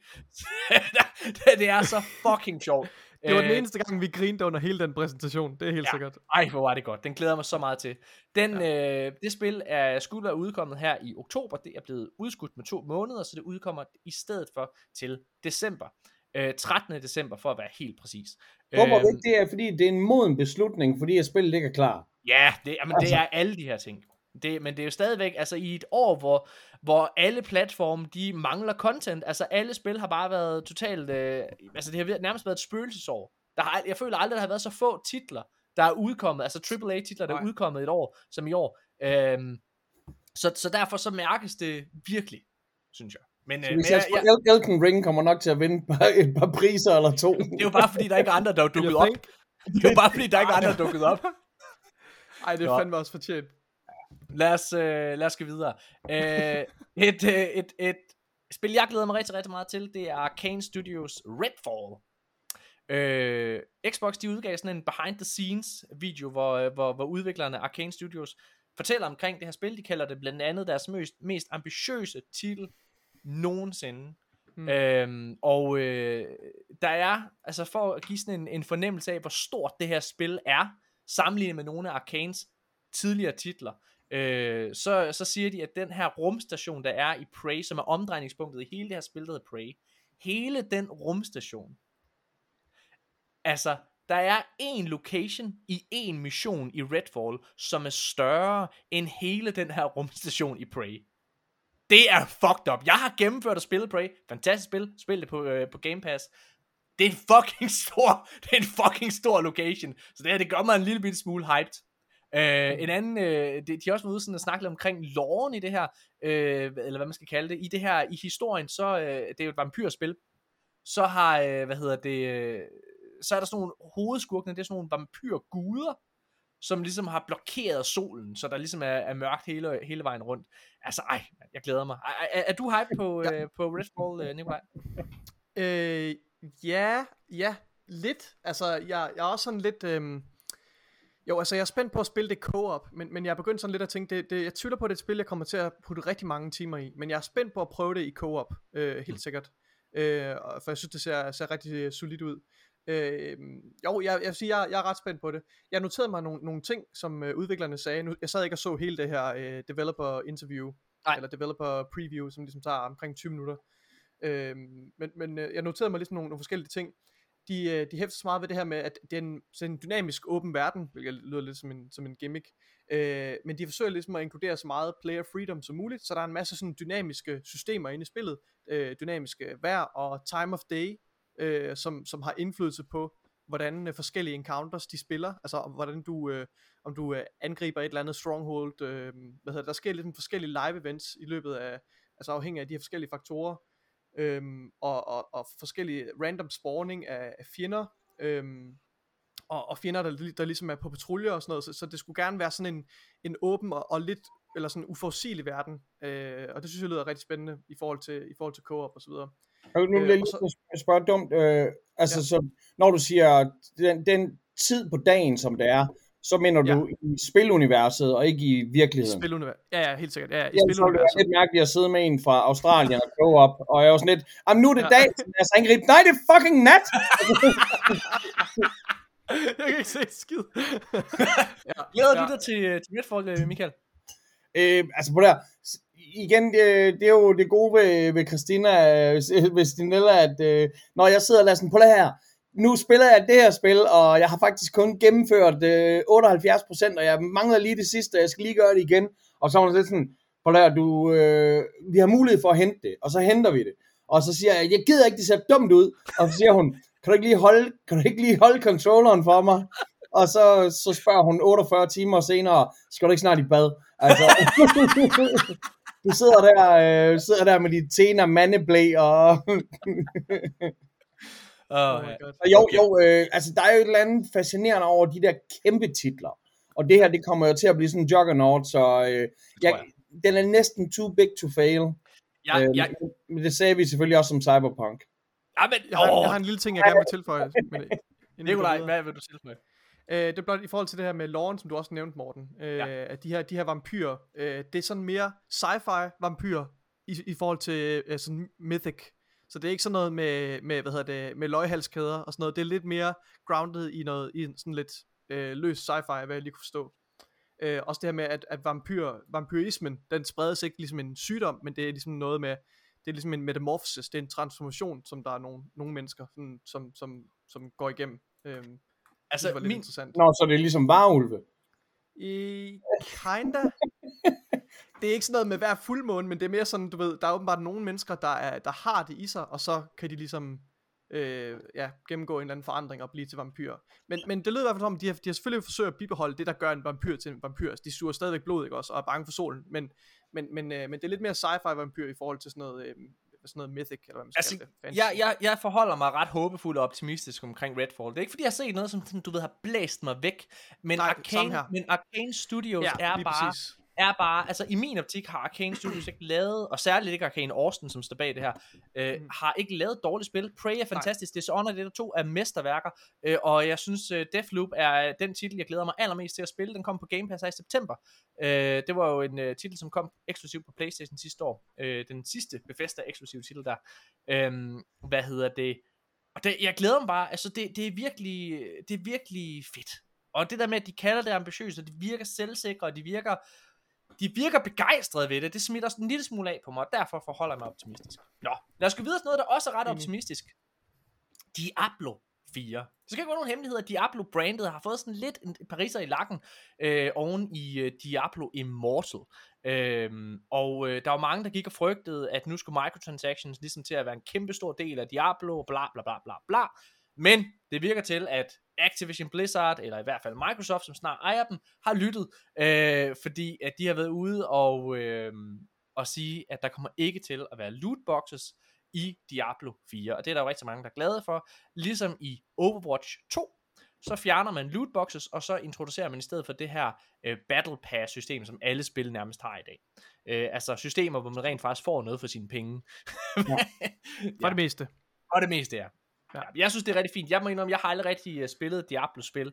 Ja. Det er så fucking sjovt. Det var den Øh, eneste gang, vi grinede under hele den præsentation. Det er helt Ja. sikkert. Ej, hvor var det godt. Den glæder jeg mig så meget til. Den, ja. øh, det spil er skulle være udkommet her i oktober. Det er blevet udskudt med to måneder, så det udkommer i stedet for til december. Øh, trettende december, for at være helt præcis. Hvorfor Øhm, ikke det er, fordi det er en moden beslutning, fordi at spillet ikke er klar. Ja, det, jamen, Altså. det er alle de her ting. Det, men det er jo stadigvæk, altså i et år, hvor, hvor alle platforme, de mangler content. Altså alle spil har bare været totalt, øh, altså det har nærmest været et spøgelsesår. Der har, jeg føler aldrig, der har været så få titler, der er udkommet, altså triple A titler, der er Nej. udkommet et år, som i år. Øhm, så, så derfor så mærkes det virkelig, synes jeg. Men, øh, Så men hvis jeg, jeg, jeg, jeg, Elden Ring kommer nok til at vinde et par, et par priser eller to. det er jo bare fordi, der ikke er andre, der er dukket You op. think? Det er jo bare fordi, der ikke er andre, der er dukket op. Ej, det Nå. er fandme også fortjent. Lad os, øh, lad os gå videre. Øh, et, øh, et, et spil, jeg glæder mig rigtig, rigtig meget til, det er Arcane Studios Redfall. Øh, Xbox, de udgav sådan en behind the scenes video, hvor, hvor, hvor udviklerne Arcane Studios fortæller omkring det her spil. De kalder det blandt andet deres mest, mest ambitiøse titel nogensinde. Hmm. Øhm, og øh, der er, altså for at give sådan en, en fornemmelse af, hvor stort det her spil er, sammenlignet med nogle af Arcanes tidligere titler, øh, så, så siger de, at den her rumstation, der er i Prey, som er omdrejningspunktet i hele det her spil, der hedder Prey, hele den rumstation, altså, der er en location i en mission i Redfall, som er større end hele den her rumstation i Prey. Det er fucked up. Jeg har gennemført og spillet Prey. Fantastisk spil. Spil det på, øh, på Game Pass. Det er en fucking stor, det er en fucking stor location. Så det her, det gør mig en lille bitte smule hyped. Uh, en anden, uh, de, de har også været ude sådan at snakke lidt omkring loven i det her, uh, eller hvad man skal kalde det, i det her, i historien, så, uh, det er jo et vampyrspil, så har, uh, hvad hedder det, uh, så er der sådan nogle hovedskurkene, det er sådan nogle vampyrguder, som ligesom har blokeret solen, så der ligesom er, er mørkt hele, hele vejen rundt. Altså, ej, jeg glæder mig. Er, er, er du hype på, ja. uh, på Redfall, uh, Nikolaj? Øh, ja, ja, lidt. Altså, jeg, jeg er også sådan lidt... Øhm... Jo, altså jeg er spændt på at spille det co-op, men, men jeg er begyndt sådan lidt at tænke, det, det, jeg tvivler på, at det er et spil, jeg kommer til at putte rigtig mange timer i, men jeg er spændt på at prøve det i co-op, øh, helt sikkert, øh, for jeg synes, det ser, ser rigtig solidt ud. Øh, jo, jeg, jeg vil sige, jeg, jeg er ret spændt på det. Jeg noterede mig nogle, nogle ting, som øh, udviklerne sagde. Nu, jeg sad ikke og så hele det her øh, developer interview, Nej. eller developer preview, som ligesom tager omkring tyve minutter. Øh, men men øh, jeg noterede mig ligesom nogle, nogle forskellige ting. De, øh, de hæfter så meget ved det her med, at det er en, så en dynamisk åben verden, hvilket lyder lidt som en, som en gimmick. Øh, men de forsøger ligesom at inkludere så meget player freedom som muligt, så der er en masse sådan dynamiske systemer inde i spillet. Øh, dynamiske vejr og time of day, øh, som, som har indflydelse på, hvordan øh, forskellige encounters de spiller. Altså om, hvordan du, øh, om du øh, angriber et eller andet stronghold. Øh, hvad hedder det? Der sker lidt forskellige live events i løbet af, altså afhængig af de her forskellige faktorer. Øhm, og, og, og forskellige random spawning af, af fjender, øhm, og, og fjender der, der ligesom er på patruljer og sådan noget, så, så det skulle gerne være sådan en, en åben og, og lidt, eller sådan uforudsigelig verden, øh, og det synes jeg lyder rigtig spændende i forhold til, i forhold til co-op og så videre. Og nu Øh, vil jeg og så- lige spørge dumt, øh, altså Ja. så, når du siger den, den tid på dagen, som det er, så mener Ja. du i spiluniverset og ikke i virkeligheden. Spilunivers. Ja, ja, helt sikkert. Ja, i Ja, så ville det spiluniverset. være lidt mærkeligt at sidde med en fra Australien og gå op, og jeg var sådan lidt, jamen nu er det Ja. dag, så lad os angribe. Nej, det er fucking nat! Jeg kan ikke se et skid. ja, Glæder ja. du dig til, til Redfall, øh, Michael? Øh, altså på der, igen, det, det er jo det gode ved, ved Christina, øh, ved Stinella, at øh, når jeg sidder og lader sådan, på det her, nu spiller jeg det her spil, og jeg har faktisk kun gennemført øh, otteoghalvfjerds procent, og jeg mangler lige det sidste, jeg skal lige gøre det igen, og så er det lidt sådan, på det her, du, øh, vi har mulighed for at hente det, og så henter vi det, og så siger jeg, jeg gider ikke, det ser dumt ud, og så siger hun, kan du ikke lige holde, kan du ikke lige holde controlleren for mig? og så, så spørger hun otteogfyrre timer senere, skal du ikke snart i bad? Altså, du sidder der, øh, sidder der med dit Tena mandeblæ, og... oh, Oh my ja. god. jo, jo, øh, altså der er jo et eller andet fascinerende over de der kæmpe titler, og det her, det kommer jo til at blive sådan en juggernaut, så øh, jeg, den er næsten too big to fail. Ja, øh, ja, Men det sagde vi selvfølgelig også om Cyberpunk. ja, men, Jeg har, åh, jeg har en lille ting, jeg gerne vil tilføje. Men, inden vi går Nikolaj, videre. hvad vil du tilføje? Øh, det er blot i forhold til det her med loven, som du også nævnte, Morten. Øh, Ja. At de her, de her vampyrer, øh, det er sådan mere sci-fi vampyrer i, i forhold til øh, sådan mythic. Så det er ikke sådan noget med, med hvad hedder det, med løghalskæder og sådan noget. Det er lidt mere grounded i noget, i sådan lidt øh, løs sci-fi, hvad jeg lige kunne forstå. Øh, også det her med, at, at vampyr, vampyrismen, den spredes ikke ligesom en sygdom, men det er ligesom noget med, det er ligesom en metamorphosis, det er en transformation, som der er nogle, nogle mennesker, sådan, som, som, som går igennem. Øh, Altså, det var lidt min, interessant. Nå, så det er ligesom varulve. I kinda. Det er ikke sådan noget med hver fuldmåne, men det er mere sådan, du ved, der er åbenbart nogle mennesker, der, er, der har det i sig, og så kan de ligesom øh, ja, gennemgå en eller anden forandring og blive til vampyrer. Men, men det lyder i hvert fald som, at de har, de har selvfølgelig forsøgt at bibeholde det, der gør en vampyr til en vampyr. Altså, de suger stadigvæk blod, ikke også, og er bange for solen, men, men, men, øh, men det er lidt mere sci-fi vampyr i forhold til sådan noget, øh, sådan noget mythic, eller hvad man skal altså, kalde det. Fantasy. jeg, jeg, jeg forholder mig ret håbefuld og optimistisk omkring Redfall. Det er ikke fordi, jeg har set noget, som du ved, har blæst mig væk, men, Nej, samme Arcane, her. men Arcane Studios Ja, er lige bare... præcis. er bare, altså i min optik har Arcane Studios ikke lavet, og særligt ikke Arcane Austin, som står bag det her, øh, Mm. har ikke lavet dårligt spil. Prey er fantastisk, Dishonored et og to er mesterværker, øh, og jeg synes uh, Deathloop er den titel, jeg glæder mig allermest til at spille. Den kom på Game Pass her i september. Øh, det var jo en uh, titel, som kom eksklusivt på PlayStation sidste år. Øh, den sidste Bethesda eksklusive titel der. Øh, hvad hedder det? Og det, jeg glæder mig bare, altså det, det er virkelig, det er virkelig fedt. Og det der med, at de kalder det ambitiøst, og de virker selvsikre, og de virker De virker begejstrede ved det. Det smitter også en lille smule af på mig, og derfor forholder jeg mig optimistisk. Nå, lad os gå videre til noget, der også er ret optimistisk. Diablo fire. Det skal ikke være nogen hemmelighed, at Diablo-brandet har fået sådan lidt en pariser i lakken øh, oven i øh, Diablo Immortal. Øhm, og øh, der var mange, der gik og frygtede, at nu skulle microtransactions ligesom til at være en kæmpe stor del af Diablo, bla bla bla bla bla. Men det virker til, at Activision Blizzard, eller i hvert fald Microsoft, som snart ejer dem, har lyttet, øh, fordi at de har været ude og, øh, og sige, at der kommer ikke til at være lootboxes i Diablo fire, og det er der jo rigtig mange, der er glade for. Ligesom i Overwatch to, så fjerner man lootboxes, og så introducerer man i stedet for det her øh, Battle Pass system, som alle spil nærmest har i dag. Øh, altså systemer, hvor man rent faktisk får noget for sine penge. Ja. For det meste. Og det meste er. Ja. Ja, jeg synes, det er rigtig fint. Jeg må indrømme, jeg har aldrig rigtig uh, spillet Diablo-spil,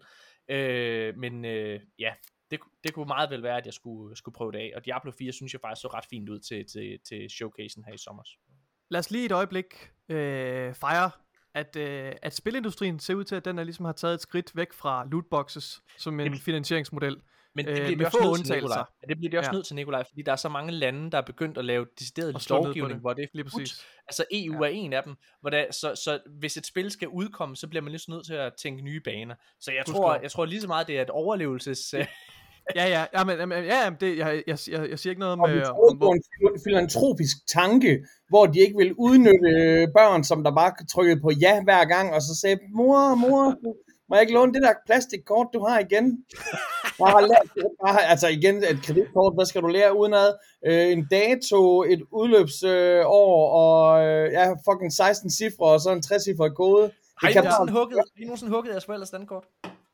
øh, men øh, ja, det, det kunne meget vel være, at jeg skulle, skulle prøve det af. Og Diablo fire synes jeg faktisk så ret fint ud til, til, til showcasen her i sommer. Lad os lige et øjeblik øh, fejre, at, øh, at spilindustrien ser ud til, at den er ligesom har taget et skridt væk fra lootboxes som en Det- finansieringsmodel. Men det Øh, bliver de med også få nødt til, undtagelser. Nikolaj. Ja, det bliver de også Ja. nødt til, Nikolaj, fordi der er så mange lande, der er begyndt at lave decideret Og slå ned på lovgivning, det. hvor det er Lige forbudt. præcis. Altså E U Ja. er en af dem, hvor der, så, så hvis et spil skal udkomme, så bliver man lige nødt til at tænke nye baner. Så jeg tror, Gudskelov. jeg tror lige så meget, det er et overlevelses... øh, Ja, ja, ja, men, men, ja, men det, jeg, jeg, jeg, jeg siger ikke noget Og vi med, troede om, på hvor, en fil- filantropisk tanke, hvor de ikke ville udnytte øh, børn, som der bare trykkede på ja hver gang, og så sagde, mor, mor, må jeg ikke låne det der plastikkort, du har igen? Jeg har lært, bare, altså igen, et kreditkort, hvad skal du lære udenad? Øh, en dato, et udløbsår, øh, år, og øh, ja, fucking seksten cifre, og så en tre-cifret kode. Det Har I kan nogensinde bare- hugget, har I nogensinde hugget jeres forældres standkort?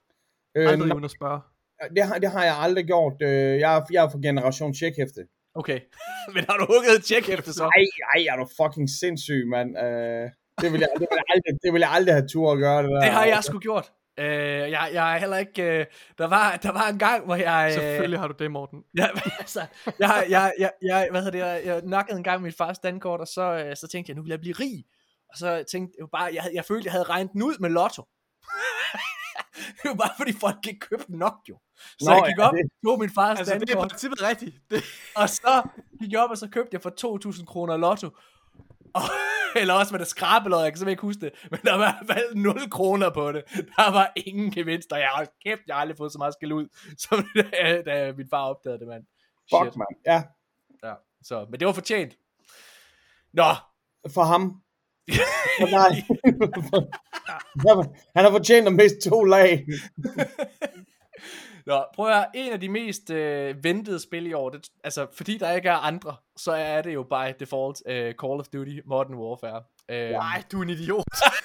øh, aldrig uden at spørge. det, har, det har jeg aldrig gjort. Øh, jeg, er, jeg er fra generation tjekhæfte. Okay. Men har du hugget et tjek efter så? Ej, ej, er du fucking sindssyg, mand. Øh, det, vil jeg, det, vil jeg aldrig, det vil jeg aldrig have tur at gøre, det der. Det har jeg sgu gjort. Øh, jeg, jeg er heller ikke... Øh, der, var, der var en gang, hvor jeg... Øh, Selvfølgelig har du det, Morten. jeg, altså, jeg, jeg, jeg, jeg, hvad hedder det, jeg, jeg nakkede en gang mit fars dankort, og så, øh, så tænkte jeg, nu vil jeg blive rig. Og så tænkte jeg bare, jeg, jeg følte, jeg havde regnet den ud med lotto. Det var bare fordi folk ikke købte nok jo. Så Nå, jeg gik ja, op, det- tog min fars Altså, det er i dankort, princippet rigtigt. Det, og så gik jeg op, og så købte jeg for to tusind kroner lotto. Og, eller også var det skrabelod, jeg kan simpelthen ikke huske det. Men der var i hvert fald nul kroner på det. Der var ingen gevinst, og jeg har kæft, jeg har aldrig fået så meget skæld ud, som da, da min far opdagede det, mand. Fuck, mand. Ja, Ja, så, men det var fortjent. Nå, for ham. Oh, nej. Han har fortjent at miste to lag. Nå, prøv at høre, en af de mest øh, ventede spil i år, det, altså fordi der ikke er andre, så er det jo by default øh, Call of Duty Modern Warfare. Øh, Nej, du er en idiot.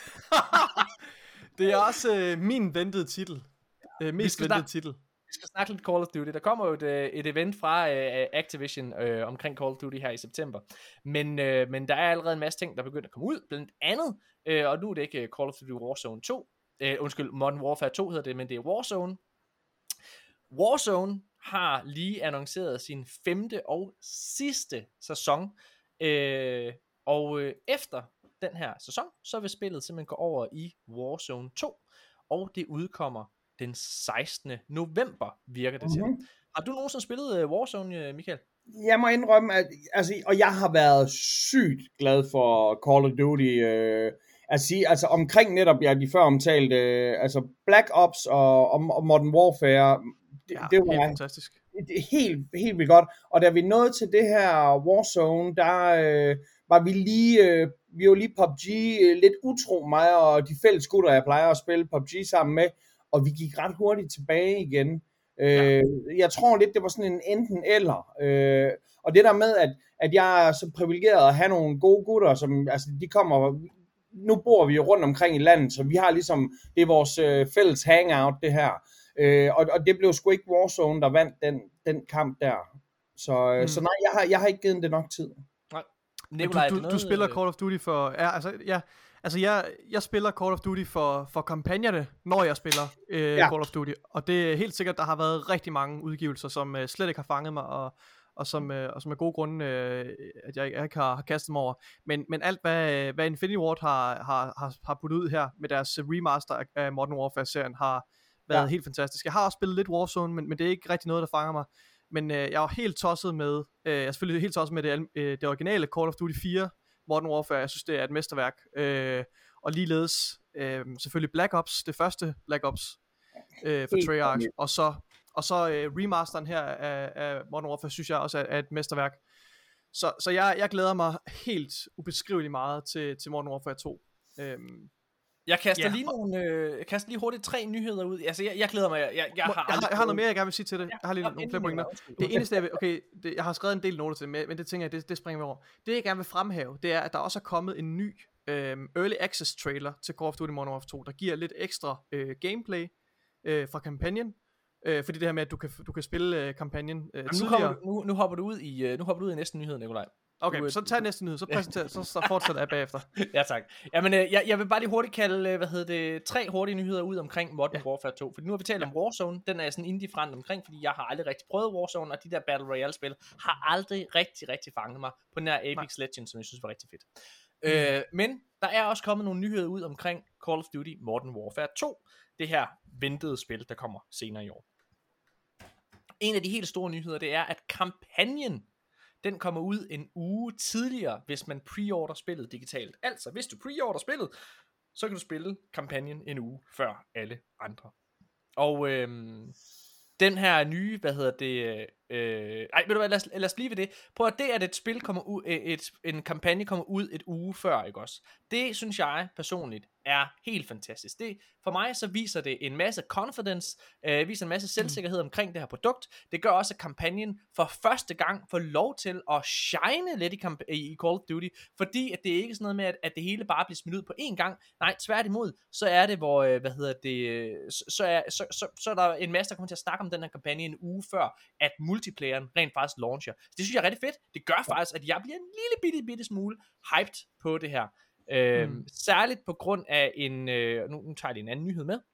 Det er også øh, min ventede titel. Øh, mest ventede snakke, titel. Vi skal snakke lidt Call of Duty. Der kommer jo et, øh, et event fra øh, Activision øh, omkring Call of Duty her i september. Men, øh, men der er allerede en masse ting, der begynder at komme ud, blandt andet, øh, og nu er det ikke Call of Duty Warzone to, øh, undskyld, Modern Warfare to hedder det, men det er Warzone. Warzone har lige annonceret sin femte og sidste sæson, øh, og øh, efter den her sæson, så vil spillet simpelthen gå over i Warzone to, og det udkommer den sekstende november, virker det Mm-hmm. til. Har du nogensinde spillet uh, Warzone, Michael? Jeg må indrømme, at altså, og jeg har været sygt glad for Call of Duty, øh, at sige, altså omkring netop, ja, de før omtalte, øh, altså Black Ops og, og, og Modern Warfare, det, Ja, det var helt fantastisk. det er helt, helt vildt godt. Og da vi nåede til det her Warzone, der øh, var vi lige, øh, vi var lige P U B G øh, lidt utro, mig og de fælles gutter, jeg plejer at spille P U B G sammen med, og vi gik ret hurtigt tilbage igen. Øh, ja. Jeg tror lidt, det var sådan en enten eller. Øh, og det der med, at, at jeg er så privilegeret at have nogle gode gutter, som, altså de kommer, nu bor vi jo rundt omkring i landet, så vi har ligesom, det er vores øh, fælles hangout, det her. Øh, og, og det blev sgu ikke Warzone, der vandt den, den kamp der. Så, mm. så nej, jeg har, jeg har ikke givet det nok tid. Nej. Nikolaj, du, du, du spiller Call of Duty for... Ja, altså, ja, altså jeg, jeg spiller Call of Duty for, for kampagnerne, når jeg spiller øh, ja. Call of Duty. Og det er helt sikkert, der har været rigtig mange udgivelser, som øh, slet ikke har fanget mig, og, og, som, øh, og som er gode grunde, øh, at jeg, jeg ikke har, har kastet mig over. Men, men alt, hvad, hvad Infinity Ward har, har, har, har puttet ud her, med deres remaster af, af Modern Warfare-serien, har været ja. helt fantastisk. Jeg har også spillet lidt Warzone, men, men det er ikke rigtig noget, der fanger mig. Men øh, jeg er helt tosset med, øh, jeg er selvfølgelig helt tosset med det, øh, det originale Call of Duty fire, Modern Warfare. Jeg synes, det er et mesterværk. Øh, og ligeledes øh, selvfølgelig Black Ops, det første Black Ops øh, for Treyarch. Og så, og så øh, remasteren her af, af Modern Warfare, synes jeg også er, er et mesterværk. Så, så jeg, jeg glæder mig helt ubeskriveligt meget til, til Modern Warfare to. Øh, Jeg kaster, Ja. lige nogle, øh, jeg kaster lige hurtigt tre nyheder ud. Altså, jeg, jeg glæder mig. Jeg, jeg, jeg, Må- har, jeg, har, aldrig jeg har noget prøvet- mere, jeg gerne vil sige til det. Jeg har lige Ja, nogle endelig, flere pointer. undskyld. Det eneste, jeg vil, okay, det, jeg har skrevet en del noter til det, men, men det tænker jeg, det, det springer vi over. Det jeg gerne vil fremhæve, det er, at der også er kommet en ny øhm, Early Access trailer til Call of Duty Modern Warfare to, der giver lidt ekstra øh, gameplay øh, fra kampagnen. Øh, fordi det her med, at du kan, du kan spille øh, kampagnen øh, Jamen, nu, tidligere. kommer, du- nu, nu hopper du ud i, øh, nu hopper du ud i næste nyhed, Nikolaj. Okay, du, øh, så tag næste nyhed, så præsenter, så, så fortsætter jeg bagefter. Ja, tak. Jamen, øh, jeg, jeg vil bare lige hurtigt kalde, øh, hvad hedder det, tre hurtige nyheder ud omkring Modern Ja. Warfare to. For nu har vi talt ja. om Warzone, den er sådan indifferent omkring, fordi jeg har aldrig rigtig prøvet Warzone, og de der Battle Royale-spil har aldrig rigtig, rigtig fanget mig på den her Apex Legends, som jeg synes var rigtig fedt. Mm. Øh, men der er også kommet nogle nyheder ud omkring Call of Duty Modern Warfare to, det her ventede spil, der kommer senere i år. En af de helt store nyheder, det er, at kampagnen, den kommer ud en uge tidligere, hvis man preorder spillet digitalt. Altså, hvis du preorder spillet, så kan du spille kampagnen en uge før alle andre. Og øhm, den her nye, hvad hedder det, øh, ej, ved du hvad, lad os, lad os blive ved det. Prøv at det, at et spil kommer ud, et, en kampagne kommer ud et uge før, ikke også? Det synes jeg personligt er helt fantastisk. Det, for mig så viser det en masse confidence, øh, viser en masse selvsikkerhed omkring det her produkt. Det gør også, at kampagnen for første gang får lov til at shine lidt i, kamp- i Call of Duty, fordi at det er ikke sådan noget med, at, at det hele bare bliver smidt ud på én gang. Nej, tværtimod, så er det, hvor, øh, hvad hedder det, øh, så, så, er, så, så, så er der en masse, der kommer til at snakke om den her kampagne en uge før, at multiplayeren rent faktisk launcher. Så det synes jeg er rigtig fedt. Det gør faktisk, at jeg bliver en lille bitte, bitte smule hyped på det her. Øhm, mm. Særligt på grund af en øh, nu, nu tager jeg lige en anden nyhed med.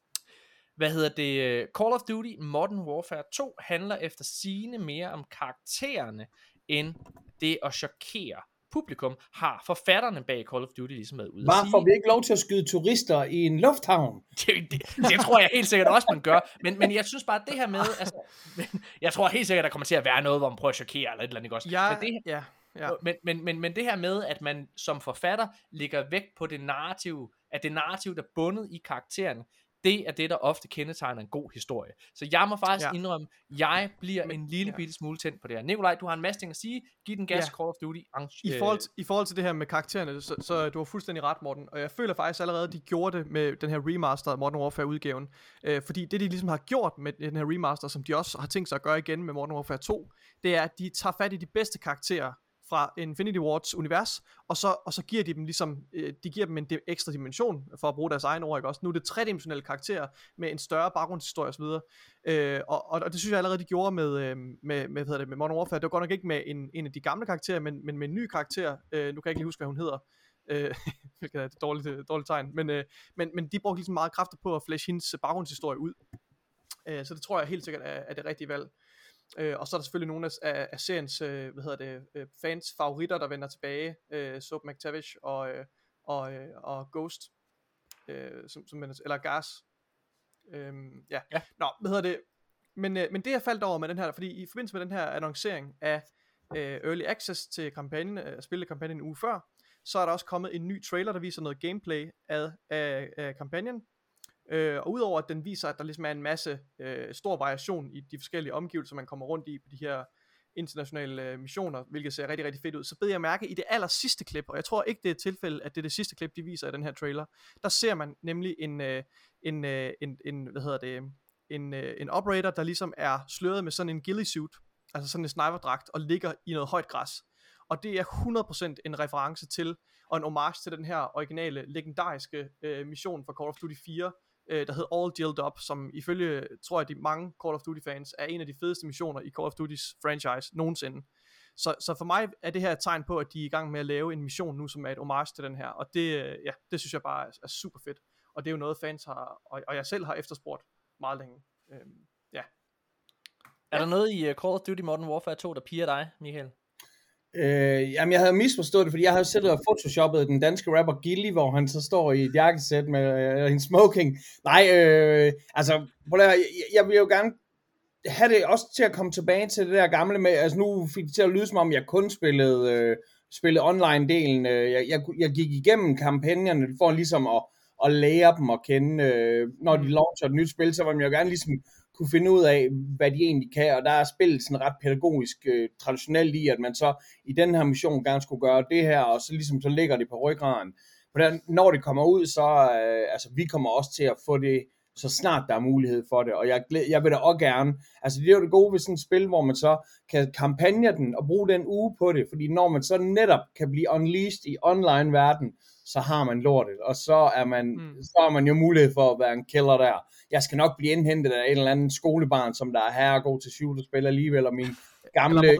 Hvad hedder det? Call of Duty Modern Warfare to handler efter sigende mere om karaktererne end det at chokere publikum. Har forfatterne bag Call of Duty ligesom været ude at Bare sige. får vi ikke lov til at skyde turister i en lufthavn? Det, det, det tror jeg helt sikkert også, man gør. Men, men jeg synes bare, at det her med, altså, jeg tror helt sikkert, der kommer til at være noget, hvor man prøver at chokere eller et eller andet, ikke også? Ja, Men det, ja, ja. Men, men, men, men det her med, at man som forfatter lægger vægt på det narrativ, at det narrativ, der er bundet i karakteren, det er det, der ofte kendetegner en god historie. Så jeg må faktisk Ja. indrømme, jeg bliver Men- en lille ja. bitte smule tændt på det her. Nikolaj, du har en masse ting at sige. Giv den gas, Ja. Call of Duty. I forhold, til, I forhold til det her med karaktererne, så, så du har fuldstændig ret, Morten. Og jeg føler faktisk allerede, at de gjorde det med den her remaster Modern Warfare-udgaven. Øh, fordi det, de ligesom har gjort med den her remaster, som de også har tænkt sig at gøre igen med Modern Warfare to, det er, at de tager fat i de bedste karakterer fra Infinity Ward's univers, og så, og så giver de dem ligesom, øh, de giver dem en de, ekstra dimension, for at bruge deres egen ord, ikke også? Nu er det tredimensionelle karakterer, med en større baggrundshistorie osv., øh, og, og, og det synes jeg allerede, de gjorde med, øh, med, med, hvad hedder det, med Modern Warfare. Det var godt nok ikke med en, en af de gamle karakterer, men, men med en ny karakter, øh, nu kan jeg ikke lige huske, hvad hun hedder, øh, hvilket er et dårligt, dårligt tegn, men, øh, men, men de brugte ligesom meget kræfter på at flashe hendes baggrundshistorie ud, øh, så det tror jeg helt sikkert er, er det rigtige valg. Øh, og så er der selvfølgelig nogle af, af, af seriens øh, hvad hedder det, øh, fans favoritter, der vender tilbage, øh, Soap McTavish og, øh, og, øh, og Ghost, øh, som, som, eller Gas. Øh, ja. Ja. Nå, hvad hedder det? Men, øh, men det jeg faldt over med den her, fordi i forbindelse med den her annoncering af øh, Early Access til kampagnen, øh, spillekampagnen en uge før, så er der også kommet en ny trailer, der viser noget gameplay af, af, af kampagnen. Øh, og udover at den viser, at der ligesom er en masse øh, stor variation i de forskellige omgivelser, man kommer rundt i på de her internationale øh, missioner, hvilket ser rigtig, rigtig fedt ud, så bed jeg mærke i det aller sidste klip, og jeg tror ikke, det er et tilfælde, at det er det sidste klip, de viser i den her trailer. Der ser man nemlig en, øh, en, øh, en, en hvad hedder det, en, øh, en operator, der ligesom er sløret med sådan en ghillie suit, altså sådan en sniperdragt, og ligger i noget højt græs. Og det er hundrede procent en reference til, og en homage til den her originale, legendariske øh, mission fra Call of Duty fire, der hed All Gilled Up, som ifølge, tror jeg, de mange Call of Duty fans, er en af de fedeste missioner i Call of Duty's franchise nogensinde. Så, så for mig er det her et tegn på, at de er i gang med at lave en mission nu, som er et homage til den her, og det, ja, det synes jeg bare er, er super fedt, og det er jo noget fans har, og, og jeg selv har efterspurgt meget længe. Øhm, ja. Er der noget i uh, Call of Duty Modern Warfare to, der piger dig, Michael? Øh, jamen jeg havde misforstået det, fordi jeg havde siddet og photoshoppet den danske rapper Gilly, hvor han så står i et jakkesæt med øh, en smoking. Nej, øh, altså jeg, jeg vil jo gerne have det også til at komme tilbage til det der gamle med, altså nu fik det til at lyde som om jeg kun spillede, øh, spillede online-delen. Jeg, jeg, jeg gik igennem kampagnerne for ligesom at, at lære dem at kende. Øh, når de launcher et nyt spil, så vil jeg jo gerne ligesom kunne finde ud af, hvad de egentlig kan, og der er spillet sådan ret pædagogisk øh, traditionelt i, at man så i den her mission gerne skulle gøre det her, og så ligesom så ligger det på ryggraden. Men når det kommer ud, så øh, altså vi kommer også til at få det, så snart der er mulighed for det, og jeg, jeg vil da også gerne, altså det er jo det gode ved sådan et spil, hvor man så kan kampagne den og bruge den uge på det, fordi når man så netop kan blive unleashed i online-verden, så har man lortet, og så er man, mm. så har man jo mulighed for at være en killer der. Jeg skal nok blive indhentet af en eller anden skolebarn, som der er her og god til shooterspil alligevel, og min gamle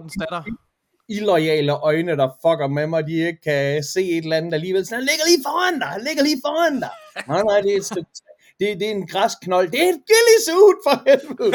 illoyale øjne, der fucker med mig, de ikke kan se et eller andet alligevel. Så han ligger lige foran dig, han ligger lige foran dig. Nej, nej, det er et stykke, det, det er en græsknold, det er et ghillie-suit for helvede.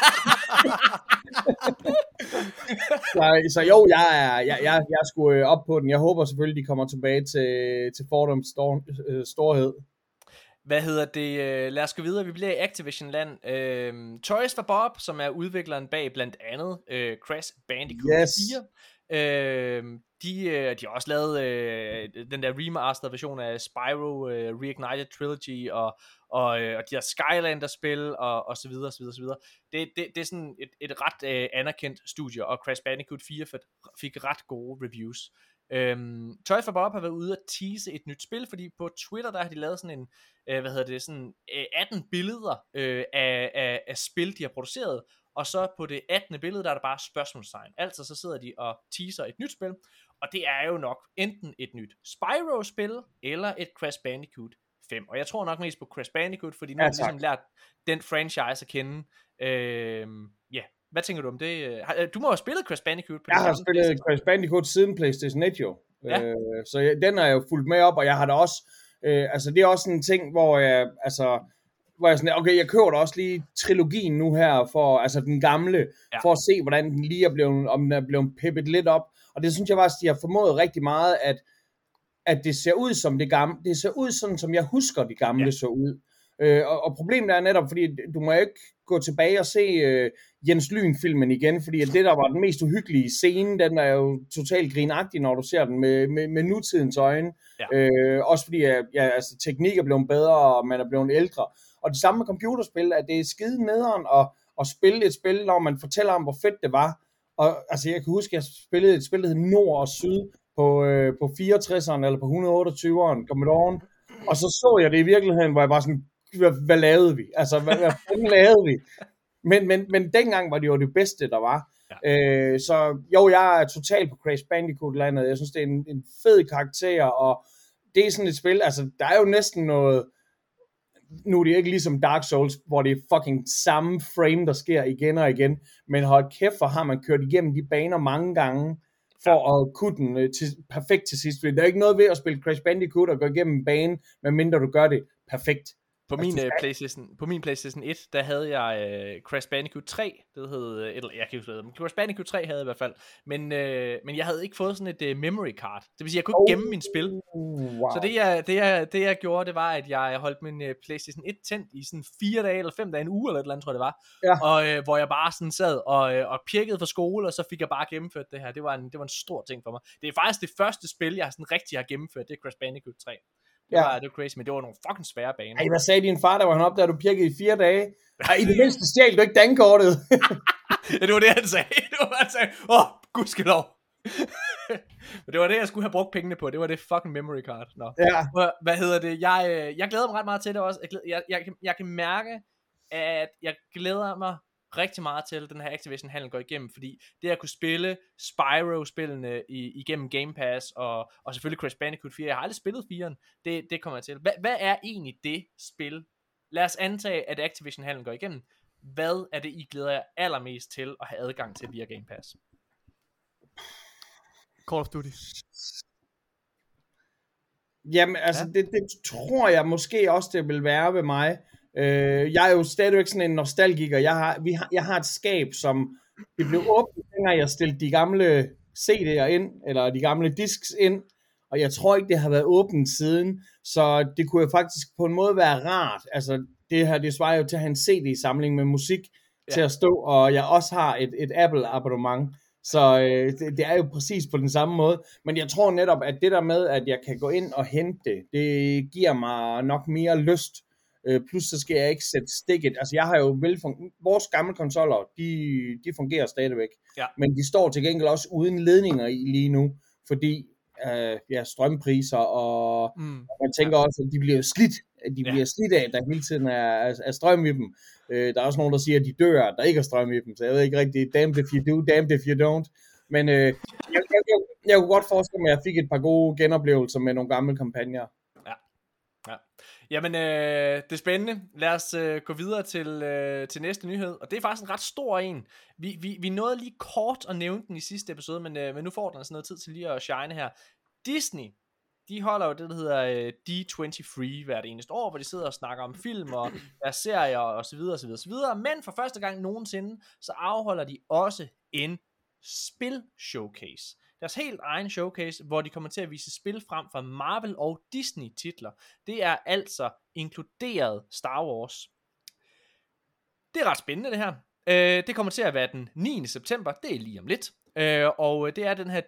så, så jo, jeg er, jeg, jeg, jeg er sgu op på den. Jeg håber selvfølgelig, de kommer tilbage til, til Fordoms stor, øh, storhed. Hvad hedder det? Lad os gå videre. Vi bliver i Activision-land. Øh, Toys for Bob, som er udvikleren bag blandt andet øh, Crash Bandicoot yes. fire. Øh, de, øh, de har også lavet øh, den der remastered version af Spyro øh, Reignited Trilogy og, og, øh, og de der Skylander-spil og, og så videre, så videre, så videre. Det, det, det er sådan et, et ret øh, anerkendt studie, og Crash Bandicoot fire fik, fik ret gode reviews. Øhm, Toys for Bob har været ude at tease et nyt spil, fordi på Twitter der har de lavet sådan en, øh, hvad hedder det, sådan øh, atten billeder øh, af, af, af spil, de har produceret, og så på det attende billede, der er der bare spørgsmålstegn. Altså så sidder de og teaser et nyt spil, og det er jo nok enten et nyt Spyro-spil, eller et Crash Bandicoot fem. Og jeg tror nok mest på Crash Bandicoot, fordi nu ja, har de ligesom lært den franchise at kende. Øh, ja, hvad tænker du om det? Du må have spillet Crash Bandicoot. På jeg har spillet Crash Bandicoot siden PlayStation et jo. Ja. Øh, så jeg, den er jo fulgt med op, og jeg har da også, øh, altså det er også en ting, hvor jeg, altså, hvor jeg sådan, okay, jeg køber da også lige trilogien nu her, for, altså den gamle, ja. For at se, hvordan den lige er blevet, om den er blevet pippet lidt op. Og det synes jeg faktisk, de har formået rigtig meget, at, at det ser ud som det gamle, det ser ud sådan, som jeg husker de gamle ja. Så ud. Øh, og, og problemet er netop, fordi du må ikke gå tilbage og se øh, Jens Lyn-filmen igen, fordi det, der var den mest uhyggelige scene, den er jo totalt grinagtig, når du ser den med, med, med nutidens øjne. Ja. Øh, også fordi ja, altså, teknik er blevet bedre, og man er blevet ældre. Og det samme med computerspil, at det er skide nederen at, at spille et spil, når man fortæller om, hvor fedt det var. Og altså, jeg kan huske, at jeg spillede et spil, der hed Nord og Syd på, øh, på fireogtresseren eller på et hundrede og otteogtyveren Commodore'en. Og så så jeg det i virkeligheden, hvor jeg bare sådan, hvad, hvad lavede vi? Altså, hvad, hvad fanden lavede vi? Men, men, men dengang var det jo det bedste, der var. Ja. Øh, så jo, jeg er totalt på Crash Bandicoot-landet. Jeg synes, det er en, en fed karakter, og det er sådan et spil, altså, der er jo næsten noget, nu er det ikke ligesom Dark Souls, hvor det er fucking samme frame, der sker igen og igen, men hold kæft, for har man kørt igennem de baner mange gange, for ja. at kunne den øh, til, perfekt til sidst. Der er ikke noget ved at spille Crash Bandicoot og gå igennem en bane, medmindre du gør det perfekt. På min, uh, PlayStation, på min PlayStation et, der havde jeg uh, Crash Bandicoot tre, det hed, uh, eller jeg kan ikke huske det, men Crash Bandicoot tre havde jeg i hvert fald, men, uh, men jeg havde ikke fået sådan et uh, memory card, det vil sige, jeg kunne ikke gemme min spil, wow. Så det jeg, det, jeg, det jeg gjorde, det var, at jeg holdt min uh, PlayStation et tændt i sådan fire dage, eller fem dage, en uge, eller et eller andet, tror jeg det var, ja. og uh, hvor jeg bare sådan sad og, uh, og pjekkede for skole, og så fik jeg bare gennemført det her, det var en, det var en stor ting for mig. Det er faktisk det første spil, jeg sådan rigtig har gennemført, det er Crash Bandicoot tre. Det var, ja. det var crazy, men det var nogle fucking svære baner. Ej, hvad sagde din far, der var han op, da du pirkede i fire dage? Ej, i det mindste stjal du ikke dankortet. Ja, det var det, han sagde. Det var, han sagde, åh, oh, gudskelov. Men det var det, jeg skulle have brugt pengene på. Det var det fucking memory card. Nå. Ja. Hvad hedder det? Jeg, jeg glæder mig ret meget til det også. Jeg, glæder, jeg, jeg, jeg kan mærke, at jeg glæder mig rigtig meget til, at den her Activision-handel går igennem, fordi det at kunne spille Spyro-spillene i, igennem Game Pass, og, og selvfølgelig Crash Bandicoot fire, jeg har aldrig spillet firen, det, det kommer jeg til. Hva, hvad er egentlig det spil? Lad os antage, at Activision-handel går igennem. Hvad er det, I glæder jer allermest til at have adgang til via Game Pass? Call of Duty. Jamen, altså, ja. det, det tror jeg måske også, det vil være ved mig. Øh, jeg er jo stadigvæk sådan en nostalgiker. Jeg har, vi har, jeg har et skab, som det blev åbnet, dengang jeg stillede de gamle C D'er ind, eller de gamle disks ind, og jeg tror ikke, det har været åbent siden, så det kunne jo faktisk på en måde være rart. Altså, det her, det svarer jo til at have en C D-samling med musik ja. til at stå, og jeg også har et, et Apple-abonnement, så øh, det, det er jo præcis på den samme måde. Men jeg tror netop, at det der med, at jeg kan gå ind og hente det, det giver mig nok mere lyst. Øh, plus så skal jeg ikke sætte stikket. Altså jeg har jo velfungeret, vores gamle konsoller, de, de fungerer stadigvæk. Ja. Men de står til gengæld også uden ledninger i lige nu, fordi øh, ja, strømpriser, og, mm. og man tænker ja. også, at de bliver slidt. De ja. bliver slidt af, at der hele tiden er, er, er strøm i dem. Øh, der er også nogen, der siger, at de dør, at der ikke er strøm i dem. Så jeg ved ikke rigtig, damned if you do, damned if you don't. Men øh, jeg, jeg, jeg, jeg kunne godt forestille mig, at jeg fik et par gode genoplevelser med nogle gamle kampagner. Ja. Jamen, øh, det er spændende. Lad os øh, gå videre til, øh, til næste nyhed. Og det er faktisk en ret stor en. Vi, vi, vi nåede lige kort at nævne den i sidste episode, men, øh, men nu får den altså noget tid til lige at shine her. Disney, de holder jo det, der hedder øh, D tyve-free hvert eneste år, hvor de sidder og snakker om film og deres serier og så videre, og så videre, og så videre. Men for første gang nogensinde, så afholder de også en spil-showcase. Deres helt egen showcase, hvor de kommer til at vise spil frem fra Marvel og Disney titler. Det er altså inkluderet Star Wars. Det er ret spændende det her. Øh, det kommer til at være den niende september, det er lige om lidt. Øh, og det er den her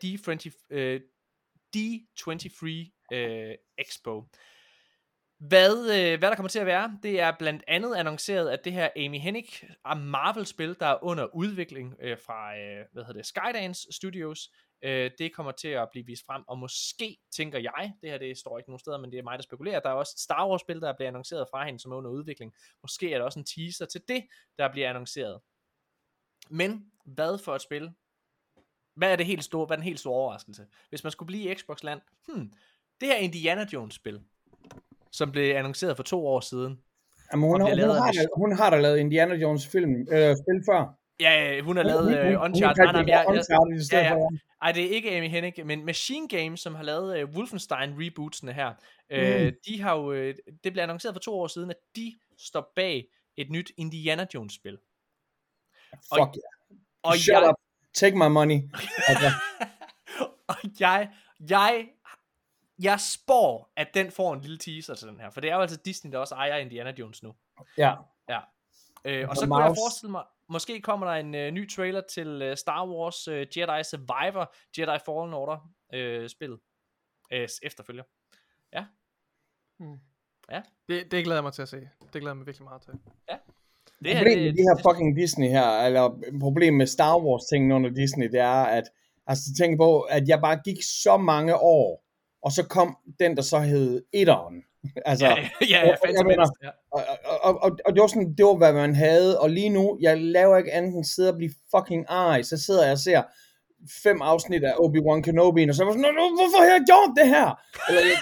D tyve-free øh, Expo. Hvad, øh, hvad der kommer til at være, det er blandt andet annonceret, at det her Amy Hennig Marvel-spil, der er under udvikling øh, fra øh, hvad hedder det, Skydance Studios, øh, det kommer til at blive vist frem, og måske, tænker jeg, det her det står ikke nogen steder, men det er mig, der spekulerer, der er også et Star Wars-spil, der bliver annonceret fra hende, som er under udvikling. Måske er der også en teaser til det, der bliver annonceret. Men, hvad for et spil? Hvad er det helt store, hvad er den helt store overraskelse? Hvis man skulle blive i Xbox-land, hmm, det her Indiana Jones-spil, som blev annonceret for to år siden. Jamen, hun, har, hun, har da, hun har da lavet Indiana Jones film, øh, spil før. Ja, hun har lavet hun, uh, hun, Uncharted. Hun, hun nej, nej, Uncharted ja, ja. Ej, det er ikke Amy Hennig, men Machine Games, som har lavet uh, Wolfenstein rebootsene her, uh, mm. de har jo, uh, det blev annonceret for to år siden, at de står bag et nyt Indiana Jones spil. Fuck og, yeah. Og Shut jeg, up. Take my money. Okay. og jeg, jeg Jeg spår, at den får en lille teaser til den her, for det er jo altså Disney, der også ejer Indiana Jones nu. Ja. Ja. Øh, og så kunne jeg forestille mig, måske kommer der en øh, ny trailer til øh, Star Wars øh, Jedi Survivor, Jedi Fallen Order øh, spillet øh, efterfølger. Ja. Hmm. Ja. Det, det glæder jeg mig til at se. Det glæder jeg mig virkelig meget til. Ja. Det her, Problemet med det, de her det, fucking Disney her, eller problemet med Star Wars ting under Disney, det er, at altså tænk på, at jeg bare gik så mange år, og så kom den, der så hed etteren. altså, ja, ja, ja, jeg Phantom mener, Menace, ja. og, og, og, og det var sådan, det var, hvad man havde, og lige nu, jeg laver ikke andet end sidde og blive fucking ej, så sidder jeg og ser fem afsnit af Obi-Wan Kenobi, og så var sådan, hvorfor har jeg gjort det her? Eller, jeg,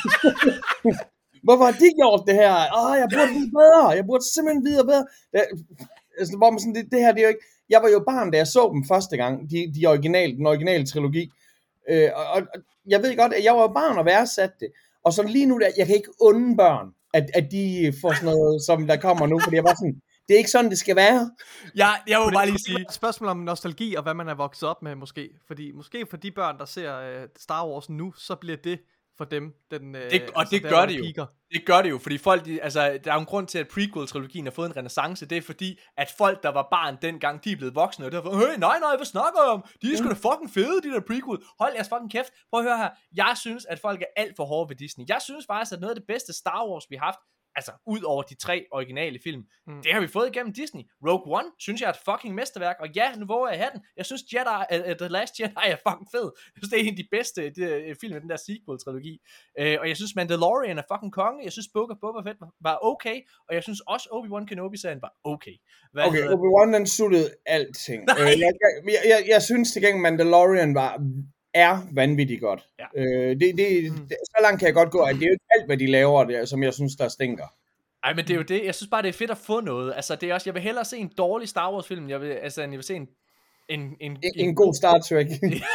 hvorfor har de gjort det her? Åh, jeg burde vide bedre, jeg burde simpelthen vide bedre. Det, altså, hvor man sådan, det, det her, det er jo ikke, jeg var jo barn, da jeg så dem første gang, de, de originale, den originale trilogi, øh, og, og jeg ved godt, at jeg var jo barn og værdsatte det, og så lige nu, der, jeg kan ikke unde børn, at, at de får sådan noget, som der kommer nu, fordi jeg var sådan, det er ikke sådan, det skal være. Ja, jeg må Fordi bare det lige er sige, et spørgsmål om nostalgi og hvad man er vokset op med måske. Fordi måske for de børn, der ser uh, Star Wars nu, så bliver det for dem den. Uh, det, og altså det der, gør hvor det jo. peaker. Det gør det jo, fordi folk, de, altså, der er jo en grund til, at prequel-trilogien har fået en renaissance. Det er fordi, at folk, der var barn dengang, de er blevet voksne, og det har fået, hey, nej, nej, hvad snakker jeg om? De er sgu da fucking fede, de der prequel. Hold jeres fucking kæft. Prøv at høre her. Jeg synes, at folk er alt for hårde ved Disney. Jeg synes faktisk, at noget af det bedste Star Wars, vi har haft, altså ud over de tre originale film, mm. det har vi fået igennem Disney. Rogue One synes jeg er et fucking mesterværk, og ja, nu våger jeg have den. Jeg synes Jedi, uh, The Last Jedi er fucking fed. Jeg synes det er en af de bedste de, uh, film af den der sequel-trilogi. Uh, og jeg synes Mandalorian er fucking konge. Jeg synes Book of Boba Fett var okay, og jeg synes også Obi-Wan Kenobi-serien var okay. Hvad Okay, hedder... Obi-Wan den sluttede alting. øh, jeg, jeg, jeg, jeg synes til gengæld Mandalorian var er vanvittigt godt. Ja. Øh, det, det, mm. det, så langt kan jeg godt gå, at det er jo ikke alt, hvad de laver, det, som jeg synes, der stinker. Ej, men det er jo det. Jeg synes bare, det er fedt at få noget. Altså, det er også, jeg vil hellere se en dårlig Star Wars film, jeg vil, altså, jeg vil se en en, en, en, en, en god Star Trek.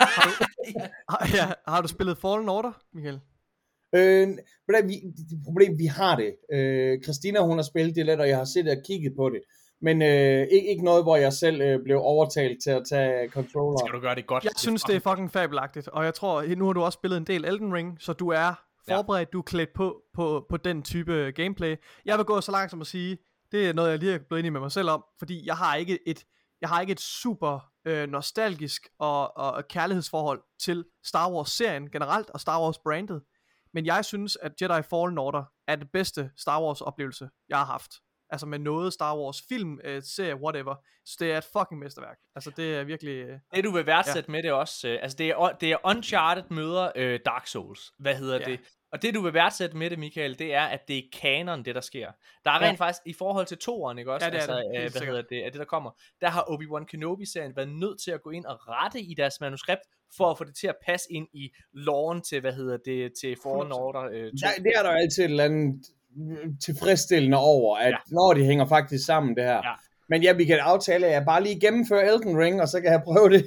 ja. Ja, har du spillet Fallen Order, Michael? Øh, men vi, det problem, vi har det. Øh, Christina, hun har spillet det lidt, og jeg har set og kigget på det. Men øh, ikke, ikke noget, hvor jeg selv øh, blev overtalt til at tage controller. Skal du gøre det godt? Jeg det synes, det er fucking fabelagtigt. Og jeg tror, nu har du også spillet en del Elden Ring, så du er forberedt, ja. Du er klædt på, på, på den type gameplay. Jeg vil gå så langt som at sige, det er noget, jeg lige er blevet enig med mig selv om, fordi jeg har ikke et, jeg har ikke et super øh, nostalgisk og, og kærlighedsforhold til Star Wars-serien generelt, og Star Wars-brandet. Men jeg synes, at Jedi Fallen Order er det bedste Star Wars-oplevelse, jeg har haft. Altså med noget Star Wars film, øh, serie, whatever. Så det er et fucking mesterværk. Altså det er virkelig... Øh, det du vil værdsætte ja. med det også, øh, altså det er, det er Uncharted møder øh, Dark Souls. Hvad hedder ja. det? Og det du vil værdsætte med det, Michael, det er, at det er kanon, det der sker. Der er rent ja. faktisk, i forhold til toeren, ikke også? Ja, det er altså, det. øh, hvad sikkert. hedder det, af det der kommer. Der har Obi-Wan Kenobi-serien været nødt til at gå ind og rette i deres manuskript, for at få det til at passe ind i loven til, hvad hedder det, til Fallen Order øh, to. Ja, det er der altid et eller andet tilfredsstillende over, at ja. når de hænger faktisk sammen, det her. Ja. Men ja, vi kan aftale, at jeg bare lige gennemfører Elden Ring, og så kan jeg prøve det.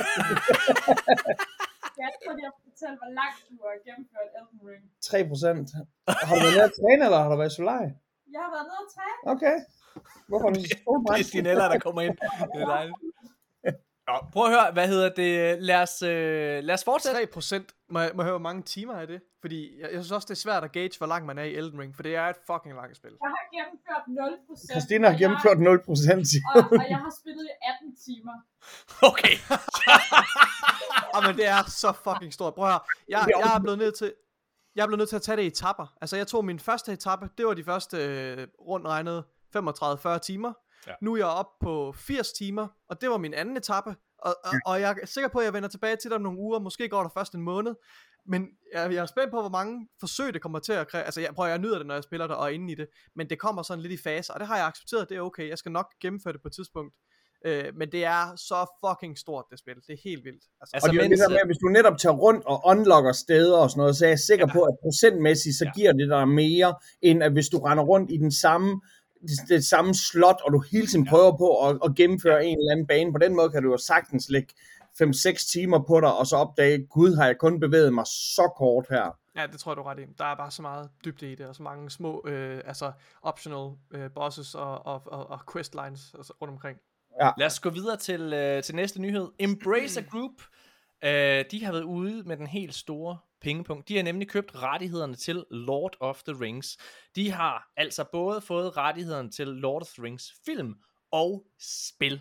Jeg tror, jeg har fortalt, hvor langt du har gennemført Elden Ring. tre procent. Har du været nede at træne, eller har du været i Solaj? Jeg har været nede at træne. Okay. Hvorfor er du så stor Det er Stinella, der kommer ind. Det er dejligt. Nå, prøv at høre, hvad hedder det? Lad os, øh, lad os fortsætte. tre procent. Må jeg, må jeg høre, hvor mange timer er det? Fordi jeg, jeg synes også, det er svært at gauge, hvor langt man er i Elden Ring, for det er et fucking langt spil. Jeg har gennemført nul procent. Christina har gennemført nul procent. Og, og jeg har spillet i atten timer. Okay. Jamen, det er så fucking stort. Prøv at høre. Jeg, jeg er blevet nødt til... Jeg er blevet nødt til at tage det i etapper. Altså, jeg tog min første etape, det var de første øh, rundt regnet femogtredive til fyrre timer. Ja. Nu er jeg oppe på firs timer, og det var min anden etape. Og, og, og jeg er sikker på, at jeg vender tilbage til dig om nogle uger. Måske går der først en måned. Men jeg, jeg er spændt på, hvor mange forsøg det kommer til at kræve. Altså, jeg, prøver, jeg nyder det, når jeg spiller det og er inde i det. Men det kommer sådan lidt i faser, og det har jeg accepteret. Det er okay. Jeg skal nok gennemføre det på et tidspunkt. Øh, men det er så fucking stort, det spil. Det er helt vildt. Altså, og det er det der med, hvis du netop tager rundt og unlocker steder og sådan noget, så er jeg sikker ja. på, at procentmæssigt, så ja. giver det dig mere, end at hvis du render rundt i den samme Det, det samme slot, og du hele tiden prøver på at, at gennemføre en eller anden bane. På den måde kan du jo sagtens lægge fem seks timer på dig, og så opdage, gud, har jeg kun bevæget mig så kort her. Ja, det tror jeg, du er ret i. Der er bare så meget dybde i det, og så mange små, øh, altså optional øh, bosses og, og, og, og questlines altså, rundt omkring. Ja. Lad os gå videre til, øh, til næste nyhed. Embracer Group, øh, de har været ude med den helt store pengepunkt. De har nemlig købt rettighederne til Lord of the Rings. De har altså både fået rettighederne til Lord of the Rings film og spil.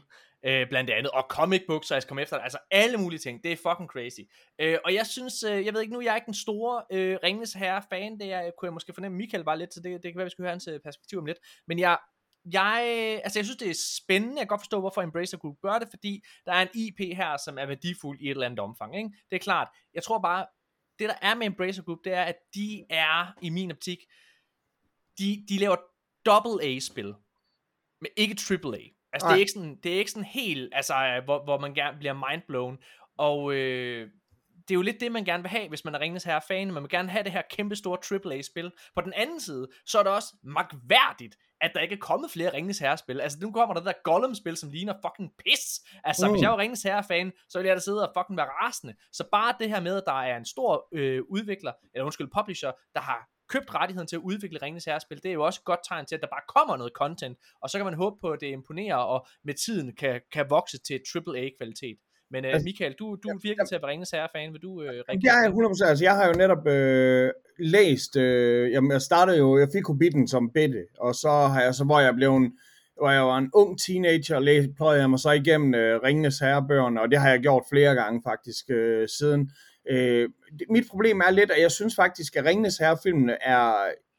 øh, blandt andet, og comic books, så jeg skal komme efter det, altså alle mulige ting, det er fucking crazy. Øh, og jeg synes, øh, jeg ved ikke, nu jeg er ikke den store øh, Ringenes Herre-fan, det er, kunne jeg måske fornemme, Michael var lidt, så det, det kan være, vi skal høre hans perspektiv om lidt, men jeg, jeg, altså jeg synes, det er spændende, jeg kan godt forstå, hvorfor Embracer Group gør det, fordi der er en I P her, som er værdifuld i et eller andet omfang, ikke? Det er klart, jeg tror bare, det der er med Embracer Group, det er, at de er, i min optik, de, de laver double A-spil, men ikke triple A. Altså, det er, ikke sådan, det er ikke sådan helt, altså, hvor, hvor man gerne bliver mindblown. Og øh, det er jo lidt det, man gerne vil have, hvis man er Ringenes Herre-fan. Man vil gerne have det her kæmpe store triple A-spil. På den anden side, så er det også magværdigt, at der ikke er kommet flere Ringenes Herre-spil. Altså, nu kommer der det der Gollum-spil, som ligner fucking pis. Altså, mm. hvis jeg var Ringenes Herre-fan, så ville jeg da sidde og fucking være rasende. Så bare det her med, at der er en stor øh, udvikler, eller undskyld, publisher, der har købt rettigheden til at udvikle Ringenes Herre-spil, det er jo også et godt tegn til, at der bare kommer noget content, og så kan man håbe på, at det imponerer, og med tiden kan, kan vokse til triple A-kvalitet. Men uh, Michael, du, du er virkelig til at være Ringenes Herre-fan, vil du uh, ringe? Jeg er hundrede procent, altså jeg har jo netop øh, læst, øh, jamen jeg startede jo, jeg fik Hobbiten som bitte, og så har jeg, så hvor jeg blev en, hvor jeg var en ung teenager, læste, prøvede jeg mig så igennem øh, Ringenes Herre-bøgerne, og det har jeg gjort flere gange faktisk øh, siden. Øh, det, mit problem er lidt, at jeg synes faktisk, at Ringenes Herre-filmene er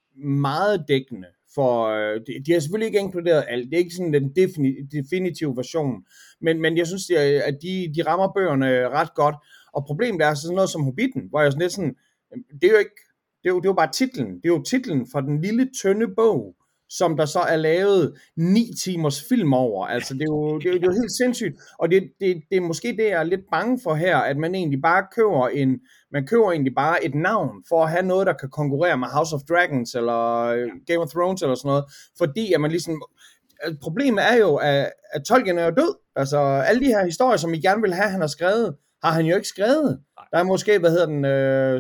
meget dækkende for, øh, de, de har selvfølgelig ikke inkluderet alt, det er ikke sådan den defini- definitive version, men, men jeg synes, de, at de, de rammer bøgerne ret godt, og problemet er sådan noget som Hobbiten, hvor jeg sådan lidt sådan, det er jo ikke, det er jo, det er jo bare titlen, det er jo titlen for den lille tynde bog, som der så er lavet ni timers film over. Altså, det er jo, det er jo, det er jo helt sindssygt. Og det, det, det er måske det, jeg er lidt bange for her, at man egentlig bare køber en, man køber egentlig bare et navn, for at have noget, der kan konkurrere med House of Dragons, eller Game of Thrones, eller sådan noget. Fordi, at man ligesom, problemet er jo, at, at Tolkien er jo død. Altså, alle de her historier, som I gerne vil have, han har skrevet, har han jo ikke skrevet. Der er måske, hvad hedder den, øh,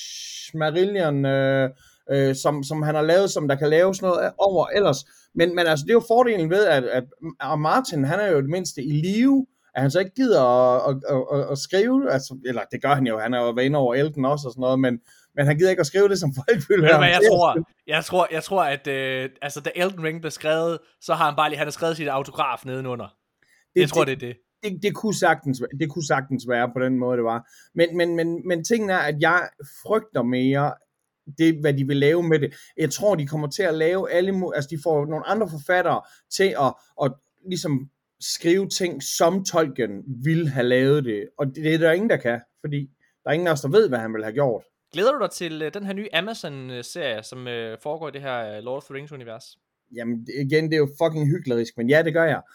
Smarillion, øh, Øh, som, som han har lavet, som der kan laves noget over ellers. Men, men altså, det er jo fordelen ved, at, at, at Martin, han er jo det mindste i live, at han så ikke gider at, at, at, at skrive, altså, eller det gør han jo, han er jo været inde over Elden også og sådan noget, men, men han gider ikke at skrive det, som folk vil høre. Men jeg tror, jeg tror, jeg tror, at øh, altså, da Elden Ring blev skrevet, så har han bare lige, han har skrevet sit autograf nedenunder. Det, jeg tror, det, det er det. Det, det, kunne sagtens, det kunne sagtens være på den måde, det var. Men, men, men, men tingen er, at jeg frygter mere, det, hvad de vil lave med det. Jeg tror, de kommer til at lave alle, altså de får nogle andre forfattere til at, at ligesom skrive ting, som Tolkien ville have lavet det. Og det, det er der ingen, der kan, fordi der er ingen af os, der ved, hvad han ville have gjort. Glæder du dig til uh, den her nye Amazon-serie, som uh, foregår i det her uh, Lord of the Rings-univers? Jamen, igen, det er jo fucking hyklerisk, men ja, det gør jeg.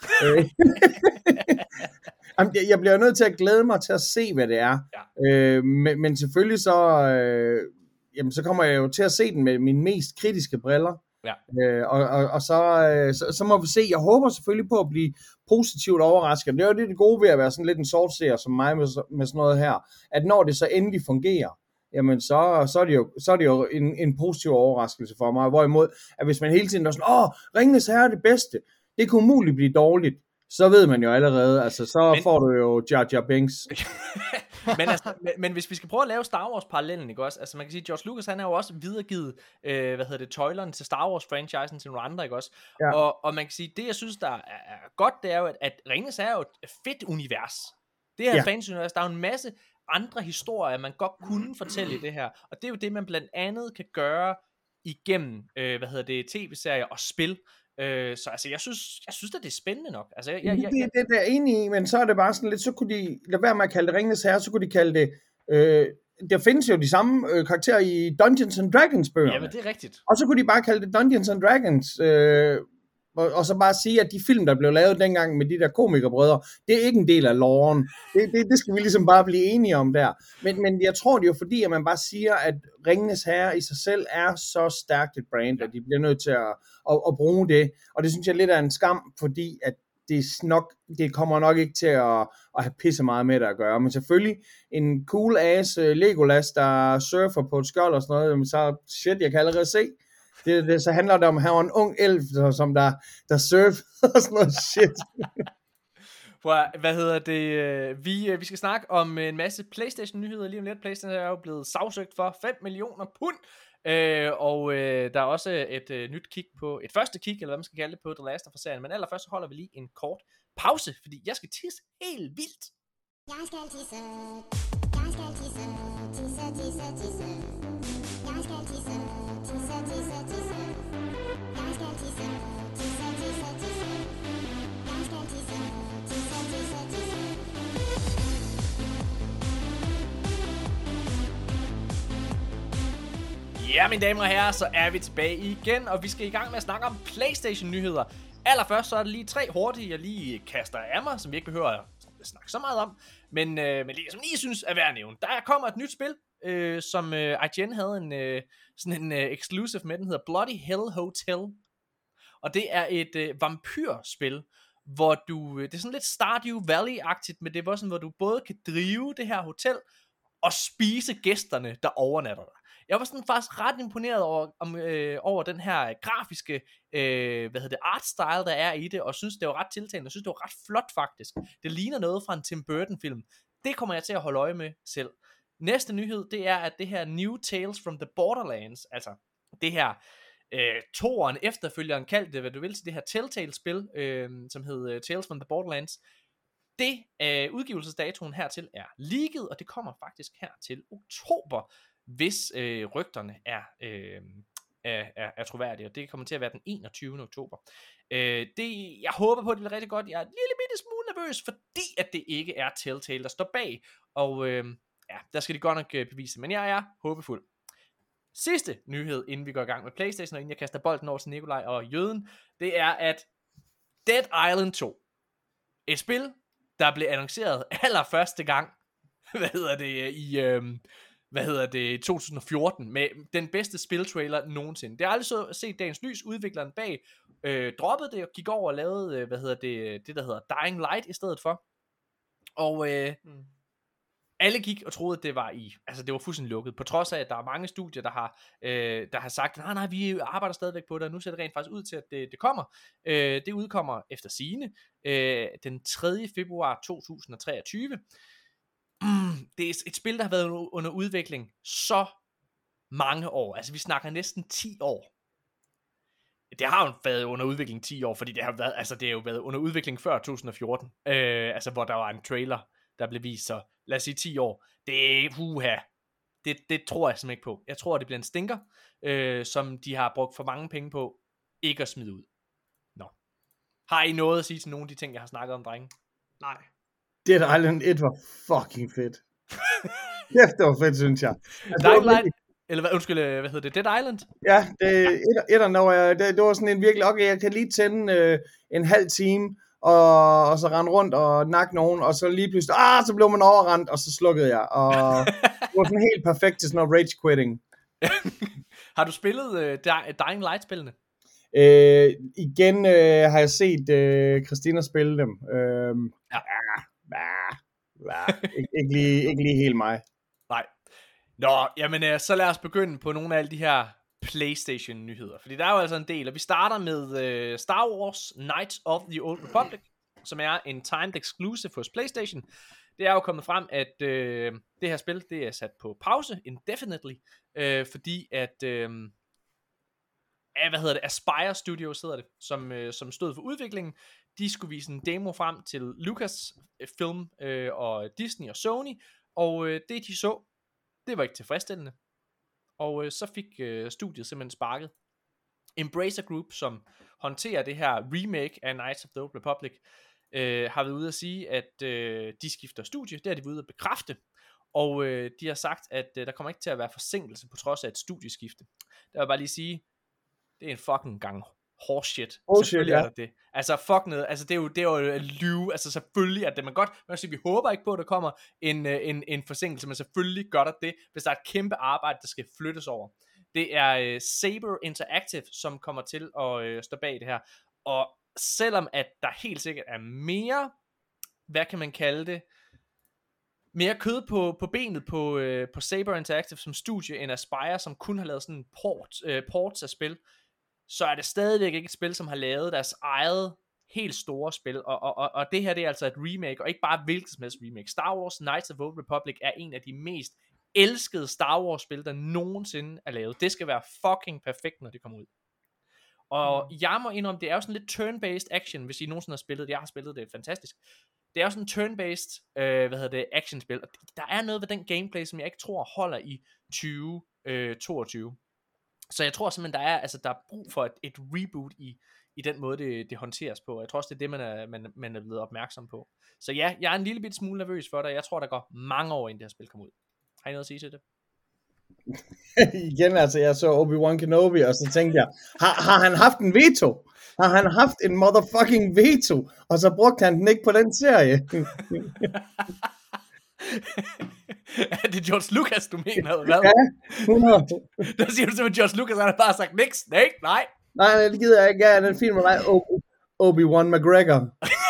Jamen, jeg bliver nødt til at glæde mig til at se, hvad det er. Ja. Øh, men, men selvfølgelig så... Øh, jamen så kommer jeg jo til at se den med mine mest kritiske briller. Ja. Øh, og, og, og så, øh, så, så må vi se. Jeg håber selvfølgelig på at blive positivt overrasket. Det er jo det, det gode ved at være sådan lidt en sortseer som mig med, med sådan noget her. At når det så endelig fungerer, jamen så, så, er, det jo, så er det jo en, en positiv overraskelse for mig. Hvorimod, at hvis man hele tiden er sådan, åh, Ringenes Herre er det bedste. Det kan umuligt blive dårligt. Så ved man jo allerede, altså så men, får du jo Jar Jar Binks. men, altså, men, men hvis vi skal prøve at lave Star Wars parallellen, ikke også? Altså man kan sige, George Lucas, han har jo også videregivet, øh, hvad hedder det, tøjlerne til Star Wars franchisen til nogle andre, ikke også? Ja. Og, og man kan sige, det jeg synes, der er, er godt, det er jo, at, at Ringenes er jo et fedt univers. Det her ja. Fantasy-univers, der er jo en masse andre historier, man godt kunne fortælle i det her. Og det er jo det, man blandt andet kan gøre igennem, øh, hvad hedder det, tv-serier og spil. Øh, så altså, jeg synes, jeg synes at det er spændende nok. Altså, jeg, jeg, jeg, det, det, det er jeg enig i, men så er det bare sådan lidt, så kunne de, lad være med at kalde det Ringenes Herre, så kunne de kalde det, øh, der findes jo de samme øh, karakterer i Dungeons and Dragons bøgerne. Ja, men det er rigtigt. Og så kunne de bare kalde det Dungeons and Dragons, øh, og, og så bare sige, at de film, der blev lavet dengang med de der komikerbrødre, det er ikke en del af loven. Det, det, det skal vi ligesom bare blive enige om der. Men, men jeg tror det jo fordi, at man bare siger, at Ringenes Herre i sig selv er så stærkt et brand, at de bliver nødt til at, at, at bruge det. Og det synes jeg lidt er en skam, fordi at det, nok, det kommer nok ikke til at, at have pisse meget med det at gøre. Men selvfølgelig en cool ass Legolas, der surfer på et skjold og sådan noget, så shit, jeg kan allerede se. Det, det, så handler det om, at han var en ung elf, som der, der surfer og sådan noget shit. Hvad hedder det? Vi, vi skal snakke om en masse PlayStation-nyheder lige om lidt. PlayStation er jo blevet sagsøgt for fem millioner pund Øh, og øh, der er også et øh, nyt kig på, et første kig, eller hvad man skal kalde det, på The Last of Us-serien. Men allerførst så holder vi lige en kort pause, fordi jeg skal tisse helt vildt. Jeg skal tisse, jeg skal tisse, tisse, tisse, tisse. Jeg skal tisse, tisse, tisse, tisse. Jeg skal tisse, tisse, tisse, tisse. Jeg skal tisse, tisse, tisse, tisse. Ja, mine damer og herrer, så er vi tilbage igen, og vi skal i gang med at snakke om PlayStation-nyheder. Allerførst så er der lige tre hurtige, jeg lige kaster af mig, som vi ikke behøver at snakke så meget om, men, øh, men lige, som lige synes er værd at nævne. Der kommer et nyt spil, øh, som øh, I G N havde en, øh, sådan en øh, exclusive med, den hedder Bloody Hell Hotel. Og det er et øh, vampyrspil, hvor du, øh, det er sådan lidt Stardew Valley-agtigt, men det er sådan, hvor du både kan drive det her hotel, og spise gæsterne, der overnatter dig. Jeg var sådan faktisk ret imponeret over, om, øh, over den her grafiske øh, hvad hedder det, art style, der er i det, og synes, det var ret tiltalende, og synes, det var ret flot faktisk. Det ligner noget fra en Tim Burton film. Det kommer jeg til at holde øje med selv. Næste nyhed, det er, at det her New Tales from the Borderlands, altså det her øh, toeren, efterfølgeren, kald det, hvad du vil, til det her Telltale-spil, øh, som hedder uh, Tales from the Borderlands, det øh, udgivelsesdatoen hertil er leaget, og det kommer faktisk her til oktober, hvis øh, rygterne er, øh, er, er, er troværdige, og det kommer til at være den enogtyvende oktober. Øh, det, jeg håber på, at det bliver rigtig godt. Jeg er en lille bitte smule nervøs, fordi at det ikke er Telltale, der står bag, og øh, ja, der skal de godt nok bevise, men jeg er håbefuld. Sidste nyhed, inden vi går i gang med PlayStation, og inden jeg kaster bolden over til Nikolaj og Jøden, det er, at Dead Island to, et spil, der blev annonceret allerførste gang, hvad hedder det, i... Øh, hvad hedder det, to tusind og fjorten, med den bedste spiltrailer nogensinde. Det har aldrig så set dagens lys, udvikleren bag øh, droppede det, og gik over og lavede, øh, hvad hedder det, det der hedder Dying Light i stedet for. Og øh, mm. alle gik og troede, at det var i, altså det var fuldstændig lukket, på trods af, at der er mange studier, der har, øh, der har sagt, nej, nej, vi arbejder stadigvæk på det, og nu ser det rent faktisk ud til, at det, det kommer. Øh, det udkommer efter sigende øh, den tredje februar to tusind og treogtyve. Mm, det er et spil, der har været under udvikling så mange år. Altså vi snakker næsten ti år. Det har jo været under udvikling ti år, fordi det har været, altså det har jo været under udvikling før to tusind og fjorten. Øh, altså hvor der var en trailer, der blev vist, så lad os sige ti år. Det er huha. Det, det tror jeg simpelthen ikke på. Jeg tror, det bliver en stinker, øh, som de har brugt for mange penge på, ikke at smide ud. Nå. Har I noget at sige til nogle af de ting, jeg har snakket om, drenge? Nej. Dead Island et var fucking fedt. Ja, det var fedt, synes jeg. Altså, Dying Light, eller hvad, undskyld, hvad hedder det, Dead Island? Ja, det, et, et, når jeg, det, det var sådan en virkelig, okay, jeg kan lige tænde øh, en halv time, og, og så rende rundt og nakke nogen, og så lige pludselig, ah, så blev man overrendt, og så slukkede jeg, og det var sådan helt perfekt til sådan noget rage quitting. Har du spillet øh, Dying Light-spillene? Øh, igen øh, har jeg set øh, Christina spille dem. Øh, ja. Ja, ja, ikke, ikke, lige, ikke lige helt mig. Nej. Nå, jamen øh, så lad os begynde på nogle af alle de her PlayStation-nyheder. Fordi der er jo altså en del, og vi starter med øh, Star Wars Knights of the Old Republic, som er en timed exclusive hos PlayStation. Det er jo kommet frem, at øh, det her spil, det er sat på pause indefinitely, øh, fordi at... Øh, hvad hedder det, Aspyr Studios hedder det, som, øh, som stod for udviklingen. De skulle vise en demo frem til Lucasfilm øh, og Disney og Sony, og øh, det de så, det var ikke tilfredsstillende. Og øh, så fik øh, studiet simpelthen sparket. Embracer Group, som håndterer det her remake af Knights of the Old Republic, øh, har været ude at sige, at øh, de skifter studie. Det har de været ude at bekræfte. Og øh, de har sagt, at øh, der kommer ikke til at være forsinkelse på trods af et studieskifte. Der vil jeg bare lige sige, det er en fucking gang horseshit. Horseshit, ja. Er det. Altså fuck noget, altså det er jo, det er jo at lyve, altså selvfølgelig at det man godt, man siger, vi håber ikke på, at der kommer en, en, en forsinkelse, men selvfølgelig gør der det, hvis der er et kæmpe arbejde, der skal flyttes over. Det er uh, Saber Interactive, som kommer til at uh, stå bag det her, og selvom at der helt sikkert er mere, hvad kan man kalde det, mere kød på, på benet på, uh, på Saber Interactive som studie, end Aspyr, som kun har lavet sådan en port, uh, ports af spil, så er det stadigvæk ikke et spil, som har lavet deres eget helt store spil, og, og, og, og det her det er altså et remake, og ikke bare hvilket som helst remake. Star Wars Knights of the Old Republic er en af de mest elskede Star Wars spil, der nogensinde er lavet. Det skal være fucking perfekt, når det kommer ud. Og mm. jeg må indrømme, det er jo sådan lidt turn-based action, hvis I nogensinde har spillet det. Jeg har spillet det, fantastisk. Det er jo sådan en turn-based, øh, hvad hedder det, actionspil. Og der er noget ved den gameplay, som jeg ikke tror holder i tyve toogtyve. Så jeg tror simpelthen, der er, altså, der er brug for et, et reboot i, i den måde, det, det håndteres på. Jeg tror også, det er det, man er, man, man er blevet opmærksom på. Så ja, jeg er en lille bit smule nervøs for det. Jeg tror, der går mange år, inden det her spil kommer ud. Har I noget at sige til det? Igen, altså, jeg så Obi-Wan Kenobi, og så tænkte jeg, har, har han haft en veto? Har han haft en motherfucking veto? Og så brugte han den ikke på den serie. Er det George Lucas, du mener? Hvad? Ja, hundrede. Der siger du simpelthen, George Lucas, han har bare sagt niks. Nej, nej. Nej, det gider jeg ikke. Ja, den film med dig, Obi-Wan McGregor.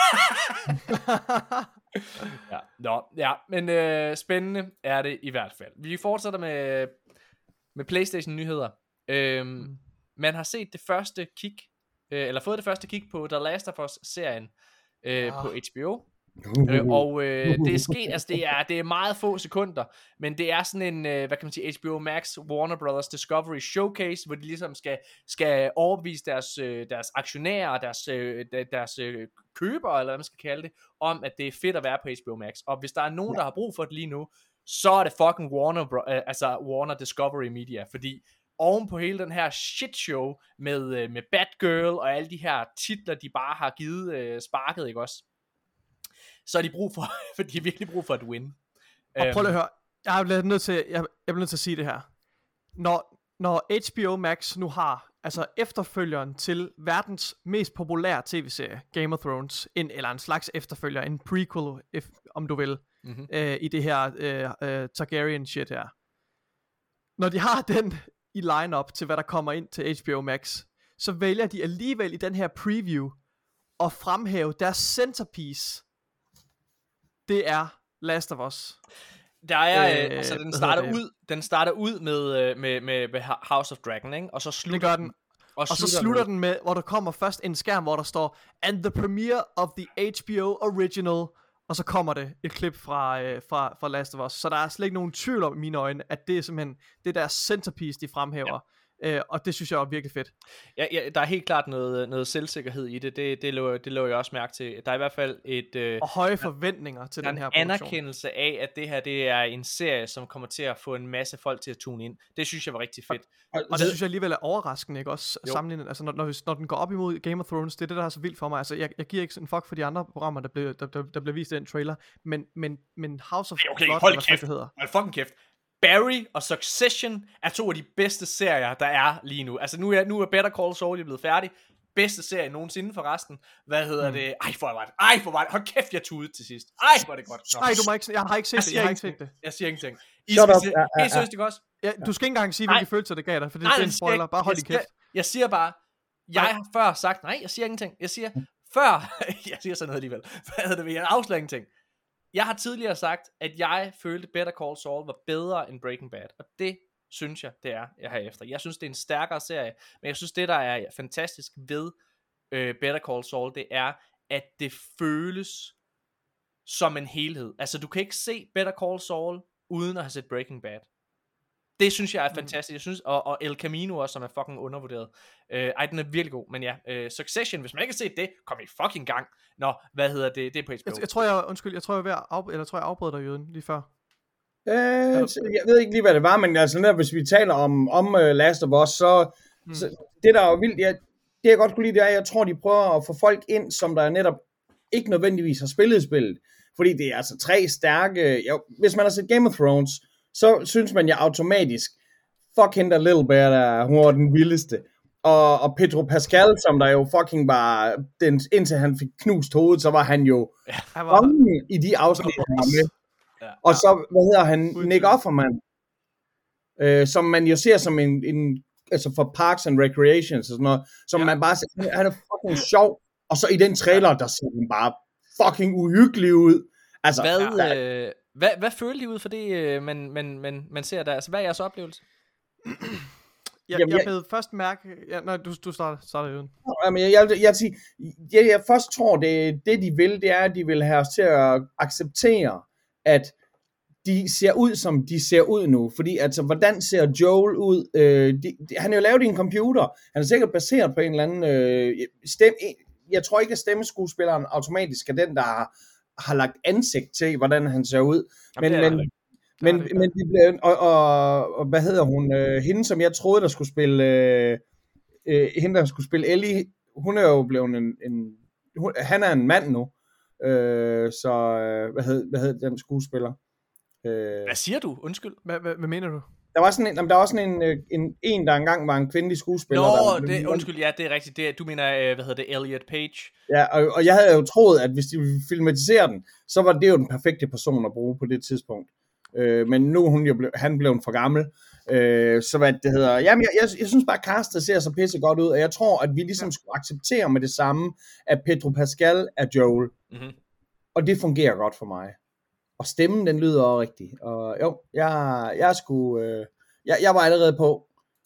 Ja, nå, ja, men øh, spændende er det i hvert fald. Vi fortsætter med, med PlayStation-nyheder. Øhm, mm. Man har set det første kig, øh, eller fået det første kig på The Last of Us-serien øh, ja. på H B O. Uh. Øh, og øh, det er sket, altså det er, det er meget få sekunder, men det er sådan en, øh, hvad kan man sige, H B O Max, Warner Brothers Discovery Showcase, hvor de ligesom skal, skal overbevise deres, øh, deres aktionærer, deres, øh, deres øh, købere, eller hvad man skal kalde det, om at det er fedt at være på H B O Max. Og hvis der er nogen, der har brug for det lige nu, så er det fucking Warner, øh, altså Warner Discovery Media, fordi oven på hele den her shit show med, øh, med Batgirl og alle de her titler, de bare har givet øh, sparket, ikke også? Så er de brug for, for de har virkelig brug for at win. Og prøv at høre, jeg bliver nødt til, jeg, jeg bliver nødt til at sige det her. Når, når H B O Max nu har, altså efterfølgeren til verdens mest populære tv-serie, Game of Thrones, en, eller en slags efterfølger, en prequel, if, om du vil, mm-hmm. øh, i det her øh, øh, Targaryen shit her. Når de har den i line-up til, hvad der kommer ind til H B O Max, så vælger de alligevel i den her preview at fremhæve deres centerpiece. Det er Last of Us. Der er, øh, altså den starter ud, den starter ud med, med, med, med House of Dragon, ikke? Og så slutter det gør den. Og, og så slutter den med, hvor der kommer først en skærm, hvor der står, and the premiere of the H B O original, og så kommer det et klip fra, øh, fra, fra Last of Us. Så der er slet ikke nogen tvivl om i mine øjne, at det er simpelthen det der centerpiece, de fremhæver. Ja. Øh, og det synes jeg er virkelig fedt. Ja, ja, der er helt klart noget, noget selvsikkerhed i det. Det, det, lå, det lå jeg også mærke til. Der er i hvert fald et... Øh, og høje forventninger til den her produktion. En anerkendelse af, at det her det er en serie, som kommer til at få en masse folk til at tune ind. Det synes jeg var rigtig fedt. Og, og, og det synes jeg alligevel er overraskende, ikke også? Sammenlignet, altså når, når, vi, når den går op imod Game of Thrones, det er det, der er så vildt for mig. Altså jeg, jeg giver ikke en fuck for de andre programmer, der blev, der, der, der blev vist i den trailer. Men, men, men House of okay, Blood, hold hvad kæft. det hedder. Hold fucking kæft. Barry og Succession er to af de bedste serier, der er lige nu. Altså nu er, nu er Better Call Saul blevet færdig. Bedste serie nogensinde for resten. Hvad hedder mm. det? Ej, for var det. Ej, for var det. Hold kæft, jeg tudede til sidst. Ej, hvor er det godt. Nå. Ej, du må ikke, jeg har ikke set jeg det. Jeg har ikke set det. Jeg siger ingenting. I skal se, helt seriøst, ikke også? Ja, du skal ikke engang sige, hvilke følelser det gav dig, for det, nej, det er en spoiler. Bare hold din kæft. Jeg siger bare, jeg nej. har før sagt, nej, jeg siger ingenting. Jeg siger, før, jeg siger sådan noget alligevel. Hvad hedder det? Jeg afslører ingenting. Jeg har tidligere sagt, at jeg følte Better Call Saul var bedre end Breaking Bad, og det synes jeg, det er jeg herefter. Jeg synes, det er en stærkere serie, men jeg synes, det der er fantastisk ved øh, Better Call Saul, det er, at det føles som en helhed. Altså, du kan ikke se Better Call Saul, uden at have set Breaking Bad. Det synes jeg er fantastisk. Jeg synes, og, og El Camino også, som er fucking undervurderet. Øh, ej, den er virkelig god. Men ja, øh, Succession, hvis man ikke har set det, kom i fucking gang. Nå, hvad hedder det? Det er på H B O. Jeg, jeg tror, jeg, undskyld, jeg tror, jeg er ved at af, eller jeg tror, jeg afbrød dig, Jøden, lige før. Øh, jeg ved ikke lige, hvad det var, men altså, når, hvis vi taler om, om uh, Last of Us, så, mm. så det, der er vildt, jeg, det jeg godt kunne lide, det er, at jeg tror, de prøver at få folk ind, som der netop ikke nødvendigvis har spillet spillet. Fordi det er altså tre stærke... Jo, hvis man har set Game of Thrones, så synes man jo automatisk, fuck hende der Little Bear, der, hun var den vildeste. Og, og Pedro Pascal, som der jo fucking var, den, indtil han fik knust hovedet, så var han jo ja, han var... i de afsnit, han var med. Ja, og så, hvad hedder han, Nick Offerman, øh, som man jo ser som en, en altså for Parks and Recreations og sådan noget, som ja. man bare ser, han er fucking sjov, og så i den trailer, der ser han bare fucking uhyggelig ud. Altså, hvad, der, øh, hvad, hvad følte I ud for det, øh, man, man, man, man ser der? Altså, hvad er jeres oplevelse? Jeg, Jamen, jeg, jeg blev først mærke... Ja, nej, du, du starter, starter Jøden. Jamen, jeg, jeg, jeg, jeg, jeg, jeg først tror, det, det de vil, det er, at de vil have os til at acceptere, at de ser ud, som de ser ud nu. Fordi altså, hvordan ser Joel ud? Øh, de, de, han er jo lavet i en computer. Han er sikkert baseret på en eller anden øh, stemme. Jeg tror ikke, at stemmeskuespilleren automatisk er den, der har, har lagt ansigt til, hvordan han ser ud. Men, Jamen, men, men, men de blev, og, og, og hvad hedder hun? Øh, hende, som jeg troede, der skulle spille, øh, øh, hende, der skulle spille Ellie, hun er jo blevet en, en hun, han er en mand nu. Øh, så, øh, hvad hed, hvad hed den skuespiller? Øh, Hvad siger du? Undskyld. Hvad, hvad, hvad mener du? Der var sådan en, der var sådan en, en, en, der engang var en kvindelig skuespiller. Nå, der, det, undskyld, ja, det er rigtigt. Det, du mener, hvad hedder det, Elliot Page? Ja, og, og jeg havde jo troet, at hvis de ville filmatisere den, så var det jo den perfekte person at bruge på det tidspunkt. Øh, men nu er hun jo blevet, han blev for gammel. Øh, så hvad det hedder, jamen jeg, jeg, jeg synes bare, at castet ser så pisse godt ud, og jeg tror, at vi ligesom ja. skulle acceptere med det samme, at Pedro Pascal er Joel. Mm-hmm. Og det fungerer godt for mig. Og stemmen, den lyder også rigtig. Og jo, jeg, jeg skulle, øh, jeg, jeg var allerede på.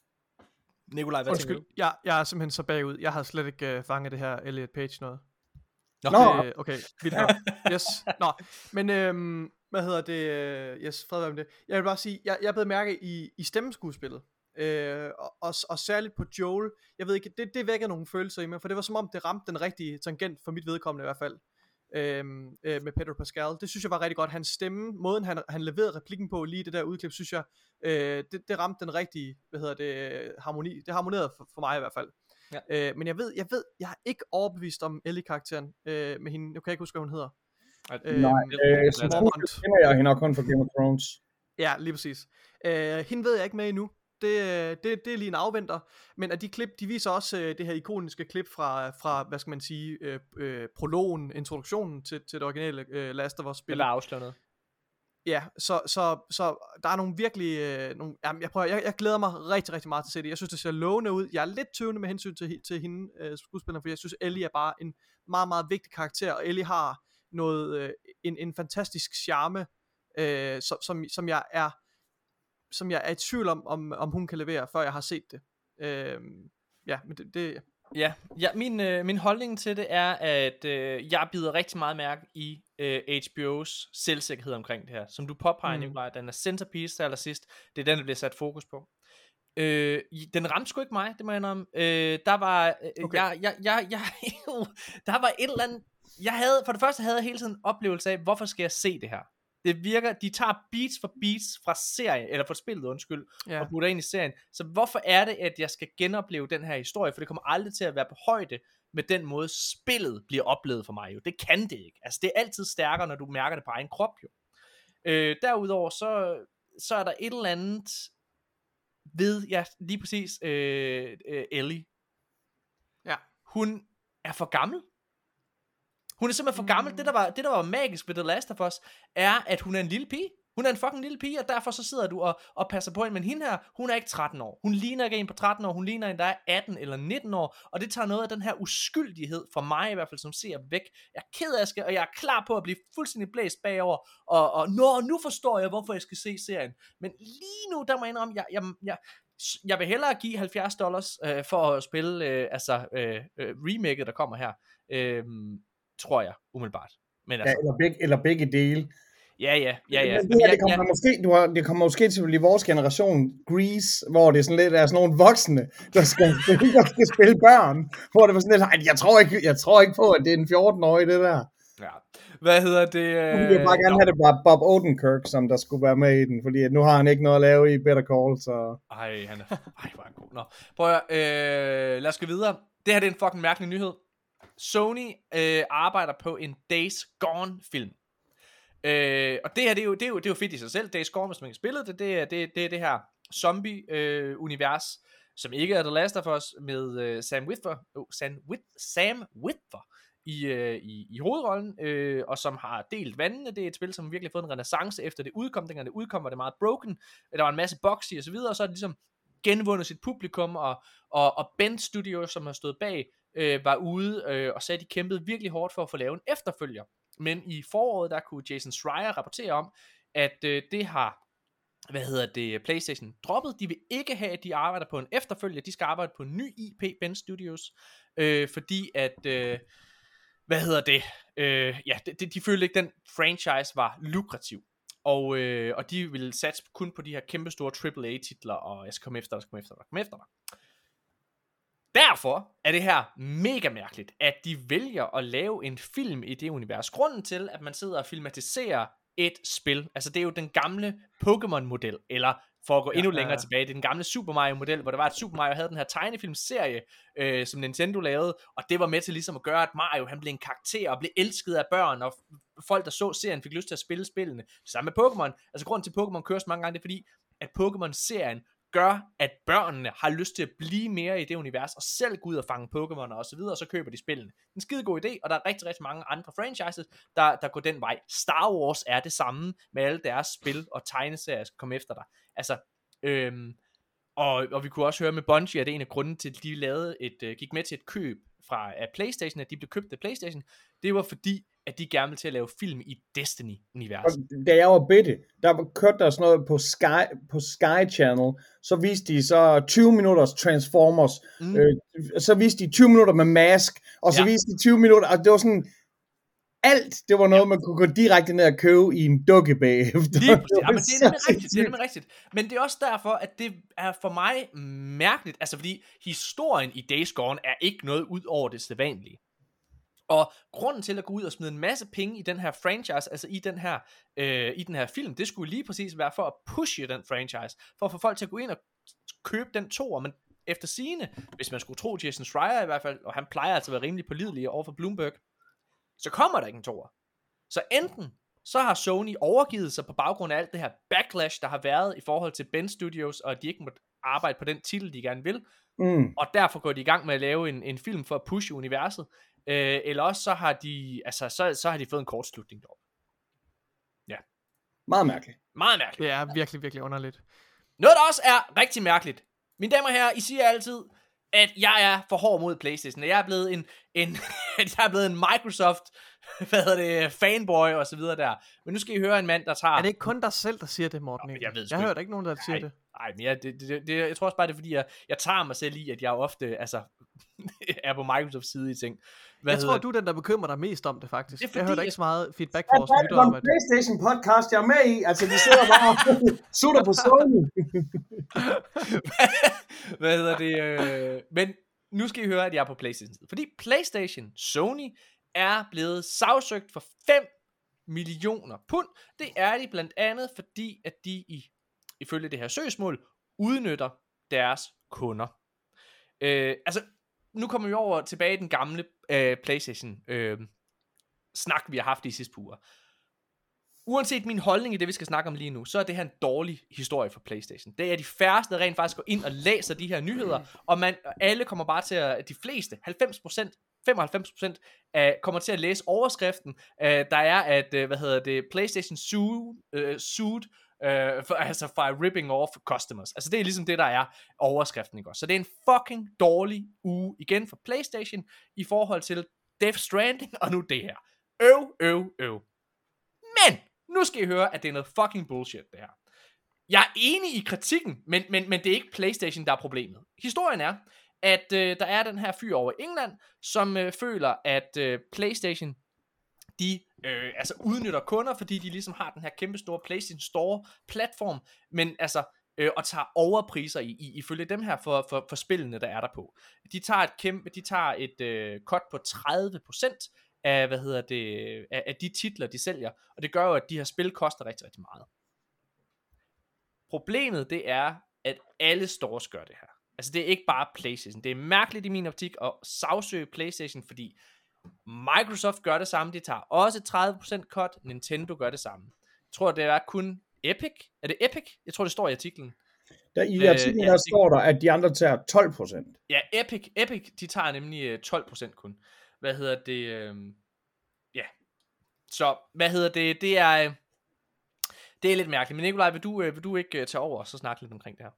Nikolaj, hvad Undskyld, tænker du? jeg, jeg er simpelthen så bagud. Jeg havde slet ikke uh, fanget det her Elliot Page noget. Nå. Øh, okay, vildt nok. Yes. Nå, men øhm, hvad hedder det? Yes, fred være med det. Jeg vil bare sige, jeg, jeg er blevet mærke i, i stemmeskuespillet. Øh, og, og, og særligt på Joel. Jeg ved ikke, det, det vækker nogle følelser i mig, for det var som om, det ramte den rigtige tangent, for mit vedkommende i hvert fald. Øhm, øh, med Pedro Pascal. Det synes jeg var rigtig godt. Hans stemme, måden han, han leverede replikken på, lige det der udklip, synes jeg, øh, det, det ramte den rigtige, hvad hedder det, harmoni. Det harmonerede for, for mig i hvert fald. Ja. Øh, men jeg ved, jeg ved, jeg er ikke overbevist om Ellie-karakteren øh, med hende. Jeg kan ikke huske, hvad hun hedder. Øh, Nej, øh, som skuespiller kender jeg hende kun for Game of Thrones. Ja, lige præcis. Øh, hende ved jeg ikke med endnu. Det, det, det er lige en afventer. Men af de klip, de viser også øh, det her ikoniske klip fra, fra hvad skal man sige, øh, øh, prologen, introduktionen til, til det originale øh, Last of Us spil. Eller afsløret. Ja, så, så, så der er nogle virkelig, øh, nogle, jamen, jeg, prøver, jeg, jeg glæder mig rigtig, rigtig meget til at se det. Jeg synes, det ser lovende ud. Jeg er lidt tøvende med hensyn til, til hende, øh, skuespilleren, for jeg synes, Ellie er bare en meget, meget vigtig karakter, og Ellie har noget, øh, en, en fantastisk charme, øh, som, som, som jeg er som jeg er i tvivl om, om, om hun kan levere, før jeg har set det. Øh, ja, men det... det ja, ja min, øh, min holdning til det er, at øh, jeg bider rigtig meget mærke i øh, H B O's selvsikkerhed omkring det her. Som du påpeger, mm. Nikolaj, den er centerpiece til allersidst. Det er den, der bliver sat fokus på. Øh, den ramte sgu ikke mig, det må jeg indrømme. Øh, der var... Øh, okay. jeg, jeg, jeg, jeg, der var et eller andet... Jeg havde, for det første havde jeg hele tiden en oplevelse af, hvorfor skal jeg se det her? Det virker, de tager beats for beats fra serien, eller fra spillet, undskyld, ja. Og putter ind i serien. Så hvorfor er det, at jeg skal genopleve den her historie? For det kommer aldrig til at være på højde med den måde, spillet bliver oplevet for mig jo. Det kan det ikke. Altså, det er altid stærkere, når du mærker det på egen krop jo. Øh, derudover, så, så er der et eller andet ved, ja, lige præcis, øh, øh, Ellie. Ja. Hun er for gammel. Hun er simpelthen for gammel. Mm. Det, der var, det, der var magisk ved The Last of Us, er, at hun er en lille pige. Hun er en fucking lille pige, og derfor så sidder du og, og passer på hende. Men hende her, hun er ikke tretten år. Hun ligner ikke en på tretten år. Hun ligner en, der er atten eller nitten år. Og det tager noget af den her uskyldighed, for mig i hvert fald, som ser væk. Jeg er ked af det, og jeg er klar på at blive fuldstændig blæst bagover. Og, og nå, nu forstår jeg, hvorfor jeg skal se serien. Men lige nu, der må jeg indrømme, jeg, jeg, jeg, jeg vil hellere give halvfjerds dollars øh, for at spille øh, altså, øh, øh, remaket, der kommer her. Øh, tror jeg, umiddelbart. Men altså, ja, eller, begge, eller begge dele. Ja, ja, ja, ja. Men det, her, det, kommer ja. Måske, du har, det kommer måske til at blive vores generation Grease, hvor det er sådan lidt af sådan nogle voksne, der skal, der skal spille børn. Hvor det var sådan lidt, jeg tror ikke, jeg tror ikke på, at det er en fjorten-årig, det der. Ja. Hvad hedder det? Øh... Jeg vil bare gerne no. have det bare Bob Odenkirk, som der skulle være med i den, fordi nu har han ikke noget at lave i Better Call, så... Ej, han er... Ej, hvor er han god. Nå. Prøv at, øh, lad os gå videre. Det her det er en fucking mærkelig nyhed. Sony øh, arbejder på en Days Gone film. Øh, og det her det er, jo, det, er jo, det er jo fedt i sig selv. Days Gone, hvis man ikke spillet det, det er det, det, det her zombie-univers, øh, som ikke er The Last of Us, med øh, Sam Witwer, oh, Sam, Whit, Sam Witwer i, øh, i, i hovedrollen, øh, og som har delt vandene. Det er et spil, som virkelig har fået en renaissance efter det udkom. Dengang det udkom, var det meget broken. Der var en masse bugs i og så videre, og så er det ligesom genvundet sit publikum, og, og, og Bend Studios, som har stået bag, øh, var ude øh, og sagde, at de kæmpede virkelig hårdt for at få lavet en efterfølger. Men i foråret, der kunne Jason Schreier rapportere om, at øh, det har, hvad hedder det, PlayStation droppet. De vil ikke have, at de arbejder på en efterfølger. De skal arbejde på en ny I P, Bend Studios, øh, fordi at, øh, hvad hedder det, øh, ja, de, de følte ikke, den franchise var lukrativ. og, øh, og de vil satse kun på de her kæmpe store triple A titler, og jeg skal komme efter dig, komme efter dig, komme efter dig. Derfor er det her mega mærkeligt, at de vælger at lave en film i det univers. Grunden til, at man sidder og filmatiserer et spil, altså det er jo den gamle Pokémon-model, eller for at gå endnu ja, længere ja. tilbage, det er den gamle Super Mario-model, hvor der var, at Super Mario havde den her tegnefilmserie, øh, som Nintendo lavede, og det var med til ligesom at gøre, at Mario han blev en karakter, og blev elsket af børn, og folk, der så serien, fik lyst til at spille spillene. Det samme med Pokémon. Altså grunden til, at Pokémon kører så mange gange, det er fordi, at Pokémon-serien gør, at børnene har lyst til at blive mere i det univers, og selv gå ud og fange Pokémoner og så videre, og så køber de spillene. En skide god idé, og der er rigtig, rigtig mange andre franchises, der, der går den vej. Star Wars er det samme med alle deres spil og tegneserier, skal komme efter dig. Altså, øhm, og, og vi kunne også høre med Bungie, at det er en af grunden til, at de lavede et, uh, gik med til et køb fra af PlayStation, at de blev købt af PlayStation, det var fordi, at de gerne ville til at lave film i Destiny-universet. Da jeg var bitte, der kørte der sådan noget på Sky, på Sky Channel, så viste de så tyve minutters Transformers, mm. øh, så viste de tyve minutter med Mask, og så ja. viste de tyve minutter, og det var sådan, alt, det var noget, ja. man kunne gå direkte ned og købe i en dukke bagefter. Lige præcis, ja, men det er nemlig rigtigt, det er nemlig rigtigt. Men det er også derfor, at det er for mig mærkeligt, altså fordi historien i Days Gone er ikke noget ud over det sædvanlige. Og grunden til at gå ud og smide en masse penge i den her franchise, altså i den her, øh, i den her film, det skulle lige præcis være for at pushe den franchise, for at få folk til at gå ind og købe den toer, men efter sigende, hvis man skulle tro Jason Schreier i hvert fald, og han plejer altså at være rimelig pålidelig over for Bloomberg, så kommer der ikke en toer. Så enten så har Sony overgivet sig på baggrund af alt det her backlash, der har været i forhold til Bend Studios, og at de ikke må arbejde på den titel, de gerne vil, mm. og derfor går de i gang med at lave en, en film for at pushe universet, øh, eller også så har de, altså så, så har de fået en kortslutning deroppe. Ja. Meget mærkeligt. Meget mærkeligt. Det er virkelig, virkelig underligt. Noget, der også er rigtig mærkeligt. Mine damer og herrer, I siger altid, at jeg er for hård mod PlayStation, at jeg er blevet en, en jeg er blevet en Microsoft, hvad hedder det, fanboy og så videre der. Men nu skal I høre en mand, der tager... Er det ikke kun dig selv, der siger det, Morten? Nå, jeg ved jeg hører ikke nogen, der siger nej, det. Nej, men jeg, det, det, det, jeg tror også bare, det er fordi, jeg, jeg tager mig selv i, at jeg ofte altså, er på Microsofts side i ting. Hvad jeg tror, du er den, der bekymrer dig mest om det, faktisk. Det det jeg hørte jeg... ikke så meget feedback fra vores lytter om, at... PlayStation podcast, jeg er med i. Altså, de sidder bare og sutter på Sony. Hvad hedder det? Øh... Men nu skal I høre, at jeg er på PlayStation side. Fordi PlayStation, Sony, er blevet sagsøgt for fem millioner pund. Det er de blandt andet, fordi at de i, ifølge det her søgsmål udnytter deres kunder. Øh, altså, nu kommer vi over tilbage i den gamle øh, PlayStation øh, snak, vi har haft i sidste par uger. Uanset min holdning i det, vi skal snakke om lige nu, så er det her en dårlig historie for PlayStation. Det er de færreste, der rent faktisk går ind og læser de her nyheder, og man, alle kommer bare til at, de fleste, halvfems procent, femoghalvfems procent, uh, kommer til at læse overskriften, uh, der er, at, uh, hvad hedder det, PlayStation sued, uh, sued uh, for, altså for ripping off customers. Altså det er ligesom det, der er overskriften, ikke også? Så det er en fucking dårlig uge igen for PlayStation, i forhold til Death Stranding, og nu det her. Øv, øv, øv. Men nu skal I høre, at det er noget fucking bullshit, det her. Jeg er enig i kritikken, men, men, men det er ikke PlayStation, der er problemet. Historien er, at øh, der er den her fyr over England, som øh, føler, at øh, PlayStation, de øh, altså udnytter kunder, fordi de ligesom har den her kæmpe store PlayStation Store-platform, men altså, øh, og tager overpriser i, i, ifølge dem her for, for, for spillene, der er der på. De tager et kæmpe, de tager et øh, cut på tredive procent, af, hvad hedder det, af, af de titler, de sælger, og det gør jo, at de her spil koster rigtig, rigtig meget. Problemet, det er, at alle stores gør det her. Altså, det er ikke bare PlayStation. Det er mærkeligt i min optik at sagsøge PlayStation, fordi Microsoft gør det samme, de tager også tredive procent cut, Nintendo gør det samme. Jeg tror, det er kun Epic. Er det Epic? Jeg tror, det står i artiklen. Der, I artiklen øh, der står der, at de andre tager tolv procent. Ja, Epic, Epic, de tager nemlig tolv procent kun. Hvad hedder det? Øh... Ja. Så, hvad hedder det? Det er, øh... det er lidt mærkeligt. Men Nikolaj, vil du, øh, vil du ikke øh, tage over og så snakke lidt omkring det her?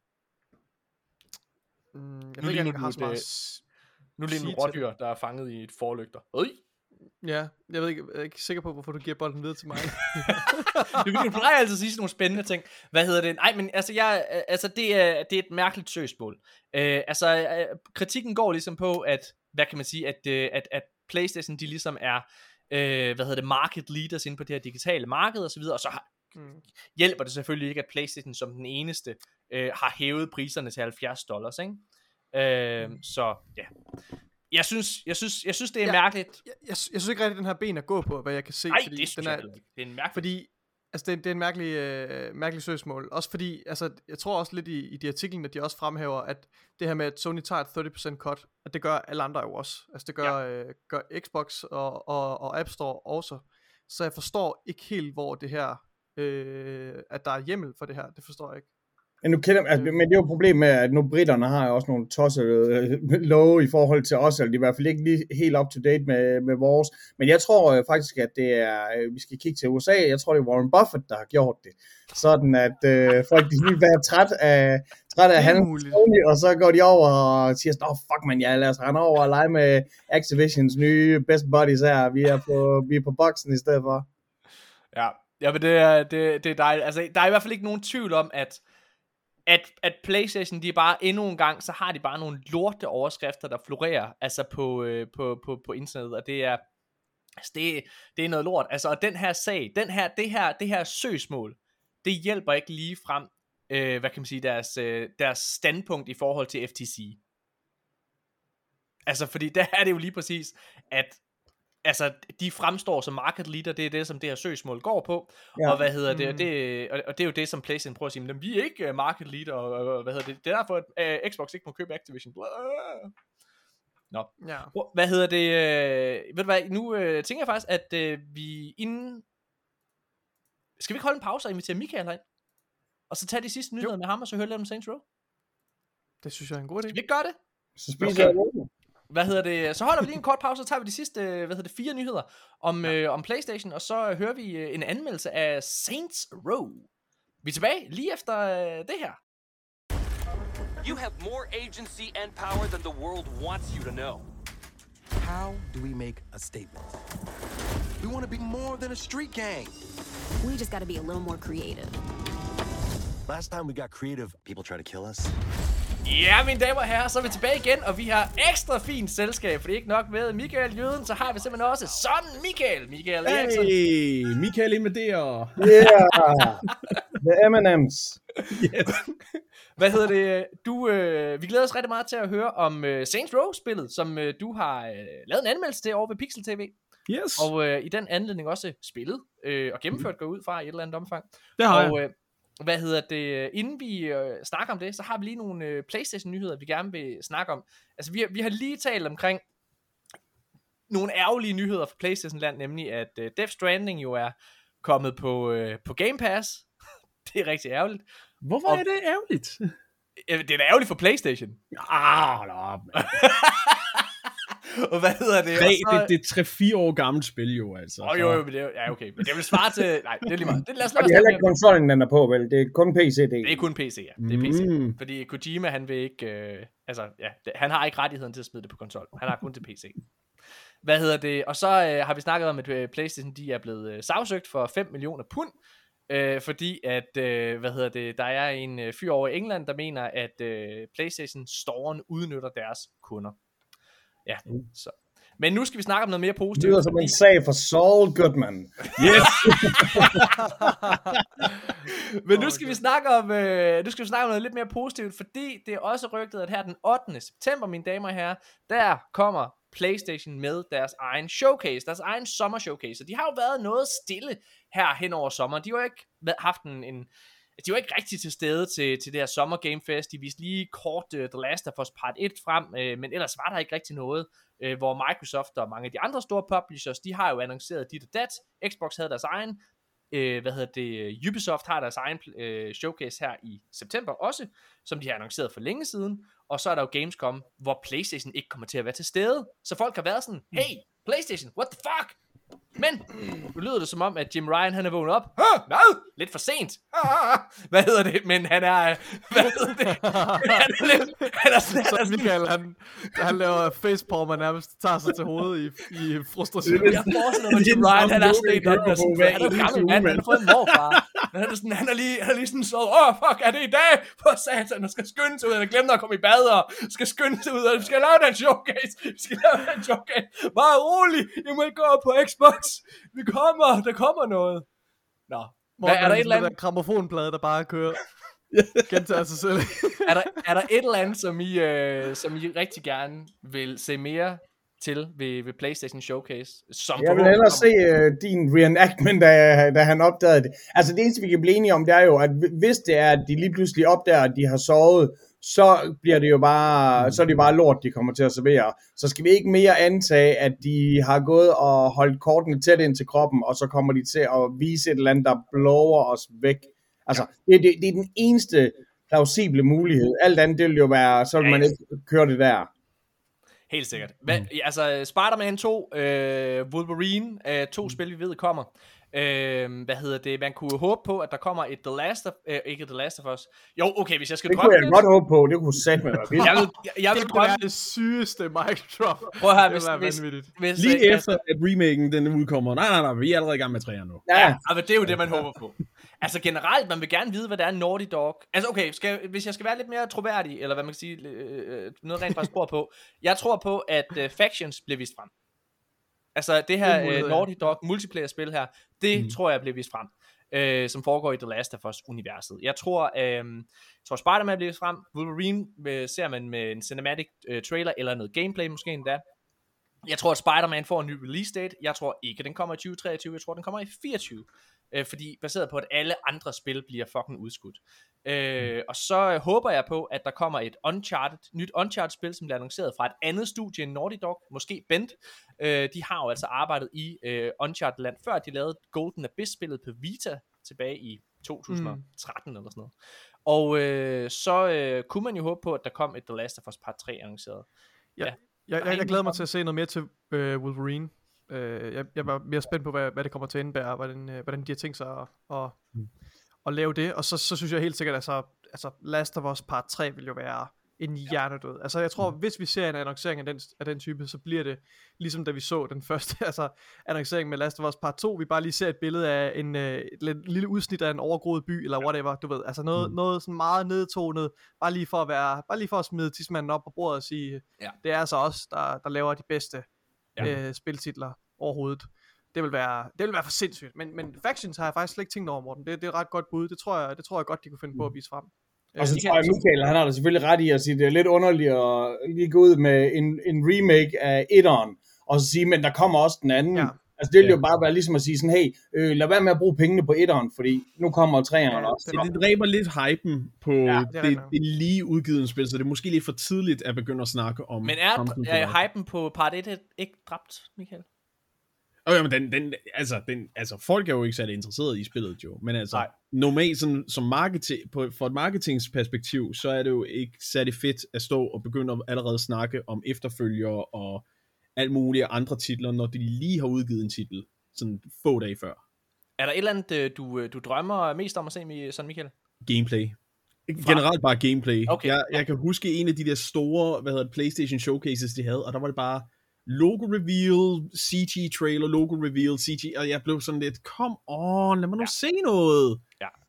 Mm, jeg nu ved ikke, nu, jeg har så meget nu lige en rådyr, der er fanget i et forlygter. Øj! Ja, jeg ved ikke, jeg er ikke sikker på, hvorfor du giver bolden videre til mig. Det vil du plejer altid at sige sådan nogle spændende ting. Hvad hedder det? Nej, men altså, jeg, altså det, er, det er et mærkeligt søgsmål. Øh, altså, kritikken går ligesom på, at, hvad kan man sige, at, at, at PlayStation, de ligesom er, øh, hvad hedder det, market leaders inde på det her digitale marked og så videre, og så har, mm. hjælper det selvfølgelig ikke, at PlayStation som den eneste øh, har hævet priserne til halvfjerds dollars, ikke? Øh, mm. Så ja, jeg synes, jeg synes, jeg synes det er ja, mærkeligt. Jeg, jeg, jeg synes ikke rigtig, den her ben at gå på, hvad jeg kan se. Nej, fordi det synes den er, jeg ikke. Det er en mærkelig. Fordi altså det, det er en mærkelig, øh, mærkelig søgsmål. Også fordi, altså jeg tror også lidt i, i de artikler, at de også fremhæver, at det her med, at Sony tager et tredive procent cut, at det gør alle andre jo også. Altså det gør, ja. øh, gør Xbox og, og, og App Store også. Så jeg forstår ikke helt, hvor det her, øh, at der er hjemmel for det her. Det forstår jeg ikke. Men, nu kender, altså, men det er jo et problem med, at nu britterne har jo også nogle tossede love i forhold til os, eller de er i hvert fald ikke lige helt up to date med, med vores. Men jeg tror øh, faktisk, at det er, vi skal kigge til U S A, jeg tror det er Warren Buffett, der har gjort det. Sådan at øh, folk de lige være træt af, træt af han, og så går de over og siger sådan, åh oh, fuck man, ja, lad os rende over og lege med Activisions nye best buddies her, vi er på, vi er på boksen i stedet for. Ja, ja men det er, det, det er dejligt. Altså, der er i hvert fald ikke nogen tvivl om, at At, at PlayStation, de er bare endnu en gang, så har de bare nogle lorte overskrifter, der florerer, altså på, øh, på, på, på internettet, og det er, altså det, det er noget lort, altså, og den her sag, den her, det her, det her søgsmål, det hjælper ikke lige frem, øh, hvad kan man sige, deres, øh, deres standpunkt i forhold til F T C. Altså, fordi der er det jo lige præcis, at altså, de fremstår som market leader, det er det, som det her søgsmål går på, ja. og hvad hedder det, og det, og det er jo det, som PlayStation prøver at sige, men vi er ikke market leader, og hvad hedder det, det er derfor, at uh, Xbox ikke må købe Activision. Nå, ja. Hvad hedder det, uh, ved du hvad, nu uh, tænker jeg faktisk, at uh, vi inden, skal vi ikke holde en pause og invitere Michael herind, og så tage de sidste nyheder jo. med ham, og så høre lidt om Saints Row? Det synes jeg er en god idé. Skal vi ikke gøre det? Så spiser jeg okay. Hvad hedder det? Så holder vi lige en kort pause, så tager vi de sidste, hvad hedder det, fire nyheder om, ja. øh, om PlayStation, og så hører vi øh, en anmeldelse af Saints Row. Vi er tilbage lige efter øh, det her. You have more agency and power than the world wants you to know. How do we make a statement? We want to be more than a street gang. We just got to be a little more creative. Last time we got creative, people try to kill us. Ja, mine damer og herrer, så er vi tilbage igen, og vi har ekstra fint selskab, for det er ikke nok med Michael Jøden, så har vi simpelthen også sådan Michael, Michael Eriksen. Hey, Michael invaderer. Yeah, the M and M's. Yes. Hvad hedder det? Du, øh, vi glæder os rigtig meget til at høre om øh, Saints Row-spillet, som øh, du har øh, lavet en anmeldelse til over ved Pixel T V. Yes. Og øh, i den anledning også spillet øh, og gennemført mm. går ud fra i et eller andet omfang. Det har og, jeg. Øh, Hvad hedder det, inden vi øh, snakker om det, så har vi lige nogle øh, PlayStation-nyheder, vi gerne vil snakke om. Altså, vi har, vi har lige talt omkring nogle ærgerlige nyheder fra PlayStation-land, nemlig at øh, Death Stranding jo er kommet på, øh, på Game Pass. Det er rigtig ærgerligt. Hvorfor og, er det ærgerligt? Øh, det er da ærgerligt for PlayStation. Ah, no, Og hvad hedder det? tre, så... det, det er tre fire år gammelt spil jo, altså. Åh, oh, jo, jo, men det er, ja, okay. Men det vil svare til... Nej, det er lige meget. Det, lad os, og det er heller ikke konsollen, den er på, vel? Det er kun P C, det. Det er kun P C, ja. Det er P C. Mm. Fordi Kojima, han vil ikke... Øh, altså, ja, det, han har ikke rettigheden til at smide det på konsol. Han har kun til P C. Hvad hedder det? Og så øh, har vi snakket om, at øh, PlayStation, de er blevet øh, sagsøgt for fem millioner pund. Øh, fordi at, øh, hvad hedder det, der er en øh, fyr over i England, der mener, at øh, PlayStation-storen udnytter deres kunder. Ja, mm. så... Men nu skal vi snakke om noget mere positivt. Det lyder som en sag for Saul Goodman. Yes! Men nu skal vi snakke om øh, nu skal vi snakke om noget lidt mere positivt, fordi det er også rygtet, at her den ottende september, mine damer og herrer, der kommer PlayStation med deres egen showcase, deres egen sommer showcase. Og de har jo været noget stille her hen over sommeren. De har jo ikke haft en... en de var ikke rigtig til stede til, til det her Summer Game Fest. De viste lige kort uh, The Last of Us Part et frem, uh, men ellers var der ikke rigtig noget, uh, hvor Microsoft og mange af de andre store publishers, de har jo annonceret dit og dat. Xbox havde deres egen, uh, hvad hedder det, Ubisoft har deres egen uh, showcase her i september også, som de har annonceret for længe siden. Og så er der jo Gamescom, hvor PlayStation ikke kommer til at være til stede. Så folk har været sådan, hey, PlayStation, what the fuck? Men nu lyder det som om, at Jim Ryan, han er vågnet op. Hå, nej, lidt for sent. Hvad hedder det? Men han er... Hvad hedder det? Han er lidt... Han er sådan... Så Michael, han, han laver facepalm og nærmest tager sig til hovedet i, i frustration. Jeg forestiller mig, at Jim Ryan, han er sådan en, der er sådan... Han er jo gammel mand, han har fået en morfar. Han er, sådan, han er lige, han er lige sådan så... Åh, oh, fuck, er det i dag? For satan, han skal skynde sig ud. Han har glemt at komme i bad, og skal skynde sig ud. Og vi skal lave den showcase. Vi skal lave den showcase. Bare rolig. I må ikke gå på Xbox. Vi kommer. Der kommer noget. Nå. Morten, er er der der et eller andet- der gramofonplade, der bare kører? Gentager sig selv. er, der, er der et eller andet, som I, øh, som I rigtig gerne vil se mere til ved, ved PlayStation Showcase? Som Jeg vil hellere se uh, din reenactment, da, da han opdagede det. Altså det eneste, vi kan blive enige om, det er jo, at hvis det er, at de lige pludselig opdager, at de har sovet, så bliver det jo bare, så er det jo bare lort, de kommer til at servere. Så skal vi ikke mere antage, at de har gået og holdt kortene tæt ind til kroppen, og så kommer de til at vise et eller andet, der blower os væk. Altså, det, det, det er den eneste plausible mulighed. Alt andet, det vil jo være, så vil man ikke køre det der. Helt sikkert. Hvad, mm. Altså, Spider-Man to, øh, Wolverine, øh, to mm. spil, vi ved kommer. Øh, hvad hedder det? Man kunne håbe på, at der kommer et The Last of... Øh, ikke The Last of Us. Jo, okay, hvis jeg skal det drømme Det kunne jeg lidt, godt håbe på. Det kunne sætte mig være vildt. Jeg vil, jeg, jeg vil Det kunne drømme... være det sygeste mic drop. Prøv at høre, Det hvis, ville være hvis, vanvittigt. hvis, Lige øh, efter, at remaken den udkommer. Nej, nej, nej, vi er allerede i gang med træer nu. Ja, Ja, men det er jo det, man håber på. Altså generelt, man vil gerne vide, hvad det er Naughty Dog. Altså okay, skal, hvis jeg skal være lidt mere troværdig, eller hvad man kan sige, øh, noget rent faktisk spor på. Jeg tror på, at øh, Factions bliver vist frem. Altså det her mulighed, øh, ja. Naughty Dog multiplayer-spil her, det Mm. tror jeg bliver vist frem. Øh, som foregår i The Last of Us-universet. Jeg tror, øh, jeg tror Spider-Man bliver vist frem. Wolverine øh, ser man med en cinematic øh, trailer, eller noget gameplay måske endda. Jeg tror, at Spider-Man får en ny release date. Jeg tror ikke, den kommer i tyve treogtyve. Jeg tror, den kommer i fireogtyve. Øh, fordi baseret på, at alle andre spil bliver fucking udskudt. Øh, og så øh, håber jeg på, at der kommer et Uncharted, nyt Uncharted-spil, som bliver annonceret fra et andet studie end Naughty Dog. Måske Bent. Øh, de har jo altså arbejdet i øh, Uncharted-land, før de lavede Golden Abyss-spillet på Vita tilbage i to tusind og tretten mm. eller sådan noget. Og øh, så øh, kunne man jo håbe på, at der kom et The Last of Us Part tre annonceret. Ja. Ja. Jeg, jeg, jeg glæder mig til at se noget mere til øh, Wolverine. Øh, jeg, jeg var mere spændt på, hvad, hvad det kommer til at indebære, hvordan, øh, hvordan de har tænkt sig at, at, Mm. at lave det. Og så, så synes jeg helt sikkert, at altså, altså Last of Us Part tre vil jo være en hjernedød. Altså jeg tror, hvis vi ser en annoncering af den, af den type, så bliver det ligesom da vi så den første altså, annoncering med Last of Us Part to. Vi bare lige ser et billede af en øh, et lille udsnit af en overgroet by, eller whatever, du ved. Altså noget, mm. noget sådan meget nedtonet, bare lige for at være, bare lige for at smide tidsmanden op på bordet og sige, Ja. det er altså os, der, der laver de bedste Ja. øh, spiltitler overhovedet. Det vil være, det vil være for sindssygt. Men, men Factions har jeg faktisk slet ikke tænkt over, Morten. Det, det er et ret godt bud. Det tror jeg, det tror jeg godt, de kunne finde på at vise frem. Og så Øh, tror jeg, Michael, han har da selvfølgelig ret i at sige, det er lidt underligt at lige gå ud med en, en remake af etteren, og så sige, men der kommer også den anden. Ja. Altså det vil jo Ja. bare være ligesom at sige sådan, hey, øh, lad være med at bruge pengene på etteren, fordi nu kommer treeren Ja, også. det er Det dræber lidt hypen på det ja, er det, det, rigtigt. det lige udgivet spil, så det er måske lidt for tidligt at begynde at snakke om. Men er, fremtiden på er vej. hypen på part et ikke dræbt, Michael? Oh, ja, men den, den, altså, den, altså, folk er jo ikke særlig interesseret i spillet, jo. Men altså, Nej. normalt sådan, som marketing, på, for et marketingsperspektiv, så er det jo ikke særlig fedt at stå og begynde at allerede snakke om efterfølgere og alt mulige andre titler, når de lige har udgivet en titel, sådan få dage før. Er der et eller andet, øh, du, øh, du drømmer mest om at se, Mi- sådan Michael? Gameplay. Generelt bare gameplay. Okay. Jeg, jeg kan huske en af de der store, hvad hedder det, PlayStation showcases, de havde, og der var det bare logo reveal, C G trailer, logo reveal, C G, og jeg blev sådan lidt, come on, lad mig nu ja. se noget.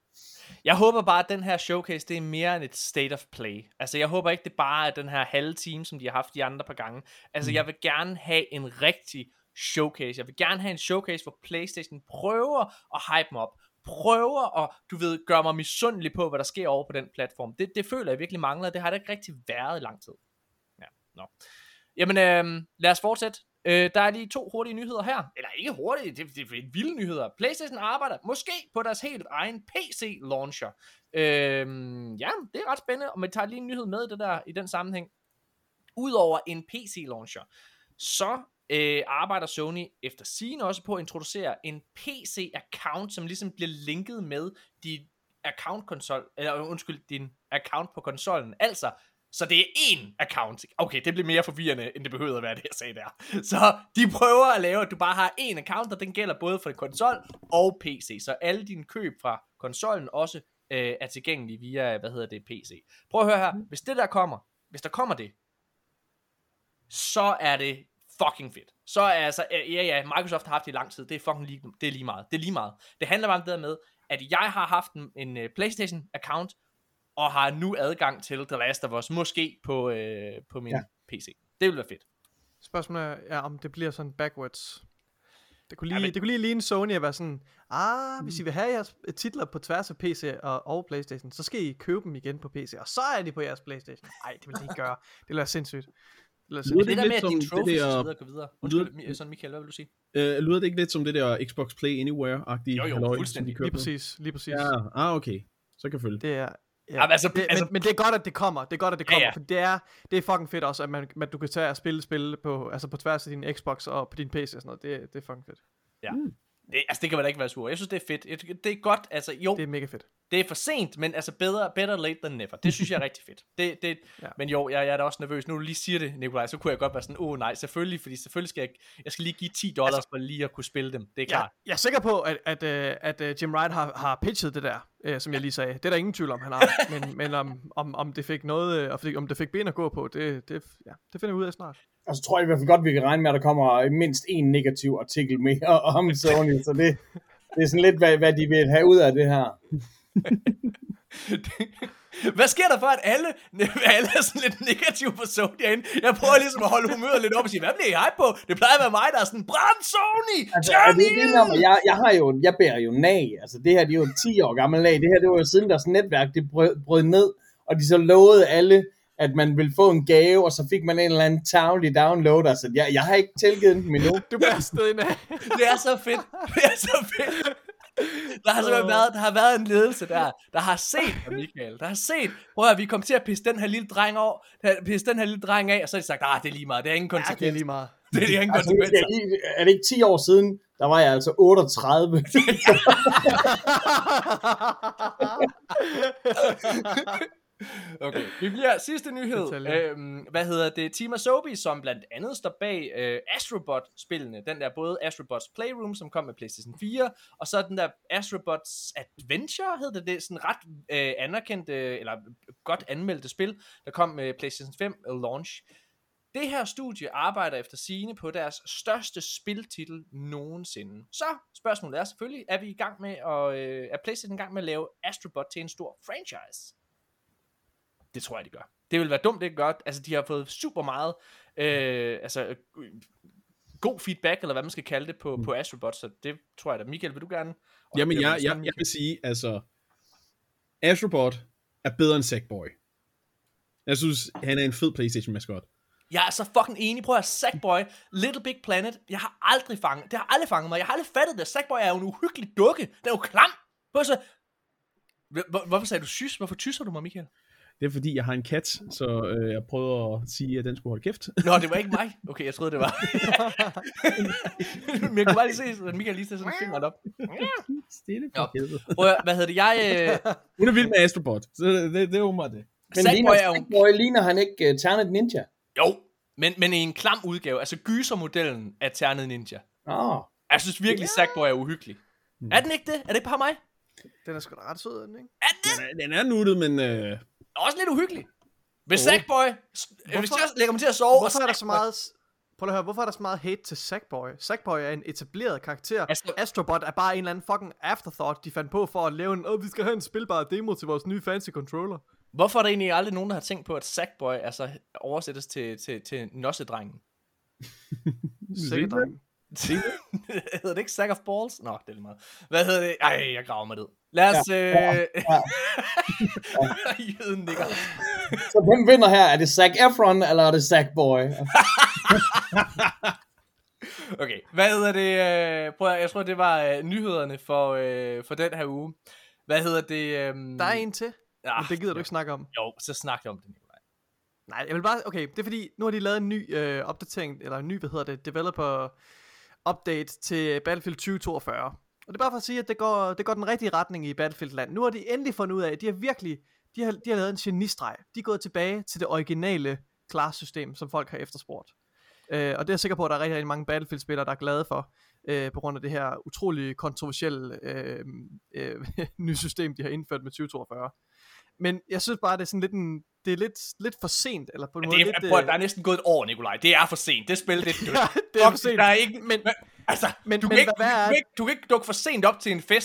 Jeg håber bare, at den her showcase, det er mere end et state of play. Altså, jeg håber ikke, det bare er den her halve time, som de har haft de andre par gange. Altså, mm. jeg vil gerne have en rigtig showcase. Jeg vil gerne have en showcase, hvor PlayStation prøver at hype mig op. Prøver at, du ved, gøre mig misundelig på, hvad der sker over på den platform. Det, det føler jeg virkelig mangler. Det har det ikke rigtig været i lang tid. Ja, nå. Jamen, øh, lad os fortsætte. Øh, der er lige to hurtige nyheder her. Eller ikke hurtige, det, det er vilde nyheder. PlayStation arbejder måske på deres helt egen P C-launcher. Øh, ja, det er ret spændende, og man tager lige en nyhed med i, det der, i den sammenhæng. Udover en P C-launcher, så øh, arbejder Sony efter sigende også på at introducere en P C-account, som ligesom bliver linket med din account-konsol, eller undskyld, din account på konsollen. Altså, så det er én account. Okay, det bliver mere forvirrende, end det behøvede at være det, jeg sagde der. Så de prøver at lave, at du bare har én account, og den gælder både for konsol og P C. Så alle dine køb fra konsollen også øh, er tilgængelige via, hvad hedder det, P C. Prøv at høre her. Hvis det der kommer, hvis der kommer det, så er det fucking fedt. Så er altså, ja ja, Microsoft har haft det i lang tid. Det er fucking lige, det er lige meget. Det er lige meget. Det handler bare om det der med, at jeg har haft en, en uh, PlayStation-account, og har nu adgang til The Last of Us, måske på, øh, på min ja. P C. Det vil være fedt. Spørgsmålet er, ja, om det bliver sådan backwards. Det kunne lige, Ja, men- det kunne lige ligne Sony at være sådan, ah, hvis I vil have jeres titler på tværs af P C og, og Playstation, så skal I købe dem igen på P C, og så er de på jeres Playstation. Nej, det vil de ikke gøre. Det vil være sindssygt. Det vil være Lyder sindssygt. Det det der lidt med, at som dine det trophies og der- så videre går videre. Undskyld, Mi- sådan Michael, hvad vil du sige? Øh, lyder det ikke lidt som det der Xbox Play Anywhere-agtige Jo, jo, halløj, som fuldstændig. de kører Lige på? præcis, lige præcis. Ja, ah, okay. Så kan jeg følge. Det er... Ja, Jamen, altså, det, altså- men, men det er godt, at det kommer. Det er godt, at det Ja, kommer, ja. for det er, det er fucking fedt også, at, man, at du kan tage og spille spil på, altså på tværs af din Xbox og på din P C og sådan noget. Det, det er fucking fedt. Ja. Det, altså, det kan man da ikke være sur. Jeg synes, det er fedt. Jeg- Det er godt, altså, jo, Det er mega fedt. det er for sent, men altså bedre, better late than never. Det synes jeg er rigtig fedt. Det, det, Ja. ja. Men jo, jeg, jeg er da også nervøs. Nu du lige siger det, Nikolaj, så kunne jeg godt være sådan, åh oh, nej, selvfølgelig, fordi selvfølgelig skal jeg, jeg skal lige give ti dollars altså, for lige at kunne spille dem. Det er klart. Jeg, jeg er sikker på, at, at, øh, at, at Jim Ryan har, har pitchet det der, øh, som jeg lige sagde. Det er der ingen tvivl om, han har. men men om, om, om det fik noget, øh, og om det fik ben at gå på, det, det, ja, det finder vi ud af snart. Og så tror jeg i hvert fald godt, vi kan regne med, at der kommer mindst en negativ artikel mere om Sony, så det, det er sådan lidt, hvad, hvad de vil have ud af det her. Hvad sker der for, at alle, alle er sådan lidt negative på Sony herinde? Jeg prøver ligesom at holde humøret lidt op og sige, hvad bliver I hype på? Det plejer at være mig, der er sådan, brand Sony! Altså, er det ikke enig om, at jeg, jeg, har jo, jeg bærer jo nag. Altså, det her det er jo ti år gammel nag. Det her det var jo siden deres netværk, det brød, brød ned, og de så lovede alle, at man ville få en gave, og så fik man en eller anden tavlig download. Altså, jeg, jeg har ikke tilgivet den endnu. Du bliver stadig af. Det er så fedt. Det er så fedt. Der har, simpelthen været, der har været en ledelse der, der har set på Michael, der har set, prøv at vi kommer til at pisse den her lille dreng over, pisse den her lille dreng af, og så har de sagt, ah, det er lige meget, det er ingen Ja, konsekvenser. det er lige meget. Det er ingen Altså, det konsekvenser. er, lige- er det ikke ti år siden? Der var jeg altså otteogtredive. Okay, vi bliver sidste nyhed. Detaljer. Øhm, hvad hedder det? Team Asobi, som blandt andet står bag øh, Astrobot-spillene. Den der både Astrobots Playroom, som kom med PlayStation fire, og så den der Astrobots Adventure, hed det det, sådan ret øh, anerkendte, eller godt anmeldte spil, der kom med PlayStation fem launch. Det her studie arbejder efter sigende på deres største spiltitel nogensinde. Så spørgsmålet er selvfølgelig, er vi i gang med at, øh, er PlayStation i gang med at lave Astrobot til en stor franchise? Det tror jeg, de gør. Det vil være dumt, det ikke gør. Altså, de har fået super meget øh, altså, øh, god feedback, eller hvad man skal kalde det, på, mm. på Astrobot, så det tror jeg da. Michael, vil du gerne? Og Jamen, det er jeg, jo jeg, sådan, jeg vil sige, altså, Astrobot er bedre end Sackboy. Jeg synes, han er en fed PlayStation-maskot. Jeg er så fucking enig. Prøv at Sackboy, Little Big Planet, jeg har aldrig fanget, det har aldrig fanget mig. Jeg har aldrig fattet det. Sackboy er jo en uhyggelig dukke. Den er jo klam. Prøv så... Hvor, hvorfor sagde du sys? Hvorfor tysser du mig, Michael? Det er fordi, jeg har en kat, så øh, jeg prøvede at sige, at den skulle holde kæft. Nå, det var ikke mig. Okay, jeg troede, det var. Men jeg kunne bare lige se, at Michael lige stod sådan fingeren op. Stille Nå. for helvede. Prøv at, hvad hedder det? Jeg... Øh... Hun er vild med Astrobot, så det, det, det er jo meget det. Men Sackboy ligner, er jo... Sackboy, ligner han ikke uh, Ternet Ninja? Jo, men, men i en klam udgave. Altså gysermodellen af Ternet Ninja. Åh. Jeg synes virkelig, yeah. Sackboy er uhyggelig. Mm. Er den ikke det? Er det ikke bare mig? Den er sgu da ret sød, er den, ikke? Er den det? Den er, den er nuttet, men... Øh... Også lidt uhyggelig. Hvis Oh. Sackboy... Hvorfor? Hvis jeg lægger mig til at sove... Hvorfor og er der så Sackboy- meget... Prøv at høre, hvorfor er der så meget hate til Sackboy? Sackboy er en etableret karakter. Altså- Astrobot er bare en eller anden fucking afterthought, de fandt på for at lave en, åh, vi skal have en spilbar demo til vores nye fancy controller. Hvorfor er der egentlig aldrig nogen, der har tænkt på, at Sackboy altså oversættes til, til, til nossedrengen? Sikkert dreng. Hedder det ikke Sack of Balls? Nå, det er lige meget. Hvad hedder det? Ej, jeg graver mig ned. Lad os... Ja, ja, ja. Jøden nikker. Så hvem vinder her? Er det Zac Efron, eller er det Sackboy? Okay, hvad hedder det? Prøv at, jeg tror, det var uh, nyhederne for, uh, for den her uge. Hvad hedder det? Um... Der er en til, ja, men det gider du ikke snakke om. Jo, så snak om det, Nikolaj. Nej, jeg vil bare, okay, det er fordi, nu har de lavet en ny øh, opdatering, eller en ny, hvad hedder det, developer update til Battlefield tyve toogfyrre. Og det er bare for at sige, at det går, det går den rigtige retning i Battlefield-land. Nu har de endelig fundet ud af, at de har virkelig, de har, de har lavet en genistreg. De er gået tilbage til det originale class-system, som folk har efterspurgt. Øh, og det er jeg sikker på, at der er rigtig, rigtig mange Battlefield-spillere, der er glade for, øh, på grund af det her utrolig kontroversielle øh, øh, nye system, de har indført med tyve toogfyrre. Men jeg synes bare, det er sådan lidt en, det er lidt, lidt for sent, eller på en måde Det er, lidt... prøv, der er næsten gået et år, Nikolaj. Det er for sent. Det spil, det er dødt. det er for sent. Der er ikke... Men, Altså, men, du, men kan ikke, hvad du, er... kan ikke, du kan ikke dukke for sent op til en fest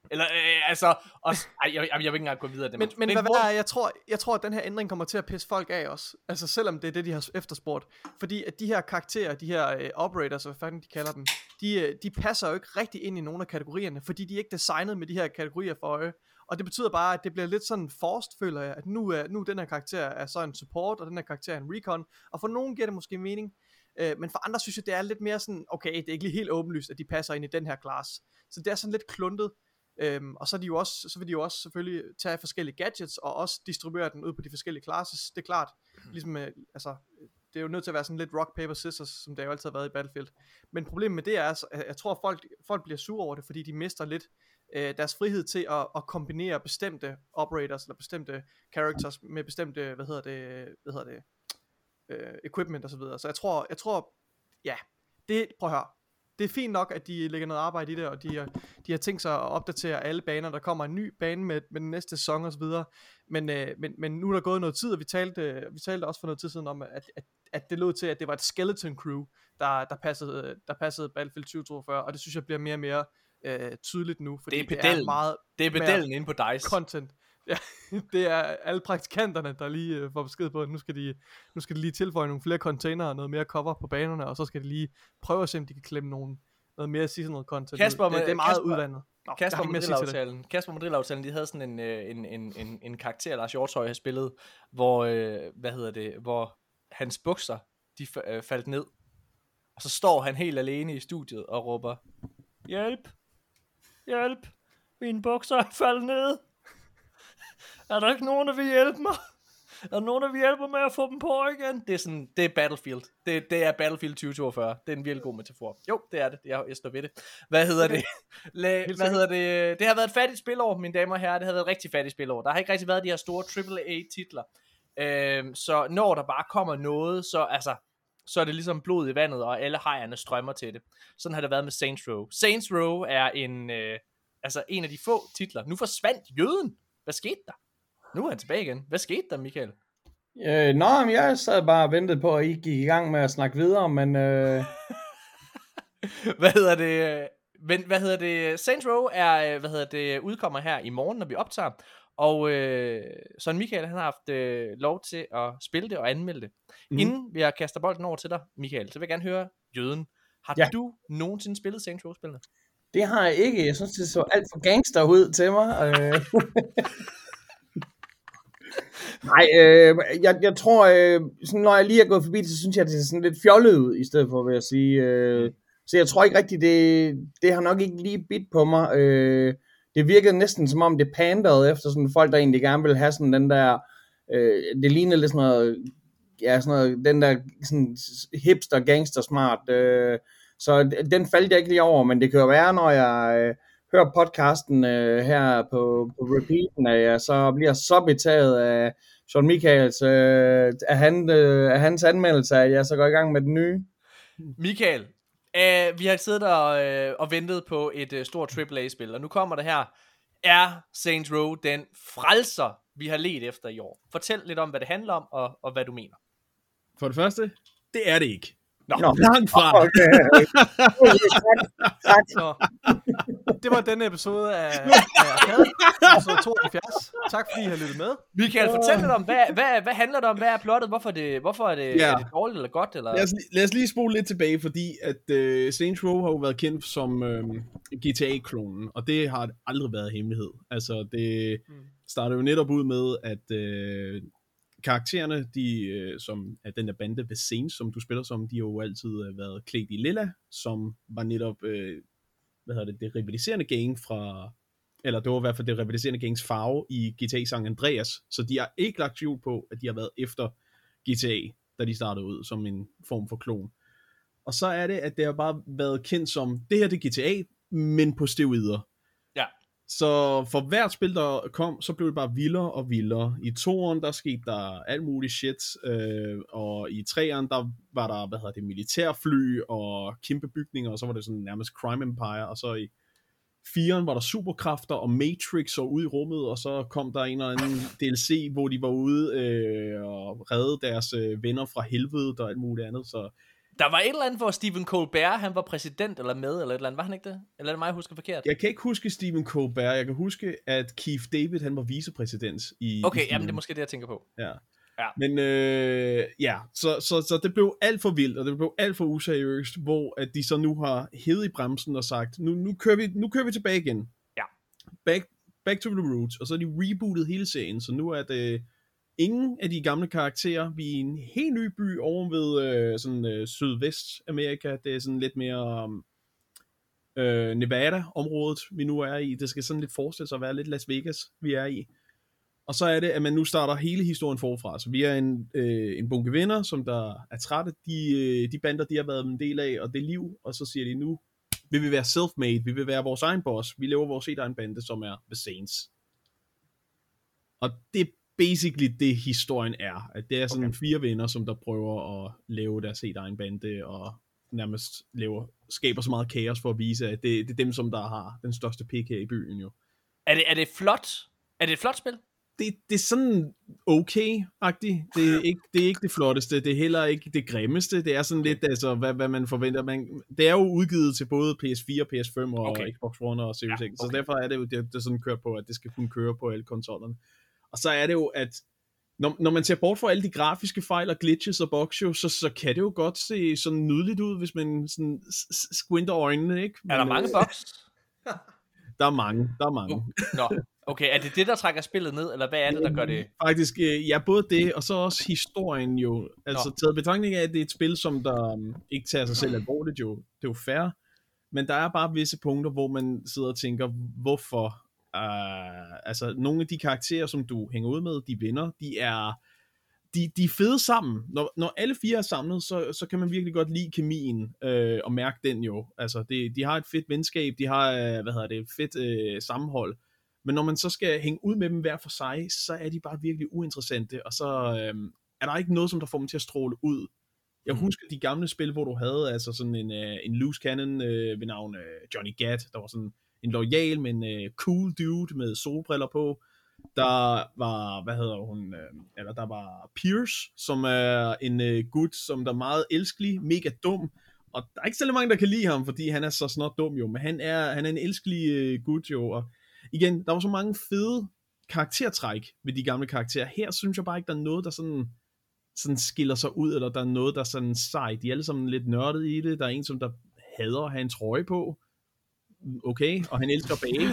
Eller, øh, altså, også, ej, jeg, jeg vil ikke engang gå videre. Det, men men det, hvad hvor... er, jeg tror, jeg tror, at den her ændring kommer til at pisse folk af også. Altså, selvom det er det, de har efterspurgt. Fordi at de her karakterer, de her øh, operators, hvad fanden de kalder dem, de, øh, de passer jo ikke rigtig ind i nogle af kategorierne, fordi de er ikke designet med de her kategorier for øje. Og det betyder bare, at det bliver lidt sådan forced, føler jeg, at nu er nu den her karakter er så en support, og den her karakter er en recon, og for nogen giver det måske mening, øh, men for andre synes jeg, det er lidt mere sådan, okay, det er ikke lige helt åbenlyst, at de passer ind i den her class. Så det er sådan lidt kluntet, øhm, og så, er de jo også, så vil de jo også selvfølgelig tage forskellige gadgets, og også distribuere den ud på de forskellige classes, det er klart, ligesom, øh, altså, det er jo nødt til at være sådan lidt rock, paper, scissors, som det jo altid har været i Battlefield. Men problemet med det er, at jeg tror, at folk, folk bliver sure over det, fordi de mister lidt øh, deres frihed til at, at kombinere bestemte operators, eller bestemte characters, med bestemte, hvad hedder det, hvad hedder det, øh, equipment og så videre. Så jeg tror, jeg tror, ja, det, prøv at høre, det er fint nok, at de lægger noget arbejde i det, og de, de har tænkt sig at opdatere alle baner. Der kommer en ny bane med, med den næste sæson og så videre. Men, øh, men, men nu er der gået noget tid, og vi talte, vi talte også for noget tid siden om, at, at, at det lød til, at det var et skeleton crew, der, der, passede, der passede Battlefield tyve toogfyrre, og det synes jeg bliver mere og mere øh, tydeligt nu, fordi det er pedellen, det er meget det er pedellen inde på DICE. Content. Ja, det er alle praktikanterne, der lige øh, får besked på, at nu skal, de, nu skal de lige tilføje nogle flere containere og noget mere cover på banerne, og så skal de lige prøve at se, om de kan klemme nogle, noget mere seasonal content. Kasper, det, det er meget Kasper, udvandet. Nå, Kasper Madrid-aftalen, Kasper Madrid-aftalen, de havde sådan en, en, en, en, en karakter, Lars Hjortøj har spillet, hvor, øh, hvad hedder det, hvor hans bukser, de f- øh, faldt ned, og så står han helt alene i studiet og råber, hjælp, hjælp, mine bukser er faldet ned. Er der ikke nogen, der vil hjælpe mig? Er der nogen, der vil hjælpe mig med at få dem på igen? Det er sådan, det er Battlefield. Det, det er Battlefield tyve toogfyrre. Det er en virkelig god metafor. Jo, det er det. Jeg, jeg står ved det. Hvad hedder det? La, hvad hedder det? Det har været et fattigt spilår, mine damer og herrer. Det har været et rigtig fattigt spilår. Der har ikke rigtig været de her store triple A titler. Øhm, så når der bare kommer noget, så altså, så er det ligesom blod i vandet, og alle hejerne strømmer til det. Sådan har det været med Saints Row. Saints Row er en, øh, altså en af de få titler. Nu forsvandt jøden. Hvad skete der? Nu er han tilbage igen. Hvad skete der, Michael? Øh, nå, men jeg sad bare og ventede på, at I gik i gang med at snakke videre, men... Øh... hvad hedder det? Men hvad hedder det? Saints Row er, hvad hedder det, udkommer her i morgen, når vi optager. Og øh, Søren Michael, han har haft øh, lov til at spille det og anmelde det. Mm. Inden jeg kaster bolden over til dig, Michael, så vil jeg gerne høre jøden. Har ja. du nogensinde spillet Saints Row-spillene? Det har jeg ikke. Jeg synes, det så alt for gangster ud til mig. Øh... Nej, øh, jeg, jeg tror, øh, sådan, når jeg lige er gået forbi det, så synes jeg, det er sådan lidt fjollet ud, i stedet for, vil jeg sige. Øh, så jeg tror ikke rigtigt, det, det har nok ikke lige bidt på mig. Øh, det virkede næsten som om, det pandrede efter sådan folk, der egentlig gerne vil have sådan den der, øh, det lignede lidt sådan noget, ja, sådan noget, den der sådan hipster, gangster smart. Øh, så den faldt jeg ikke lige over, men det kan jo være, når jeg... Øh, hører podcasten øh, her på, på repeaten, at jeg så bliver så betaget af Søren Michaels, øh, af, han, øh, af hans anmeldelse, at jeg så går i gang med den nye. Michael, øh, vi har siddet og, øh, og ventet på et øh, stort triple A-spil, og nu kommer det her. Er Saints Row den frelser, vi har let efter i år? Fortæl lidt om, hvad det handler om, og, og hvad du mener. For det første, det er det ikke. Nå, Nå. Langt fra. Okay. tak, tak. Så, det var denne episode af, af Arcade, episode tooghalvfjerds. Tak fordi I har lyttet med. Michael, fortæl lidt om, hvad, hvad, hvad handler det om? Hvad er plottet? Hvorfor er det, hvorfor er det, ja. er det dårligt eller godt? Eller? Lad, os, lad os lige spole lidt tilbage, fordi at uh, Saints Row har jo været kendt som uh, G T A-klonen, og det har aldrig været hemmelighed. Altså, det mm. starter jo netop ud med, at uh, karaktererne, de, øh, som er den der bande The Saints, som du spiller som, de har jo altid øh, været klædt i lilla, som var netop, øh, hvad hedder det, det rivaliserende gang fra, eller det var i hvert fald det rivaliserende gangs farve i G T A San Andreas, så de har ikke lagt skjul på, at de har været efter G T A, da de startede ud som en form for klon. Og så er det, at det har bare været kendt som, det her det er G T A, men på steroider. Ja. Så for hvert spil, der kom, så blev det bare vildere og vildere. I toeren, der skete der alt muligt shit, øh, og i treeren, der var der, hvad hedder det, militærfly og kæmpe bygninger, og så var det sådan nærmest Crime Empire, og så i fireren var der superkræfter og Matrix og ude i rummet, og så kom der en eller anden D L C, hvor de var ude øh, og redde deres øh, venner fra helvede og alt muligt andet, så Der var et eller andet, hvor Stephen Colbert, han var præsident eller med, eller et eller andet. Var han ikke det? Eller er det mig, jeg husker forkert? Jeg kan ikke huske Stephen Colbert. Jeg kan huske, at Keith David, han var vicepræsident i... Okay, i jamen det er måske det, jeg tænker på. Ja. Ja. Men øh, ja, så, så, så det blev alt for vildt, og det blev alt for useriøst, hvor at de så nu har hævet i bremsen og sagt, nu, nu, kører, vi, nu kører vi tilbage igen. Ja. Back, back to the roots. Og så er de rebootet hele serien, så nu er det ingen af de gamle karakterer. Vi er i en helt ny by over ved øh, sådan øh, Sydvestamerika. Det er sådan lidt mere øh, Nevada-området, vi nu er i. Det skal sådan lidt forestille sig at være lidt Las Vegas, vi er i. Og så er det, at man nu starter hele historien forfra. Så vi er en, øh, en bunke venner, som der er trætte. De, øh, de bander, de har været en del af, og det liv. Og så siger de, nu vil vi være self-made. Vi vil være vores egen boss. Vi laver vores egen bande, som er The Saints. Og det er basically det, historien er. At det er sådan okay. fire venner, som der prøver at lave deres egen bande, og nærmest laver, skaber så meget kaos for at vise, at det, det er dem, som der har den største pik her i byen jo. Er det, er det flot? Er det et flot spil? Det, det er sådan okay-agtigt. Det er, ikke, det er ikke det flotteste. Det er heller ikke det grimmeste. Det er sådan lidt, altså, hvad, hvad man forventer. Man, det er jo udgivet til både P S fire, P S fem og okay. Xbox One og Series ja, okay. X. Så derfor er det jo det, det er sådan kørt på, at det skal kunne køre på alle konsollerne. Og så er det jo, at når, når man ser bort fra alle de grafiske fejl og glitches og bugs, jo, så, så kan det jo godt se sådan nydeligt ud, hvis man sådan squinter øjnene, ikke? Men, er der mange bugs? Der er mange, der er mange. Nå, okay, er det det, der trækker spillet ned, eller hvad er det, der gør det? Faktisk, ja, både det, og så også historien jo. Altså, Nå. taget betragtning af, at det er et spil, som der um, ikke tager sig selv alvorligt jo. Det er jo fair. Men der er bare visse punkter, hvor man sidder og tænker, hvorfor? Uh, altså, nogle af de karakterer, som du hænger ud med, de vinder, de er... De, de er fede sammen. Når, når alle fire er samlet, så, så kan man virkelig godt lide kemien øh, og mærke den jo. Altså, det, de har et fedt venskab, de har øh, hvad hedder det, et fedt øh, sammenhold. Men når man så skal hænge ud med dem hver for sig, så er de bare virkelig uinteressante, og så øh, er der ikke noget, som der får dem til at stråle ud. Jeg husker de gamle spil, hvor du havde altså sådan en, øh, en loose cannon øh, ved navn øh, Johnny Gat, der var sådan en loyal, men øh, cool dude med solbriller på. Der var, hvad hedder hun, øh, eller der var Pierce, som er en øh, gut, som der er meget elskelig, mega dum, og der er ikke så mange, der kan lide ham, fordi han er så snart dum jo, men han er, han er en elskelig øh, gut jo, og igen, der var så mange fede karaktertræk ved de gamle karakterer. Her synes jeg bare ikke, der er noget, der sådan, sådan skiller sig ud, eller der er noget, der er sådan sejt. De er alle sammen lidt nørdet i det. Der er en, som der hader at have en trøje på. Okay, og han elsker at bage.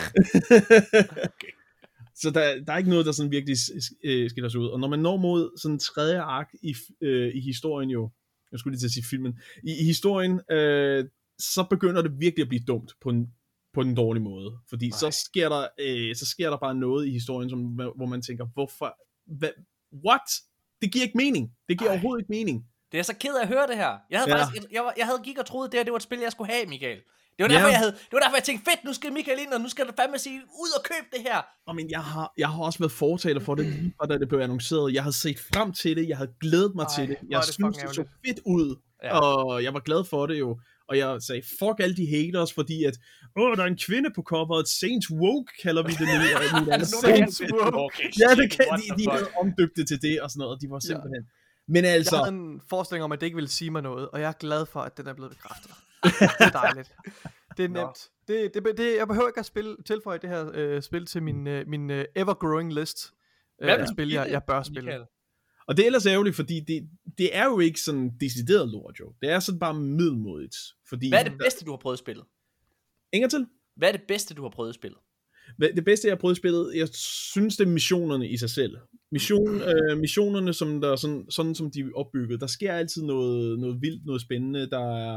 Okay. Så der, der er ikke noget, der sådan virkelig skiller sig ud. Og når man når mod sådan tredje ark i, øh, i historien jo, jeg skulle lige til at sige filmen, i, i historien, øh, så begynder det virkelig at blive dumt på en, på den dårlige måde. Fordi Nej. så sker der øh, så sker der bare noget i historien, som, hvor man tænker, hvorfor, hva, what? Det giver ikke mening. Det giver Ej. overhovedet ikke mening. Det er så ked af at høre det her. Jeg havde ja. faktisk, jeg, jeg havde gik og troet, det her det var et spil, jeg skulle have, Michael. Det var derfor, ja. jeg havde, det var derfor, jeg tænkte, fedt, nu skal Michael ind, og nu skal du fandme sige, ud og køb det her. Og men jeg har, jeg har også været fortaler for det, lige fra da det blev annonceret. Jeg havde set frem til det, jeg havde glædet mig Ej, til det. Jeg det synes, det så fedt ud, ja. og jeg var glad for det jo. Og jeg sagde, fuck alle de haters, fordi at, åh, der er en kvinde på coveret, Saints Woke, kalder vi det nu. Saints Woke. Ja, det kan, de, de havde omdøbt det til det, og sådan noget, og de var simpelthen... Ja. Men altså... Jeg havde en forestilling om, at det ikke ville sige mig noget, og jeg er glad for, at den er blevet bekræftet. Det er dejligt. Det er nemt. Det, det, det, jeg behøver ikke at spille, tilføje det her øh, spil til min, øh, min øh, ever-growing list øh, af spil, jeg, jeg bør spille. Michael. Og det er ellers ærgerligt, fordi det, det er jo ikke sådan decideret lort, jo. Det er sådan bare middelmodigt. Fordi Hvad er det bedste, du har prøvet at spille? Ingen til? Hvad er det bedste, du har prøvet at spille? Det bedste, jeg har prøvet at spille, jeg synes, det er missionerne i sig selv. Mission, øh, missionerne, som der, sådan, sådan som de er opbygget, der sker altid noget, noget vildt, noget spændende. Der er,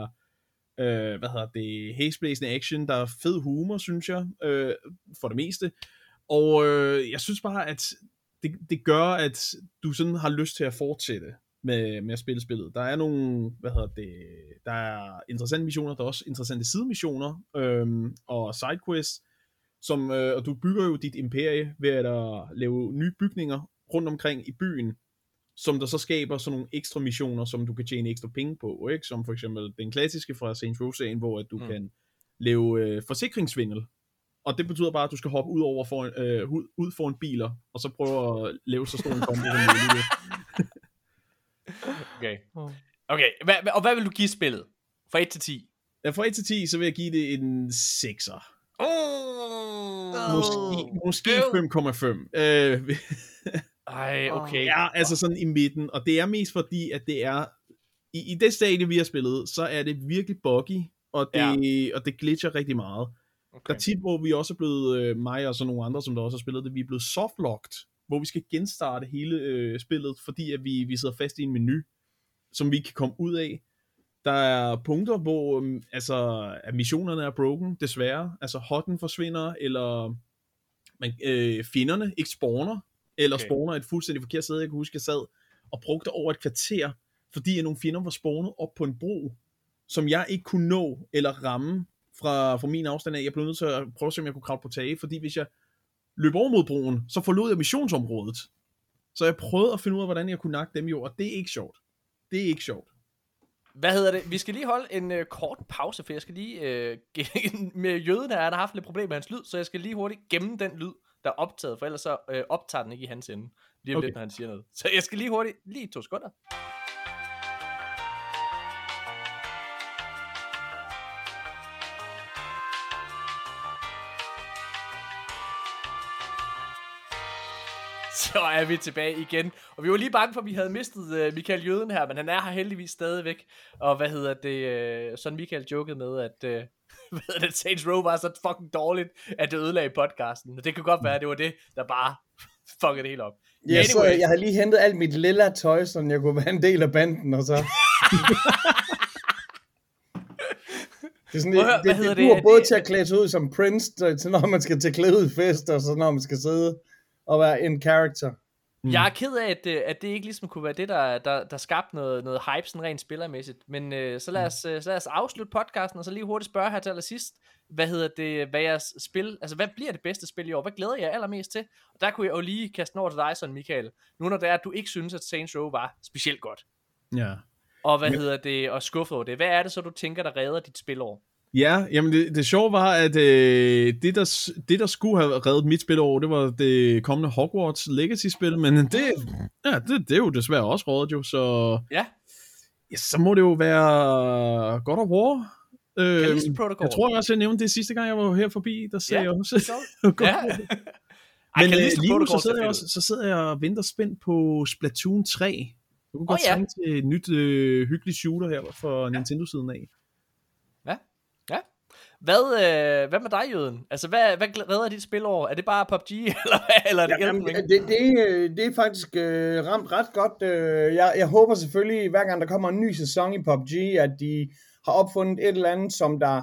øh, hvad hedder det, hæsblæsende action, der er fed humor, synes jeg, øh, for det meste. Og øh, jeg synes bare, at det, det gør, at du sådan har lyst til at fortsætte med, med at spille spillet. Der er nogle, hvad hedder det, der er interessante missioner, der er også interessante sidemissioner, øh, og sidequests, som, øh, og du bygger jo dit imperie ved at uh, lave nye bygninger rundt omkring i byen, som der så skaber sådan nogle ekstra missioner, som du kan tjene ekstra penge på, ikke? Som for eksempel den klassiske fra Saints Row-serien, hvor at du mm. kan lave øh, forsikringssvindel, og det betyder bare, at du skal hoppe ud over foran, øh, ud foran biler, og så prøve at lave så stor en kombo som muligt. Okay. Okay, hva, og hvad vil du give spillet? Fra et til ti? Ja, fra et til ti, så vil jeg give det en sekser. Oh, Måske, måske fem komma fem. Øh, Ej, okay. Ja, altså sådan i midten. Og det er mest fordi, at det er... I, i det stadie, vi har spillet, så er det virkelig buggy, og det, ja. og det glitcher rigtig meget. Okay. Der er tit, hvor vi også er blevet, øh, mig og så nogle andre, som der også har spillet det, vi er blevet softlocked, hvor vi skal genstarte hele øh, spillet, fordi at vi, vi sidder fast i en menu, som vi ikke kan komme ud af. Der er punkter, hvor øh, altså, at missionerne er broken, desværre. Altså hotten forsvinder, eller man, øh, fjenderne ikke spawner, eller okay. spawner et fuldstændig forkert sted. Jeg kan huske, jeg sad og brugte over et kvarter, fordi at nogle fjender var spawnet op på en bro, som jeg ikke kunne nå eller ramme fra, fra min afstand af. Jeg blev nødt til at prøve at se, om jeg kunne kravle på tage, fordi hvis jeg løb over mod broen, så forlod jeg missionsområdet. Så jeg prøvede at finde ud af, hvordan jeg kunne nakke dem jo, og det er ikke sjovt. Det er ikke sjovt. Hvad hedder det? Vi skal lige holde en øh, kort pause, for jeg skal lige... Øh, med jøden her, han har haft lidt problemer med hans lyd, så jeg skal lige hurtigt gemme den lyd, der er optaget, for ellers så øh, optager den ikke i hans ende. Lige om okay. lidt, når han siger noget. Så jeg skal lige hurtigt, lige to sekunder. Så er vi tilbage igen. Og vi var lige bange for, at vi havde mistet uh, Michael Jøden her, men han er her heldigvis stadigvæk. Og hvad hedder det, uh, sådan Michael jokede med, at uh, hvad hedder det, Saints Row var så fucking dårligt, at det ødelagde podcasten. Og det kan godt være, at det var det, der bare fuckede det hele op. Ja, anyway. Så jeg har lige hentet alt mit lilla tøj, så jeg kunne være en del af banden, og så... Det er sådan, det, det, det, det duer både det, til at klæde sig ud som Prince, til når man skal til klæde ud fest, og så når man skal sidde og være en character. Mm. Jeg er ked af, at, at det ikke ligesom kunne være det, der, der, der skabte noget, noget hype, sådan rent spillermæssigt. Men øh, så, lad os, øh, så lad os afslutte podcasten, og så lige hurtigt spørge her til allersidst, hvad hedder det, hvad jeres spil, altså hvad bliver det bedste spil i år? Hvad glæder jeg allermest til? Og der kunne jeg jo lige kaste over til dig, sådan Michael. Nu når det er, at du ikke synes, at Saints Row var specielt godt. Ja. Og hvad ja. hedder det, og skuffet over det. Hvad er det så, du tænker, der redder dit spilår? Ja, jamen det, det sjove var, at øh, det, der, det der skulle have reddet mit spil over, det var det kommende Hogwarts Legacy-spil, men det, ja, det, det er jo desværre også rådet jo, så ja. Ja, så må det jo være God of War. Øh, jeg tror også, jeg nævnte det sidste gang, jeg var her forbi, der sagde ja, jeg også God of War. Men øh, lige nu, så sidder, jeg også, så sidder jeg og venter spændt på Splatoon tre. Du kunne oh, godt ja. trænge til et nyt øh, hyggeligt shooter her fra ja. Nintendo-siden af. Ja, ja. Hvad, øh, hvad med dig, Jøden? Altså, hvad, hvad redder dit spilår? Er det bare P U B G, eller hvad? Eller er det, ja, jamen, det, det, det er faktisk øh, ramt ret godt. Øh, jeg, jeg håber selvfølgelig, hver gang der kommer en ny sæson i P U B G, at de har opfundet et eller andet, som der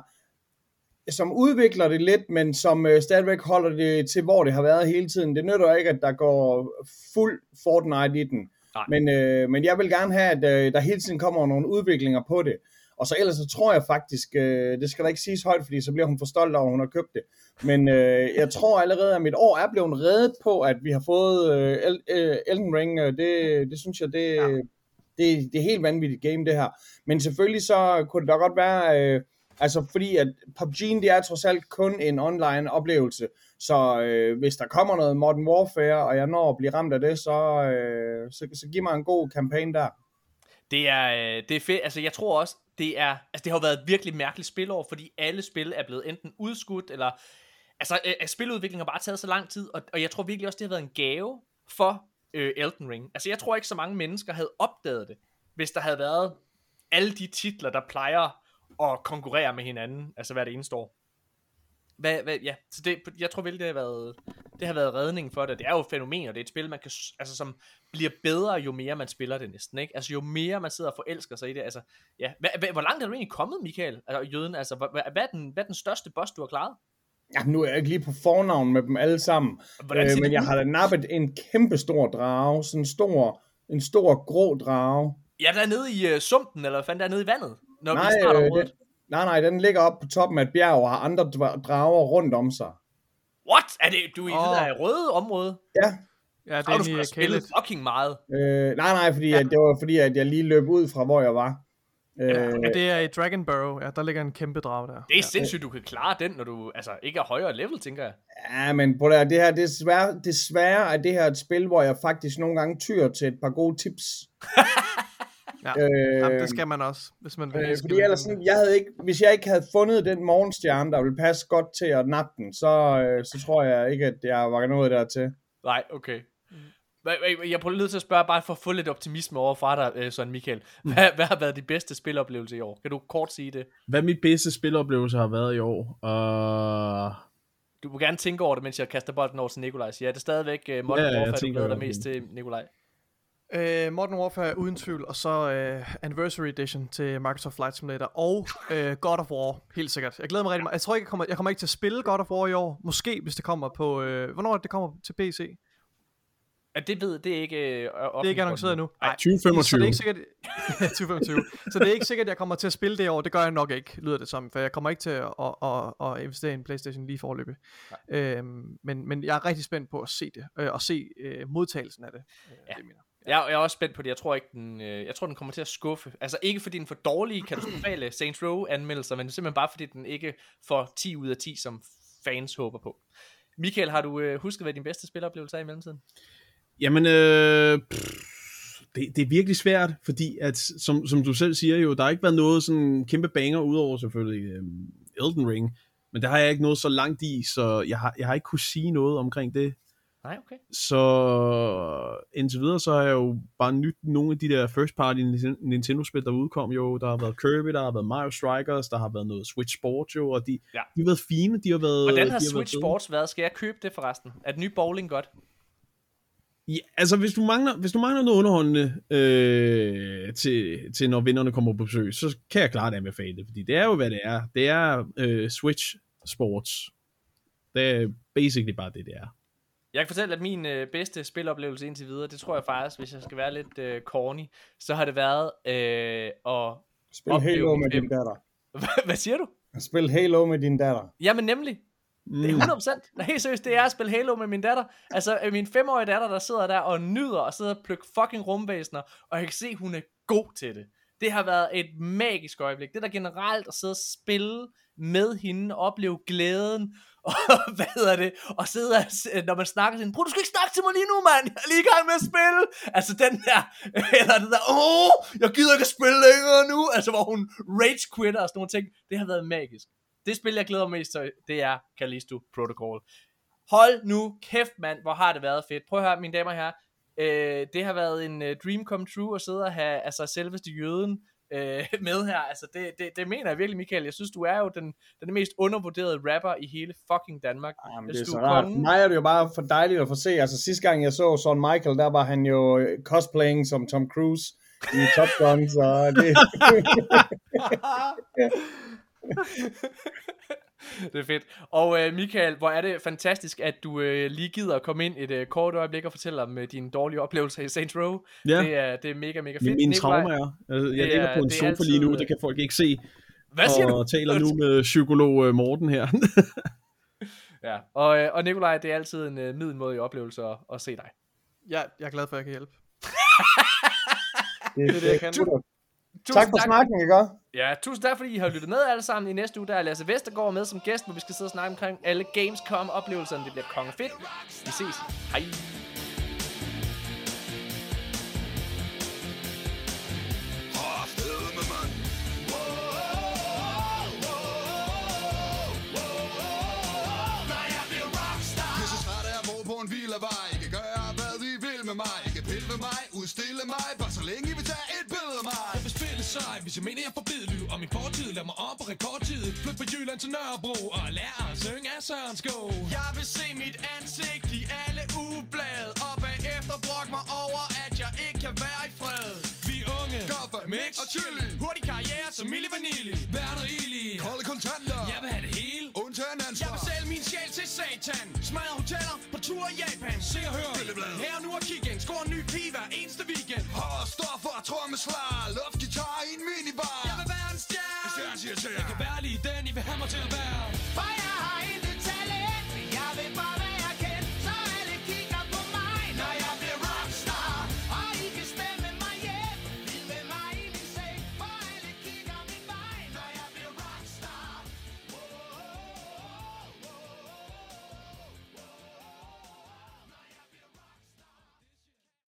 som udvikler det lidt, men som øh, stadigvæk holder det til, hvor det har været hele tiden. Det nytter ikke, at der går fuld Fortnite i den. Men, øh, men jeg vil gerne have, at øh, der hele tiden kommer nogle udviklinger på det. Og så ellers så tror jeg faktisk, øh, det skal da ikke siges højt, fordi så bliver hun for stolt over, at hun har købt det. Men øh, jeg tror allerede, at mit år er blevet reddet på, at vi har fået øh, El- øh, Elden Ring. Det, det synes jeg, det, ja. det, det er helt vanvittigt game, det her. Men selvfølgelig så kunne det da godt være, øh, altså fordi at P U B G'en, det er trods alt kun en online oplevelse. Så øh, hvis der kommer noget Modern Warfare, og jeg når at blive ramt af det, så, øh, så, så giv mig en god kampagne der. Det er, det er fedt. Altså jeg tror også, det er, altså det har været et virkelig mærkeligt spilår, fordi alle spil er blevet enten udskudt, eller altså øh, spiludviklingen har bare taget så lang tid, og, og jeg tror virkelig også, det har været en gave for øh, Elden Ring. Altså jeg tror ikke, så mange mennesker havde opdaget det, hvis der havde været alle de titler, der plejer at konkurrere med hinanden, altså hver det eneste år. Hvad, hvad, ja, så det, jeg tror vel, det har været, det har været redningen for det. Det er jo et fænomen, og det er et spil, man kan, altså, som bliver bedre, jo mere man spiller det næsten, ikke? Altså, jo mere man sidder og forelsker sig i det, altså, ja. Hva, hva, hvor langt er du egentlig kommet, Michael? Altså, Jøden, altså, hvad, hvad, er den, hvad er den største boss, du har klaret? Ja, nu er jeg ikke lige på fornavn med dem alle sammen, øh, men jeg har da nappet en kæmpe stor drage, sådan en stor, en stor grå drage. Ja, der er nede i uh, sumpen, eller hvad fanden, der er nede i vandet, når nej, vi starter øh, det, nej, nej, den ligger oppe på toppen af et bjerg og har andre drager rundt om sig. What? Er det, du er i oh. det der røde område? Ja. Ja, det er du skulle spillet fucking meget. Øh, nej, nej, fordi ja. at det var fordi, at jeg lige løb ud fra, hvor jeg var. Ja, øh, ja det er i Dragon Burrow. Ja, der ligger en kæmpe drage der. Det er sindssygt, du kan klare den, når du altså ikke er højere level, tænker jeg. Ja, men på det, det her, desværre, desværre er det her et spil, hvor jeg faktisk nogle gange tyr til et par gode tips. Ja, Øh, Jamen, det skal man også, hvis man vil. Øh, fordi ellers sådan, jeg havde ikke, hvis jeg ikke havde fundet den morgenstjerne, der ville passe godt til at nappe den, så, øh, så tror jeg ikke, at jeg var nået dertil. Nej, okay. Jeg prøver lige til at spørge, bare for at få lidt optimisme over fra dig, Søren Michael. Hvad, hvad har været de bedste spiloplevelse i år? Kan du kort sige det? Hvad mit bedste spiloplevelse har været i år? Uh... Du må gerne tænke over det, mens jeg kaster bolden over til Nikolaj. Ja, det er stadigvæk uh, Modern ja, Warfare, du glæder dig mest til, Nikolaj. Uh, Modern Warfare uden tvivl, og så uh, Anniversary Edition til Microsoft Flight Simulator, og uh, God of War, helt sikkert. Jeg glæder mig rigtig meget. Jeg tror ikke, jeg kommer, jeg kommer ikke til at spille God of War i år. Måske, hvis det kommer på... Uh, hvornår det kommer til P C? Ja, det ved det er ikke øh, det er ikke annonceret endnu. Nej, tyve femogtyve. Så det er ikke sikkert, tyve femogtyve. Så det er ikke sikkert, at jeg kommer til at spille det i år. Det gør jeg nok ikke, lyder det som. For jeg kommer ikke til at, at, at, at investere i en PlayStation lige forløbet. Øhm, men, men jeg er rigtig spændt på at se det. Øh, og se øh, modtagelsen af det. Ja. det mener. Ja. Jeg, jeg er også spændt på det. Jeg tror ikke, den, øh, jeg tror, den kommer til at skuffe. Altså ikke fordi den får dårlige, katastrofale Saints Row anmeldelser, men simpelthen bare fordi den ikke får ti ud af ti, som fans håber på. Michael, har du øh, husket, hvad din bedste spiloplevelse er i mellemtiden? Jamen, øh, pff, det, det er virkelig svært, fordi at, som, som du selv siger jo, der har ikke været noget sådan kæmpe banger, udover selvfølgelig øh, Elden Ring, men der har jeg ikke noget så langt i, så jeg har, jeg har ikke kunne sige noget omkring det. Nej, okay. Så indtil videre, så har jeg jo bare nyt nogle af de der first party Nintendo-spil, der udkom jo. Der har været Kirby, der har været Mario Strikers, der har været noget Switch Sports jo, og de, ja. de har været fine, de har været... Hvordan har, har Switch været Sports været? Skal jeg købe det forresten? Er den nye bowling godt? Ja, altså hvis du mangler, hvis du mangler noget underholdende øh, til, til når vennerne kommer på besøg, så kan jeg klart anbefale det, fordi det er jo hvad det er. Det er øh, Switch Sports. Det er basically bare det, det er. Jeg kan fortælle, at min øh, bedste spiloplevelse indtil videre, det tror jeg faktisk, hvis jeg skal være lidt øh, corny, så har det været øh, at spille Halo med din datter. Hvad siger du? Spil Halo med din datter. Jamen nemlig. Det er hundrede procent. Helt seriøst, det er at spille Halo med min datter. Altså min femårige datter, der sidder der og nyder og sidder og plukker fucking rumvæsener, og jeg kan se, hun er god til det. Det har været et magisk øjeblik. Det der generelt at sidde og spille med hende, og opleve glæden, og hvad hedder det, og sidde og, når man snakker til hende, bror, du skal ikke snakke til mig lige nu, mand, jeg er lige i gang med at spille. Altså den der, eller det der, åh, jeg gider ikke at spille længere nu, altså hvor hun rage quitter og sådan nogle ting. Det har været magisk. Det spil, jeg glæder mig mest til, det er Callisto Protocol. Hold nu kæft, mand, hvor har det været fedt. Prøv at høre, mine damer og herrer. Øh, det har været en uh, dream come true at sidde og have altså, selveste jøden øh, med her. Altså, det, det, det mener jeg virkelig, Michael. Jeg synes, du er jo den, den mest undervurderede rapper i hele fucking Danmark. Jamen, det er så rart. For mig er det jo bare for dejligt at få se. Altså, sidste gang jeg så Shawn Michael, der var han jo cosplaying som Tom Cruise i Top Gun, så det... Det er fedt. Og øh, Michael, hvor er det fantastisk, at du øh, lige gider at komme ind et øh, kort øjeblik og fortælle om øh, dine dårlige oplevelser i Saints Row. Ja. Det, er, det er mega, mega fedt. Mine traumer er. Jeg, jeg ligger på en sofa altid... lige nu, det kan folk ikke se. Hvad siger og du? Og taler nu med psykolog Morten her. Ja, og, øh, og Nikolaj, det er altid en øh, middelmådig oplevelse at, at se dig. Ja, jeg er glad for, at jeg kan hjælpe. det, det er det, jeg kan. Tusind tak for tak. snakken, ikke? Ja, tusind tak, fordi I har lyttet med alle sammen. I næste uge, der er Lasse Vestergaard med som gæst, hvor vi skal sidde og snakke omkring alle Gamescom-oplevelserne. Det bliver kongefedt. Vi ses. Hej. Udstille mig, bare så længe I vil tage et billede af mig. Jeg vil spille sej, hvis jeg mener jeg får bedelyv. Og min fortid lader mig op på rekordtid. Flyt fra Jylland til Nørrebro og lær at synge af Søren Sko. Jeg vil se mit ansigt i alle ugeblade. Og bagefter brok mig over, at jeg ikke kan være i fred. Vi unge, Goffa, Mix og Chili. Hurtig karriere som Milli Vanilli. Werner Ili, kolde kontanter. Jeg vil have det hele, undtagen ansvar. Jeg vil sælge min sjæl til satan. Smadre hoteller på tur i Japan. Se og hør, her nu og kig ind. Skår en ny pige hver eneste weekend. Hård stoffer, trommeslag, luftgitar i en minibar. Jeg vil være en stjerne. Jeg kan være lige den, I vil have mig til at være.